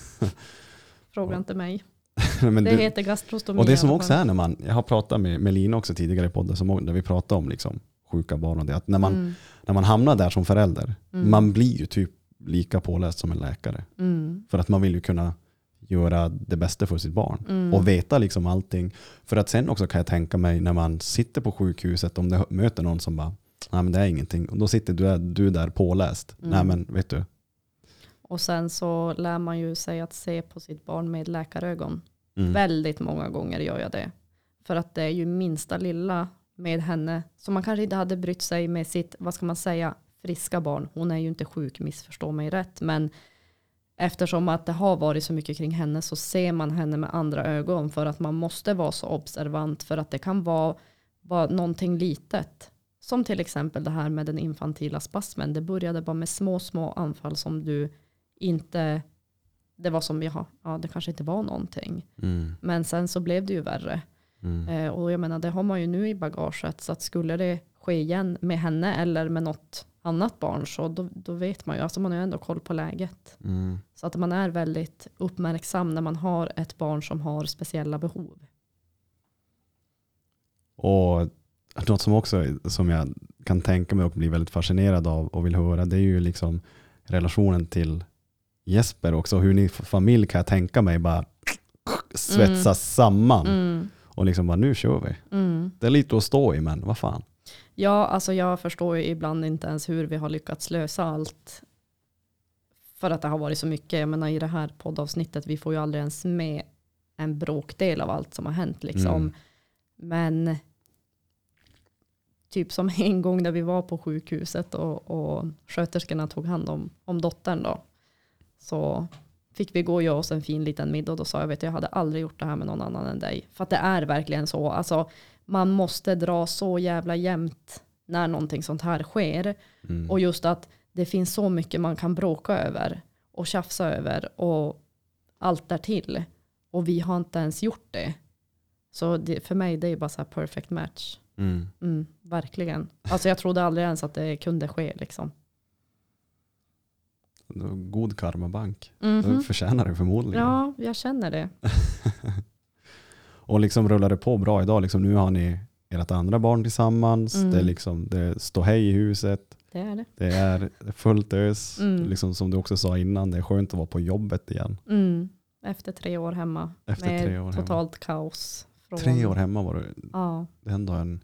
Fråga inte mig. Men Det du, heter gastrostomi. och det i som alla också fall. är när man, jag har pratat med, med Lina också tidigare i podden, som, där vi pratade om liksom, sjuka barn och det, att när man, Mm. när man hamnar där som förälder, Mm. man blir ju typ lika påläst som en läkare. Mm. För att man vill ju kunna göra det bästa för sitt barn. Mm. Och veta liksom allting. För att sen också kan jag tänka mig när man sitter på sjukhuset, om det möter någon som bara, nej men det är ingenting. Och då sitter du, du där påläst. Mm. Nej men vet du. Och sen så lär man ju sig att se på sitt barn med läkarögon. Mm. Väldigt många gånger gör jag det. För att det är ju minsta lilla med henne. Så man kanske inte hade brytt sig med sitt, vad ska man säga, friska barn. Hon är ju inte sjuk, missförstå mig rätt. Men eftersom att det har varit så mycket kring henne så ser man henne med andra ögon. För att man måste vara så observant. För att det kan vara, vara någonting litet. Som till exempel det här med den infantila spasmen. Det började bara med små, små anfall som du inte... Det var som, jaha, ja, det kanske inte var någonting. Mm. Men sen så blev det ju värre. Mm. Eh, och jag menar, det har man ju nu i bagaget. Så att skulle det ske igen med henne eller med något annat barn så då, då vet man ju. Alltså man har ju ändå koll på läget. Mm. Så att man är väldigt uppmärksam när man har ett barn som har speciella behov. Och något som också som jag kan tänka mig och bli väldigt fascinerad av och vill höra, det är ju liksom relationen till Jesper också. Hur ni familj kan jag tänka mig bara svetsas mm. samman. Mm. Och liksom bara, nu kör vi. Mm. Det är lite att stå i, men vad fan. Ja, alltså jag förstår ju ibland inte ens hur vi har lyckats lösa allt. För att det har varit så mycket. Jag menar i det här poddavsnittet, vi får ju aldrig ens med en bråkdel av allt som har hänt liksom. Mm. Men typ som en gång när vi var på sjukhuset och, och sköterskorna tog hand om, om dottern då. Så fick vi gå och göra oss en fin liten middag och då sa jag, vet jag hade aldrig gjort det här med någon annan än dig. För att det är verkligen så. Alltså man måste dra så jävla jämnt när någonting sånt här sker. Mm. Och just att det finns så mycket man kan bråka över och tjafsa över och allt därtill. Och vi har inte ens gjort det. Så det, för mig det är bara så här perfect match. Mm. Mm, verkligen. Alltså jag trodde aldrig ens att det kunde ske liksom. God karmabank. Mm-hmm. Du förtjänar det förmodligen. Ja, jag känner det. Och liksom rullar det på bra idag. Liksom, nu har ni ert andra barn tillsammans. Mm. Det är liksom, det står hej i huset. Det är det. Det är fullt ös. Mm. Liksom, som du också sa innan, det är skönt att vara på jobbet igen. Mm. Efter tre år hemma. Efter med tre år totalt hemma. kaos. Från... Tre år hemma var det. Ja. Det är ändå en,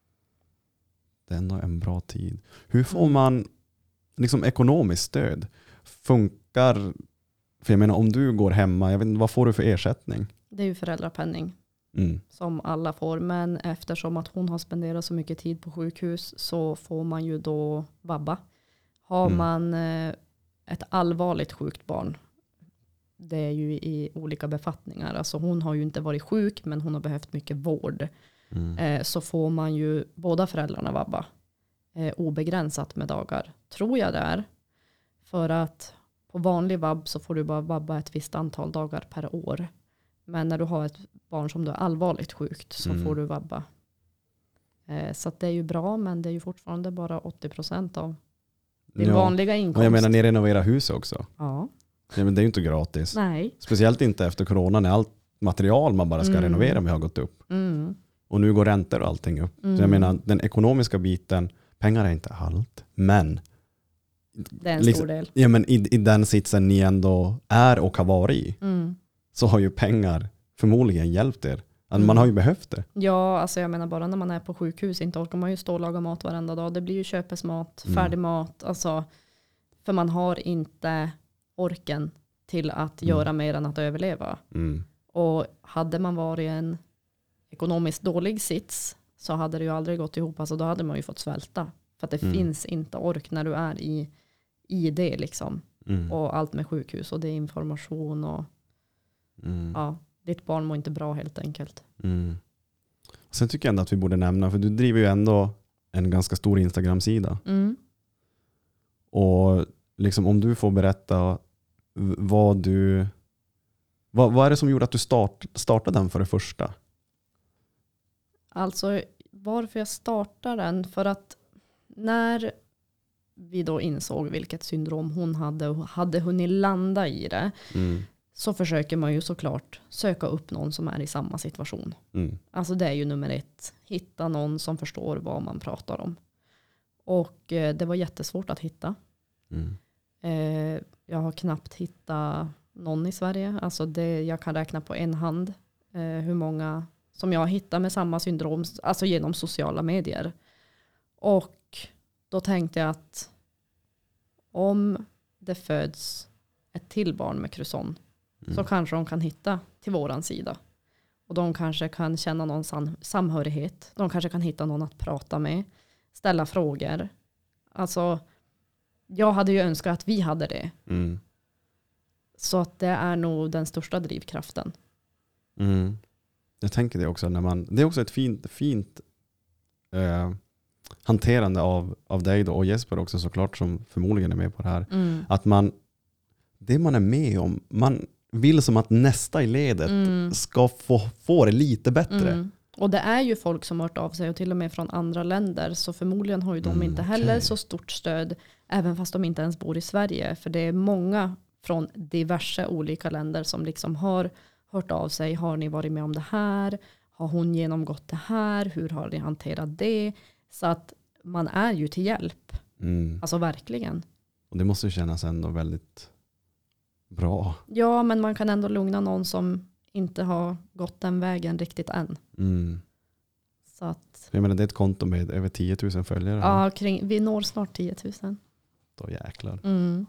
det är ändå en bra tid. Hur får mm. man liksom ekonomiskt stöd? Funkar, för jag menar om du går hemma, jag vet inte, vad får du för ersättning? Det är ju föräldrapenning mm. som alla får, men eftersom att hon har spenderat så mycket tid på sjukhus så får man ju då vabba. Har mm. man eh, ett allvarligt sjukt barn, det är ju i olika befattningar, alltså hon har ju inte varit sjuk men hon har behövt mycket vård, mm. eh, så får man ju båda föräldrarna vabba eh, obegränsat med dagar, tror jag det är. För att på vanlig vabb så får du bara vabba ett visst antal dagar per år. Men när du har ett barn som du är allvarligt sjukt så mm. får du vabba. Eh, så att det är ju bra, men det är ju fortfarande bara åttio procent av din ja. vanliga inkomst. Och jag menar, ni renoverar hus också. Ja. Ja, men det är ju inte gratis. Nej. Speciellt inte efter corona när allt material man bara ska mm. renovera med har gått upp. Mm. Och nu går räntor och allting upp. Mm. Så jag menar, den ekonomiska biten, pengar är inte allt, men det är en stor del. Ja, men i, i den sitsen ni ändå är och har varit i mm. så har ju pengar förmodligen hjälpt er. Mm. Man har ju behövt det. Ja, alltså jag menar bara när man är på sjukhus inte orkar man ju stå och laga mat varenda dag. Det blir ju köpesmat, mm. färdig mat. Alltså, för man har inte orken till att mm. göra mer än att överleva. Mm. Och hade man varit en ekonomiskt dålig sits så hade det ju aldrig gått ihop. Alltså då hade man ju fått svälta. För att det mm. finns inte ork när du är i, i det liksom. Mm. Och allt med sjukhus och det är information och mm. ja, ditt barn mår inte bra helt enkelt. Mm. Sen tycker jag ändå att vi borde nämna, för du driver ju ändå en ganska stor Instagram-sida. Mm. Och liksom om du får berätta vad du vad, vad är det som gjorde att du start, startade den för det första? Alltså varför jag startade den, för att när vi då insåg vilket syndrom hon hade och hade hunnit landa i det mm. så försöker man ju såklart söka upp någon som är i samma situation. Mm. Alltså det är ju nummer ett. Hitta någon som förstår vad man pratar om. Och eh, det var jättesvårt att hitta. Mm. Eh, jag har knappt hittat någon i Sverige. Alltså det, jag kan räkna på en hand eh, hur många som jag hittar med samma syndrom, alltså genom sociala medier. Och då tänkte jag att om det föds ett till barn med Crouzon mm. så kanske de kan hitta till våran sida. Och de kanske kan känna någon sam- samhörighet. De kanske kan hitta någon att prata med. Ställa frågor. Alltså, jag hade ju önskat att vi hade det. Mm. Så att det är nog den största drivkraften. Mm. Jag tänker det också. När man, det är också ett fint, fint eh, hanterande av, av dig då, och Jesper också såklart, som förmodligen är med på det här. Mm. Att man, det man är med om, man vill som att nästa i ledet Mm. ska få, få det lite bättre. Mm. Och det är ju folk som har hört av sig och till och med från andra länder. Så förmodligen har ju de Mm, inte heller okay. så stort stöd. Även fast de inte ens bor i Sverige. För det är många från diverse olika länder som liksom har hört av sig. Har ni varit med om det här? Har hon genomgått det här? Hur har ni hanterat det? Så att man är ju till hjälp. Mm. Alltså verkligen. Och det måste ju kännas ändå väldigt bra. Ja, men man kan ändå lugna någon som inte har gått den vägen riktigt än. Mm. Så att, Jag menar, det är ett konto med över tio tusen följare. ja, kring, vi når snart tio tusen. Då jäklar. Mm.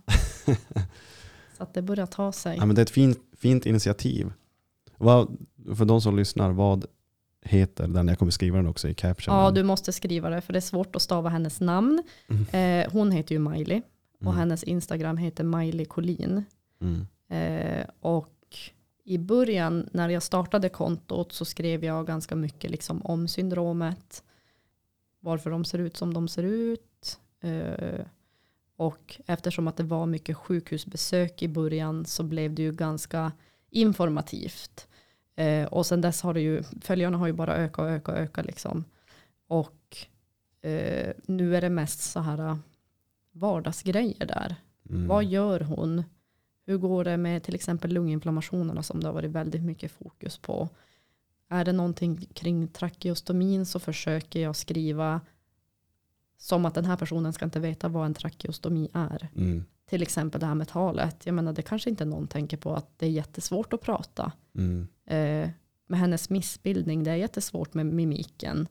Så att det börjar ta sig. Ja, men det är ett fint, fint initiativ. Vad, för de som lyssnar, vad heter den? Jag kommer skriva den också i caption. Ja, du måste skriva det för det är svårt att stava hennes namn. Mm. Eh, hon heter ju Miley och Mm. hennes Instagram heter Miley Collin. Mm. Eh, och i början när jag startade kontot så skrev jag ganska mycket liksom om syndromet. Varför de ser ut som de ser ut. Eh, och eftersom att det var mycket sjukhusbesök i början så blev det ju ganska informativt. Eh, och sen dess har det ju, följarna har ju bara ökat och ökat och ökat liksom. Och eh, nu är det mest så här vardagsgrejer där. Mm. Vad gör hon? Hur går det med till exempel lunginflammationerna som det har varit väldigt mycket fokus på? Är det någonting kring trakeostomin så försöker jag skriva som att den här personen ska inte veta vad en trakeostomi är. Mm. Till exempel det här med talet. Jag menar det kanske inte någon tänker på att det är jättesvårt att prata. Mm. Eh, med hennes missbildning, det är jättesvårt med mimiken.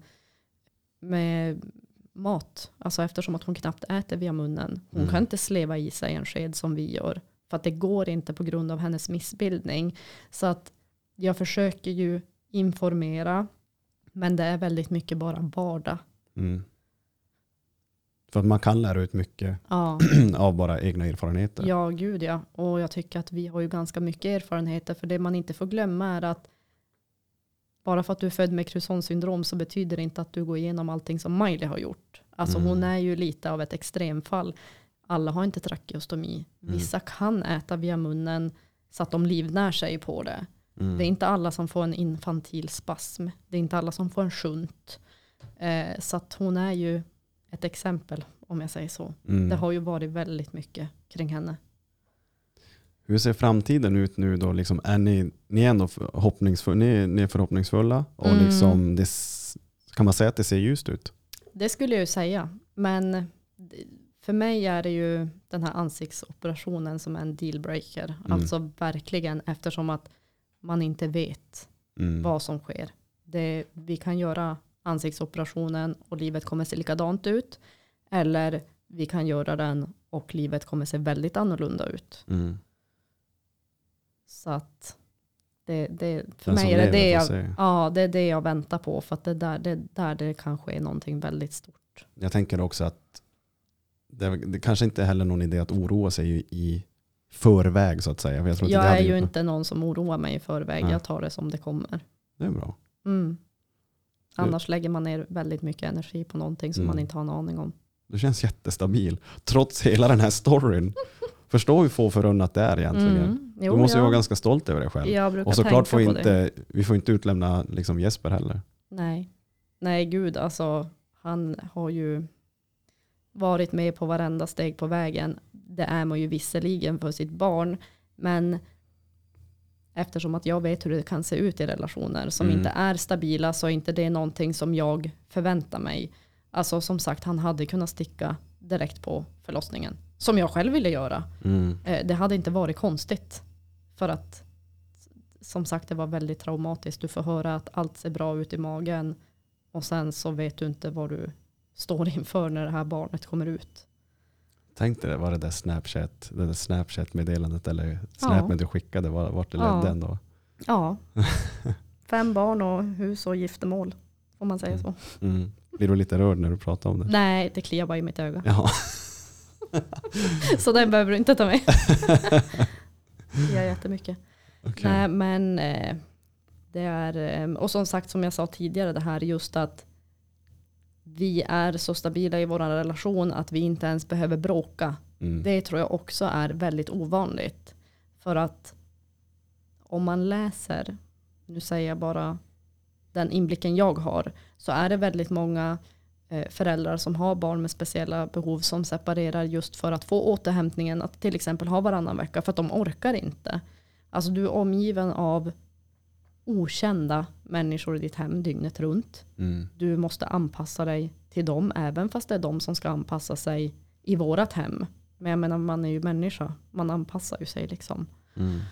Med mat, alltså eftersom att hon knappt äter via munnen. Hon Mm. kan inte sleva i sig en sked som vi gör. För att det går inte på grund av hennes missbildning. Så att jag försöker ju informera. Men det är väldigt mycket bara vardag. Mm. För att man kan lära ut mycket Ja, av bara egna erfarenheter. ja, gud ja. Och jag tycker att vi har ju ganska mycket erfarenheter. För det man inte får glömma är att bara för att du är född med Crouzon syndrom så betyder det inte att du går igenom allting som Miley har gjort. Alltså Mm. hon är ju lite av ett extremfall. Alla har inte trakeostomi. Vissa kan äta via munnen så att de livnär sig på det. Mm. Det är inte alla som får en infantil spasm. Det är inte alla som får en shunt. Eh, så att hon är ju ett exempel om jag säger så. Mm. Det har ju varit väldigt mycket kring henne. Hur ser framtiden ut nu då? Liksom, är ni, ni är ändå förhoppningsfulla, ni, ni är förhoppningsfulla och Mm. liksom det, s- kan man säga att det ser ljust ut? Det skulle jag ju säga. Men för mig är det ju den här ansiktsoperationen som är en dealbreaker. Mm. Alltså verkligen eftersom att man inte vet Mm. vad som sker. Det, vi kan göra ansiktsoperationen och livet kommer se likadant ut. Eller vi kan göra den och livet kommer se väldigt annorlunda ut. Mm. Så att det, det, för Den mig som är det lever det, får jag, se. ja, det är det jag väntar på. För att det där det, där det kanske är någonting väldigt stort. Jag tänker också att det, det kanske inte är heller någon idé att oroa sig i, i förväg så att säga. För jag tror inte Jag det är hade ju gjort- inte någon som oroar mig i förväg. Nej. Jag tar det som det kommer. Det är bra. Mm. Annars lägger man ner väldigt mycket energi på någonting som Mm. man inte har en aning om. Du känns jättestabil. Trots hela den här storyn. Förstå hur få förunnat det är egentligen. Mm. Jo, Du måste ju jag, vara ganska stolt över dig själv. jag brukar Och såklart får tänka på det. inte, vi får inte utlämna liksom Jesper heller. Nej. Nej, gud alltså. Han har ju varit med på varenda steg på vägen. Det är man ju visserligen för sitt barn. Men eftersom att jag vet hur det kan se ut i relationer som Mm. inte är stabila så är inte det någonting som jag förväntar mig. Alltså som sagt, han hade kunnat sticka direkt på förlossningen. Som jag själv ville göra. Mm. Eh, det hade inte varit konstigt. För att som sagt det var väldigt traumatiskt. Du får höra att allt ser bra ut i magen och sen så vet du inte vad du står inför när det här barnet kommer ut. Tänkte det, var det där Snapchat, det där Snapchat-meddelandet eller Snapchat du skickade, var, vart det ledde Ja. ändå? Ja, fem barn och hus och giftermål, får man säga så. Mm. Blir du lite rörd när du pratar om det? Nej, det kliar bara i mitt öga. Ja. Så den behöver du inte ta med. Det gör jättemycket. Okay. Nej, men eh, det är, eh, och som sagt som jag sa tidigare, det här just att vi är så stabila i vår relation att vi inte ens behöver bråka. Mm. Det tror jag också är väldigt ovanligt. För att om man läser, nu säger jag bara den inblicken jag har, så är det väldigt många eh, föräldrar som har barn med speciella behov som separerar just för att få återhämtningen att till exempel ha varannan vecka för att de orkar inte. Alltså du är omgiven av okända människor i ditt hem dygnet runt. Mm. Du måste anpassa dig till dem även fast det är de som ska anpassa sig i vårat hem. Men jag menar man är ju människa, man anpassar ju sig liksom. Mm.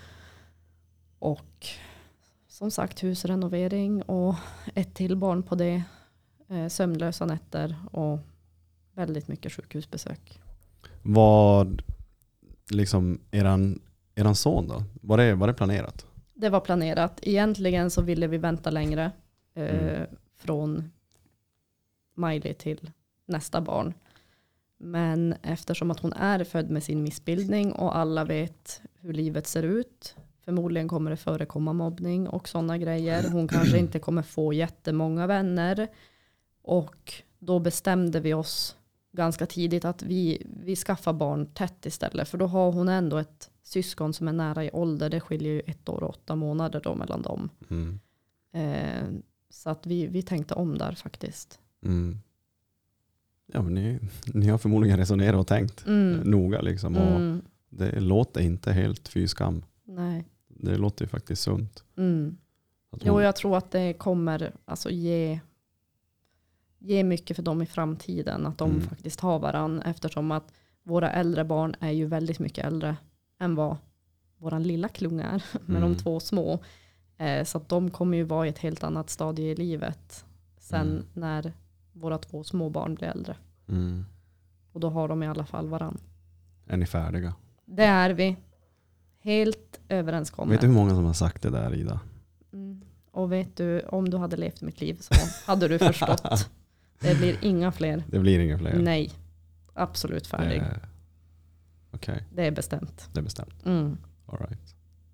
Och som sagt husrenovering och ett till barn på det. Eh, sömnlösa nätter och väldigt mycket sjukhusbesök. Vad liksom eran, eran son då? Var det, var det planerat? Det var planerat. Egentligen så ville vi vänta längre eh, Mm. från Miley till nästa barn. Men eftersom att hon är född med sin missbildning och alla vet hur livet ser ut. Förmodligen kommer det förekomma mobbning och sådana grejer. Hon kanske inte kommer få jättemånga vänner. Och då bestämde vi oss ganska tidigt att vi, vi skaffar barn tätt istället. För då har hon ändå ett syskon som är nära i ålder. Det skiljer ju ett år och åtta månader då mellan dem. Mm. Eh, så att vi, vi tänkte om där faktiskt. Mm. Ja, men ni, ni har förmodligen resonerat och tänkt Mm. noga liksom. Och Mm. det låter inte helt fy skam. Nej. Det låter ju faktiskt sunt. Mm. Att Jo, hon- jag tror att det kommer alltså ge, ge mycket för dem i framtiden. Att de Mm. faktiskt har varann. Eftersom att våra äldre barn är ju väldigt mycket äldre än vad våran lilla klunga är. Med Mm. de två små. Eh, så att de kommer ju vara i ett helt annat stadie i livet. Sen Mm. när våra två små barn blir äldre. Mm. Och då har de i alla fall varann. Är ni färdiga? Det är vi. Helt överenskommet. Vet du hur många som har sagt det där, Ida? Mm. Och vet du, om du hade levt mitt liv så hade du förstått. Det blir inga fler. Det blir inga fler. Nej, absolut färdig. Eh, Okej, Det är bestämt. det är bestämt. Mm. All right.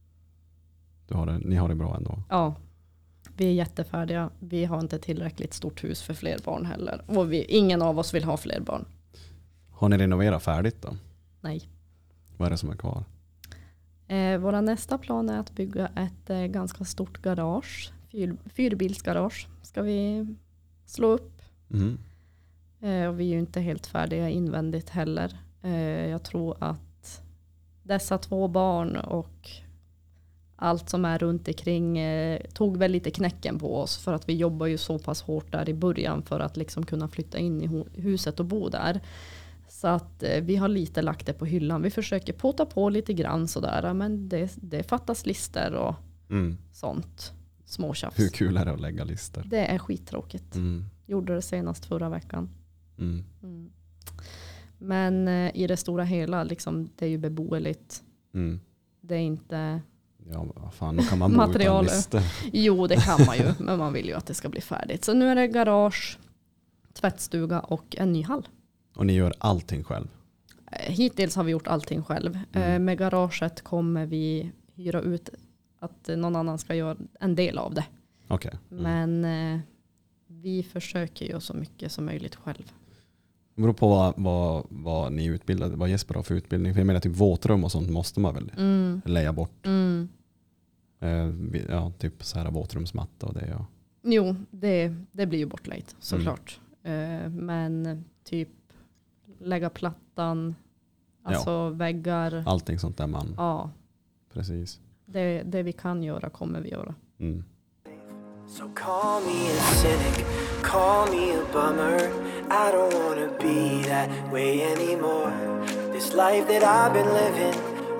Du har det, ni har det bra ändå. Ja, vi är jättefärdiga. Vi har inte tillräckligt stort hus för fler barn heller. Och vi, ingen av oss vill ha fler barn. Har ni renoverat färdigt då? Nej. Vad är det som är kvar? Eh, våra nästa plan är att bygga ett eh, ganska stort garage. Fyr, fyrbilsgarage ska vi slå upp. Mm. Eh, och vi är ju inte helt färdiga invändigt heller. Eh, jag tror att dessa två barn och allt som är runt omkring eh, tog väl lite knäcken på oss. För att vi jobbar ju så pass hårt där i början för att liksom kunna flytta in i ho- huset och bo där. Så att eh, vi har lite lagt det på hyllan. Vi försöker påta på lite grann sådär. Men det, det fattas lister och Mm. sånt. Småtjafs. Hur kul är det att lägga listor? Det är skittråkigt. Mm. Gjorde det senast förra veckan. Mm. Mm. Men eh, i det stora hela, liksom, det är ju beboeligt. Mm. Det är inte... Ja, vad fan, nu kan man bo utan Material. listor. Jo, det kan man ju. Men man vill ju att det ska bli färdigt. Så nu är det garage, tvättstuga och en ny hall. Och ni gör allting själv? Eh, Hittills har vi gjort allting själv. Mm. Eh, Med garaget kommer vi hyra ut att eh, någon annan ska göra en del av det. Okej. Mm. Men eh, vi försöker ju så mycket som möjligt själv. Det beror på vad, vad, vad ni utbildade, vad Jesper har för utbildning. För jag menar typ våtrum och sånt måste man väl Mm. leja bort. Mm. Eh, vi- ja, typ så här våtrumsmatta och det. Ja. Jo, det, det blir ju bortlejt såklart. Eh, men typ lägga plattan, alltså väggar. Allting sånt där man, Ja, precis. det, det vi kan göra kommer vi göra. Mm. So call me a cynic, call me a bummer. I don't wanna be that way anymore. This life that I've been living,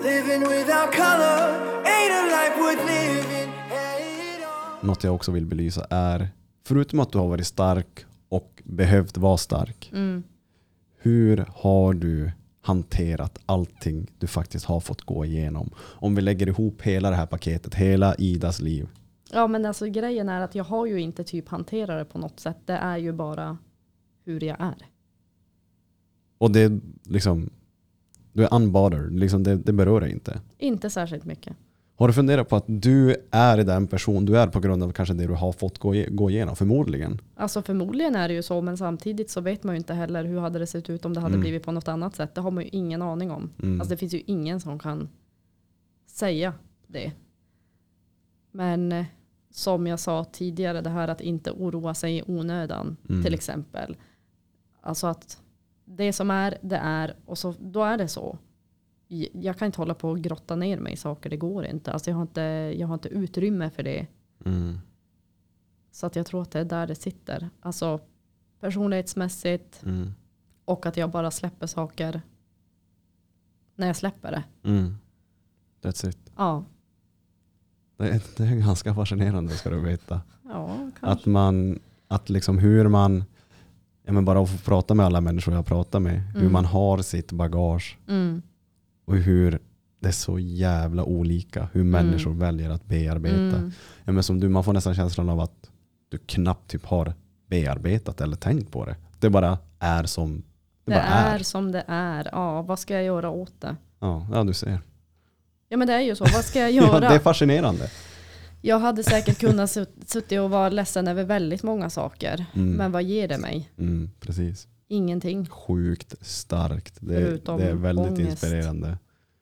living without color ain't a life worth living. Hey, it all. Något jag också vill belysa är, förutom att du har varit stark och behövt vara stark, Mm. hur har du hanterat allting du faktiskt har fått gå igenom? Om vi lägger ihop hela det här paketet, hela Idas liv. Ja, men alltså grejen är att jag har ju inte typ hanterat det på något sätt. Det är ju bara hur jag är. Och det är liksom, du är unbothered, liksom det, det berör dig inte. Inte särskilt mycket. Har du funderat på att du är den person du är på grund av kanske det du har fått gå, gå igenom? Förmodligen. Alltså förmodligen är det ju så, men samtidigt så vet man ju inte heller hur hade det sett ut om det hade Mm. blivit på något annat sätt. Det har man ju ingen aning om. Mm. Alltså det finns ju ingen som kan säga det. Men eh, som jag sa tidigare, det här att inte oroa sig i onödan Mm. till exempel. Alltså att det som är, det är och så, då är det så. J- Jag kan inte hålla på och grotta ner mig i saker, det går inte. Alltså jag har inte, jag har inte utrymme för det. Mm. Så att jag tror att det är där det sitter. Alltså personlighetsmässigt Mm. och att jag bara släpper saker när jag släpper det. Mm. That's it. Ja, Det är, det är ganska fascinerande, ska du veta. ja kanske. Att man, att liksom hur man, ja men bara att få prata med alla människor jag pratar med, hur Mm. man har sitt bagage Mm. och hur det är så jävla olika hur människor väljer att bearbeta. Mm. Ja, men som du, man får nästan känslan av att du knappt typ har bearbetat eller tänkt på det. Det bara är som det, Det bara är är. som det är. Ja, vad ska jag göra åt det? Ja, ja, du ser. Ja, men det är ju så. Vad ska jag Ja, göra? det är fascinerande. Jag hade säkert kunnat sut- suttit och vara ledsen över väldigt många saker. Mm. Men vad ger det mig? Mm, precis. Ingenting. Sjukt starkt. Det, Förutom det är väldigt ångest. inspirerande.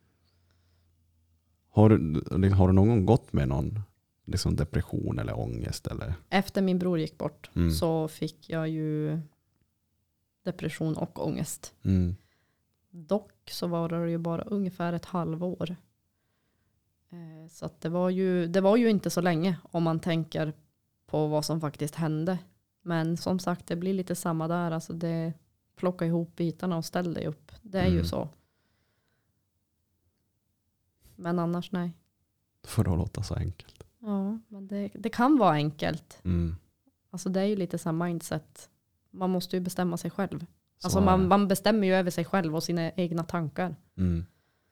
Har du, har du någon gång gått med någon liksom depression eller ångest? Eller? Efter min bror gick bort Mm. så fick jag ju depression och ångest. Mm. Dock så var det ju bara ungefär ett halvår. Eh, Så att det var ju, det var ju inte så länge om man tänker på vad som faktiskt hände. Men som sagt, det blir lite samma där. Alltså det plocka ihop bitarna och ställ dig upp. Det är Mm. ju så. Men annars nej. För att låta så enkelt. Ja, men det, det kan vara enkelt. Mm. Alltså det är ju lite samma mindset. Man måste ju bestämma sig själv. Så Alltså är man, det. man bestämmer ju över sig själv och sina egna tankar. Mm.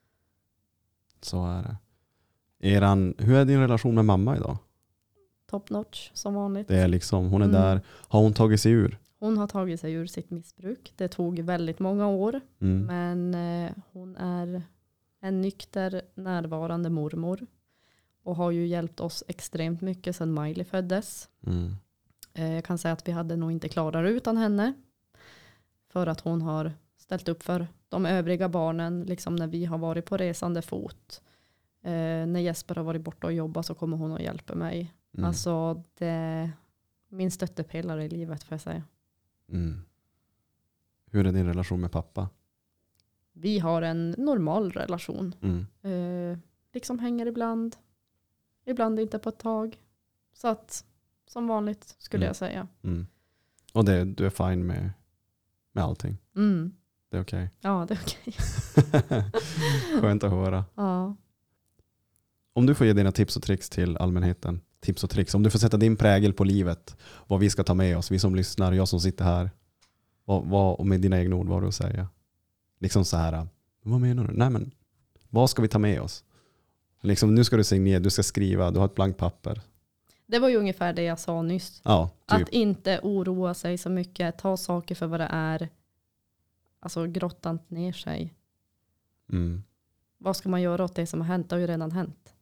Så är det. Eran, hur är din relation med mamma idag? Top notch som vanligt. Det är liksom, hon är Mm. där. Har hon tagit sig ur? Hon har tagit sig ur sitt missbruk. Det tog väldigt många år. Mm. Men eh, hon är en nykter, närvarande mormor. Och har ju hjälpt oss extremt mycket sedan Miley föddes. Mm. Eh, jag kan säga att vi hade nog inte klarat utan henne. För att hon har ställt upp för de övriga barnen. Liksom när vi har varit på resande fot. Eh, när Jesper har varit borta och jobbat så kommer hon och hjälper mig. Mm. Alltså det är min stöttepelare i livet får jag säga. Mm. Hur är din relation med pappa? Vi har en normal relation. Mm. Eh, liksom hänger ibland. Ibland inte på ett tag. Så att som vanligt skulle Mm. jag säga. Mm. Och det, du är fine med, med allting? Mm. Det är okej? Ja, det är okej. Skönt att höra. Ja. Om du får ge dina tips och tricks till allmänheten. Tips och tricks. Om du får sätta din prägel på livet. Vad vi ska ta med oss. Vi som lyssnar. Jag som sitter här. Vad, vad, och med dina egna ord, vad har du att säga? Liksom så här. Vad menar du? Nej men. Vad ska vi ta med oss? Liksom, nu ska du signera. Du ska skriva. Du har ett blankt papper. Det var ju ungefär det jag sa nyss. Ja, typ. Att inte oroa sig så mycket. Ta saker för vad det är. Alltså grotta inte ner sig. Mm. Vad ska man göra åt det som har hänt? Det har ju redan hänt.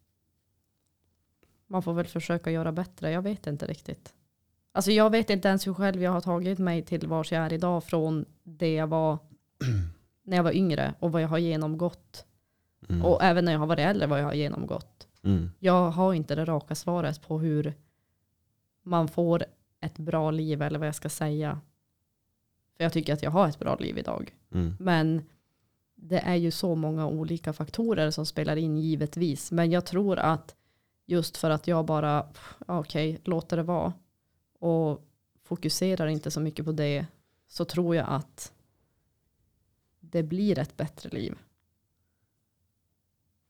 Man får väl försöka göra bättre. Jag vet inte riktigt. Alltså jag vet inte ens hur själv jag har tagit mig till vars jag är idag. Från det jag var när jag var yngre. Och vad jag har genomgått. Mm. Och även när jag har varit äldre vad jag har genomgått. Mm. Jag har inte det raka svaret på hur man får ett bra liv. Eller vad jag ska säga. För jag tycker att jag har ett bra liv idag. Mm. Men det är ju så många olika faktorer som spelar in givetvis. Men jag tror att just för att jag bara, okej, okay, låter det vara. Och fokuserar inte så mycket på det. Så tror jag att det blir ett bättre liv.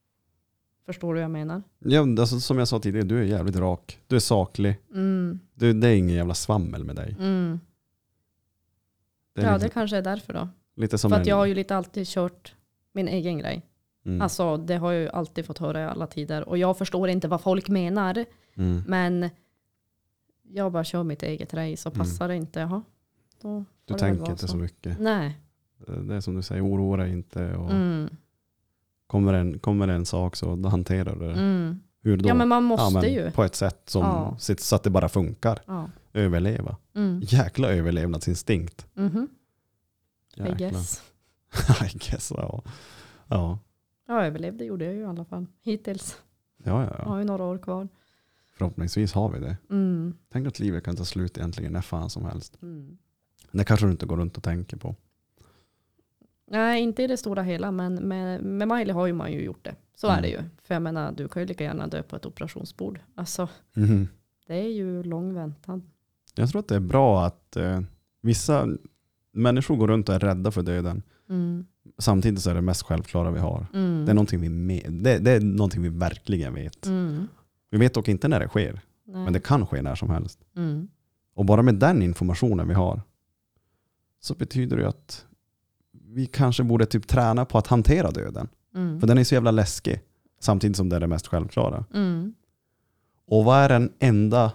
Förstår du vad jag menar? Ja, alltså, som jag sa tidigare, du är jävligt rak. Du är saklig. Mm. Du, det är ingen jävla svammel med dig. Mm. Det är Ja, lite, det kanske är därför då. lite som För en, att jag har ju lite alltid kört min egen grej. mm, Alltså det har jag ju alltid fått höra i alla tider. Och jag förstår inte vad folk menar. mm. Men jag bara kör mitt eget race och passar det inte. Jaha, då Du får det väl tänker vara inte så mycket. Nej. Det är som du säger, oroa dig inte. Och Mm. kommer, en, kommer en sak så då hanterar du det. Mm. Hur då? Ja men man måste Ja, men ju. på ett sätt som Ja. så att det bara funkar. Ja. Överleva. Mm. Jäkla överlevnadsinstinkt. Mhm. I Jäkla. guess. I guess, ja. Ja, Jag överlevde gjorde jag ju i alla fall. Hittills. ja, ja. Jag ja. har ju några år kvar. Förhoppningsvis har vi det. Mm. Tänk att livet kan ta slut egentligen när fan som helst. Mm. Det kanske du inte går runt och tänker på. Nej, inte i det stora hela. Men med, med Miley har ju man ju gjort det. Så Mm. är det ju. För jag menar, du kan ju lika gärna dö på ett operationsbord. Alltså, Mhm. det är ju lång väntan. Jag tror att det är bra att eh, vissa människor går runt och är rädda för döden. Mm. Samtidigt så är det mest självklara vi har. Mm. Det är någonting vi, med, det, det är någonting vi verkligen vet. Mm. Vi vet dock inte när det sker. Nej. Men det kan ske när som helst. Mm. Och bara med den informationen vi har så betyder det att vi kanske borde typ träna på att hantera döden. Mm. För den är så jävla läskig. Samtidigt som det är det mest självklara. Mm. Och vad är den enda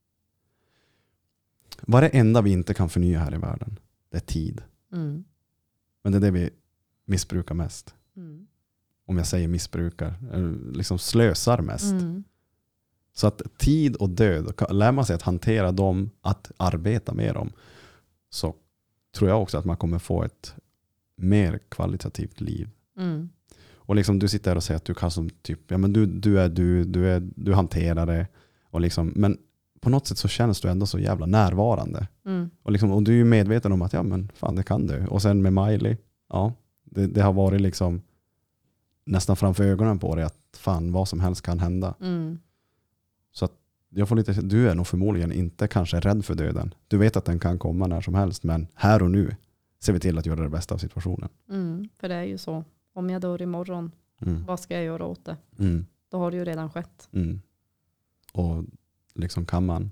vad är det enda vi inte kan förnya här i världen? Det är tid. Mm. Men det är det vi missbrukar mest. Mm. Om jag säger missbrukar. eller Liksom slösar mest. Mm. Så att tid och död, lär man sig att hantera dem, att arbeta med dem, så tror jag också att man kommer få ett mer kvalitativt liv. Mm. Och liksom du sitter där och säger att du kan som typ, ja men du, du är du, du, är, du hanterar det. Och liksom, men på något sätt så känns du ändå så jävla närvarande. Mm. Och, liksom, och du är ju medveten om att ja men fan det kan du. Och sen med Miley, ja det, det har varit liksom nästan framför ögonen på dig att fan vad som helst kan hända. Mm. Så att jag får lite, du är nog förmodligen inte kanske rädd för döden. Du vet att den kan komma när som helst, men här och nu ser vi till att göra det bästa av situationen. Mm. För det är ju så. Om jag dör imorgon, Mm. vad ska jag göra åt det? Mm. Då har det ju redan skett. Mm. Och liksom kan man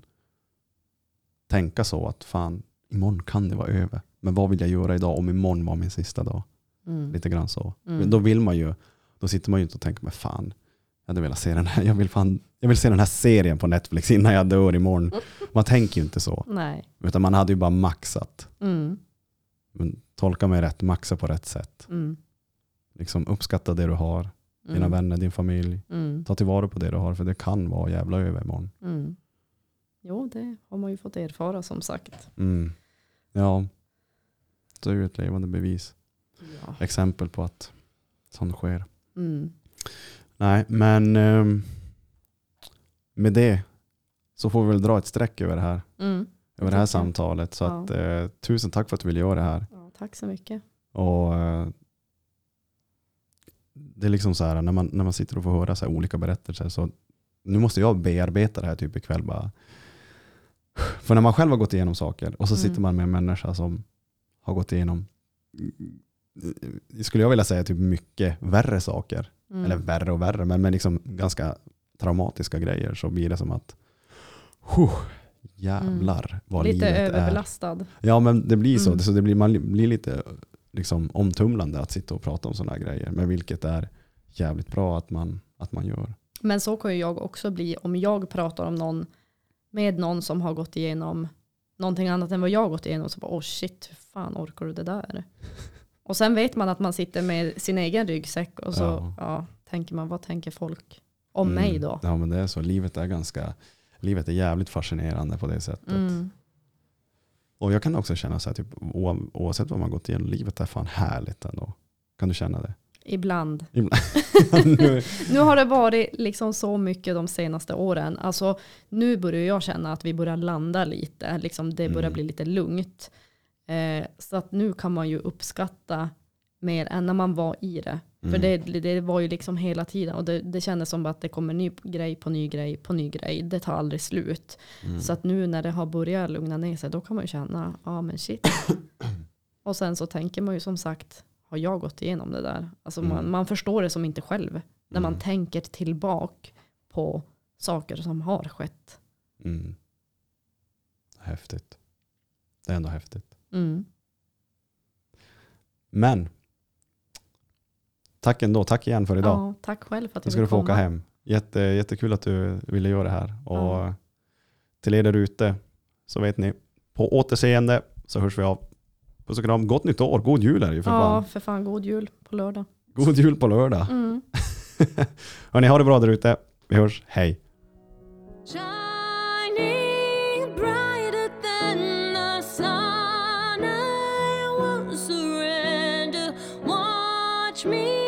tänka så att fan, imorgon kan det vara över. Men vad vill jag göra idag om imorgon var min sista dag? Mm. Lite grann så. Mm. Då vill man ju, då sitter man ju inte och tänker, men fan, jag hade velat se den här, jag vill fan, jag vill se den här serien på Netflix innan jag dör imorgon. Man tänker ju inte så. Nej. Utan man hade ju bara maxat. Mm. Men tolka mig rätt, maxa på rätt sätt. Mm. Liksom uppskatta det du har, dina Mm. vänner, din familj. Mm. Ta tillvara på det du har, för det kan vara jävla över imorgon. Mm. Jo, det har man ju fått erfara som sagt. Mm. Ja, det är ju ett levande bevis. Ja. Exempel på att sånt sker. Mm. Nej, men ehm, med det så får vi väl dra ett streck över det här. Mm. Över det här tycker jag. samtalet. Så Ja. att, eh, tusen tack för att du ville göra det här. Ja, tack så mycket. Och eh, det är liksom så här när man, när man sitter och får höra så här olika berättelser, så nu måste jag bearbeta det här typ ikväll bara. För när man själv har gått igenom saker och så Mm. sitter man med en människa som har gått igenom, skulle jag vilja säga, typ mycket värre saker. Mm. Eller värre och värre, men, men liksom ganska traumatiska grejer, så blir det som att huh, jävlar vad Lite livet är. överbelastad. Ja, men det blir så. Mm. Det, så det blir, man blir lite liksom omtumlande att sitta och prata om sådana här grejer. Men vilket är jävligt bra att man, att man gör. Men så kan ju jag också bli om jag pratar om någon med någon som har gått igenom någonting annat än vad jag har gått igenom. Så bara, oh shit, hur fan orkar du det där? Och sen vet man att man sitter med sin egen ryggsäck och så Ja. ja, tänker man, vad tänker folk om Mm. mig då? Ja, men det är så. Livet är ganska, livet är jävligt fascinerande på det sättet. Mm. Och jag kan också känna så här, typ, o- oavsett vad man gått igenom, livet är fan härligt ändå. Kan du känna det? Ibland. Ibland. Nu- Nu har det varit liksom så mycket de senaste åren. Alltså, nu börjar jag känna att vi börjar landa lite. Liksom det börjar Mm. bli lite lugnt. Eh, så att nu kan man ju uppskatta mer än när man var i det. Mm. För det, det var ju liksom hela tiden. Och det, det kändes som att det kommer ny grej på ny grej på ny grej. Det tar aldrig slut. Mm. Så att nu när det har börjat lugna ner sig, då kan man ju känna, ja ah, men shit. Och sen så tänker man ju som sagt, har jag gått igenom det där? Alltså man, Mm. man förstår det som inte själv. När man Mm. tänker tillbaka på saker som har skett. Mm. Häftigt. Det är ändå häftigt. Mm. Men tack ändå. Tack igen för idag. Ja, tack själv för att Nu du ska vill du få komma. åka hem. Jätte, jättekul att du ville göra det här. Och Ja. till er där ute så vet ni, på återseende så hörs vi av. Puss och kram. Gott nytt år. God jul är det ju för Ja, fan. för fan. God jul på lördag. God jul på lördag. Mm. Hörni, ha det bra där ute. Vi hörs. Hej. Shining brighter than the sun, I won't surrender. Watch me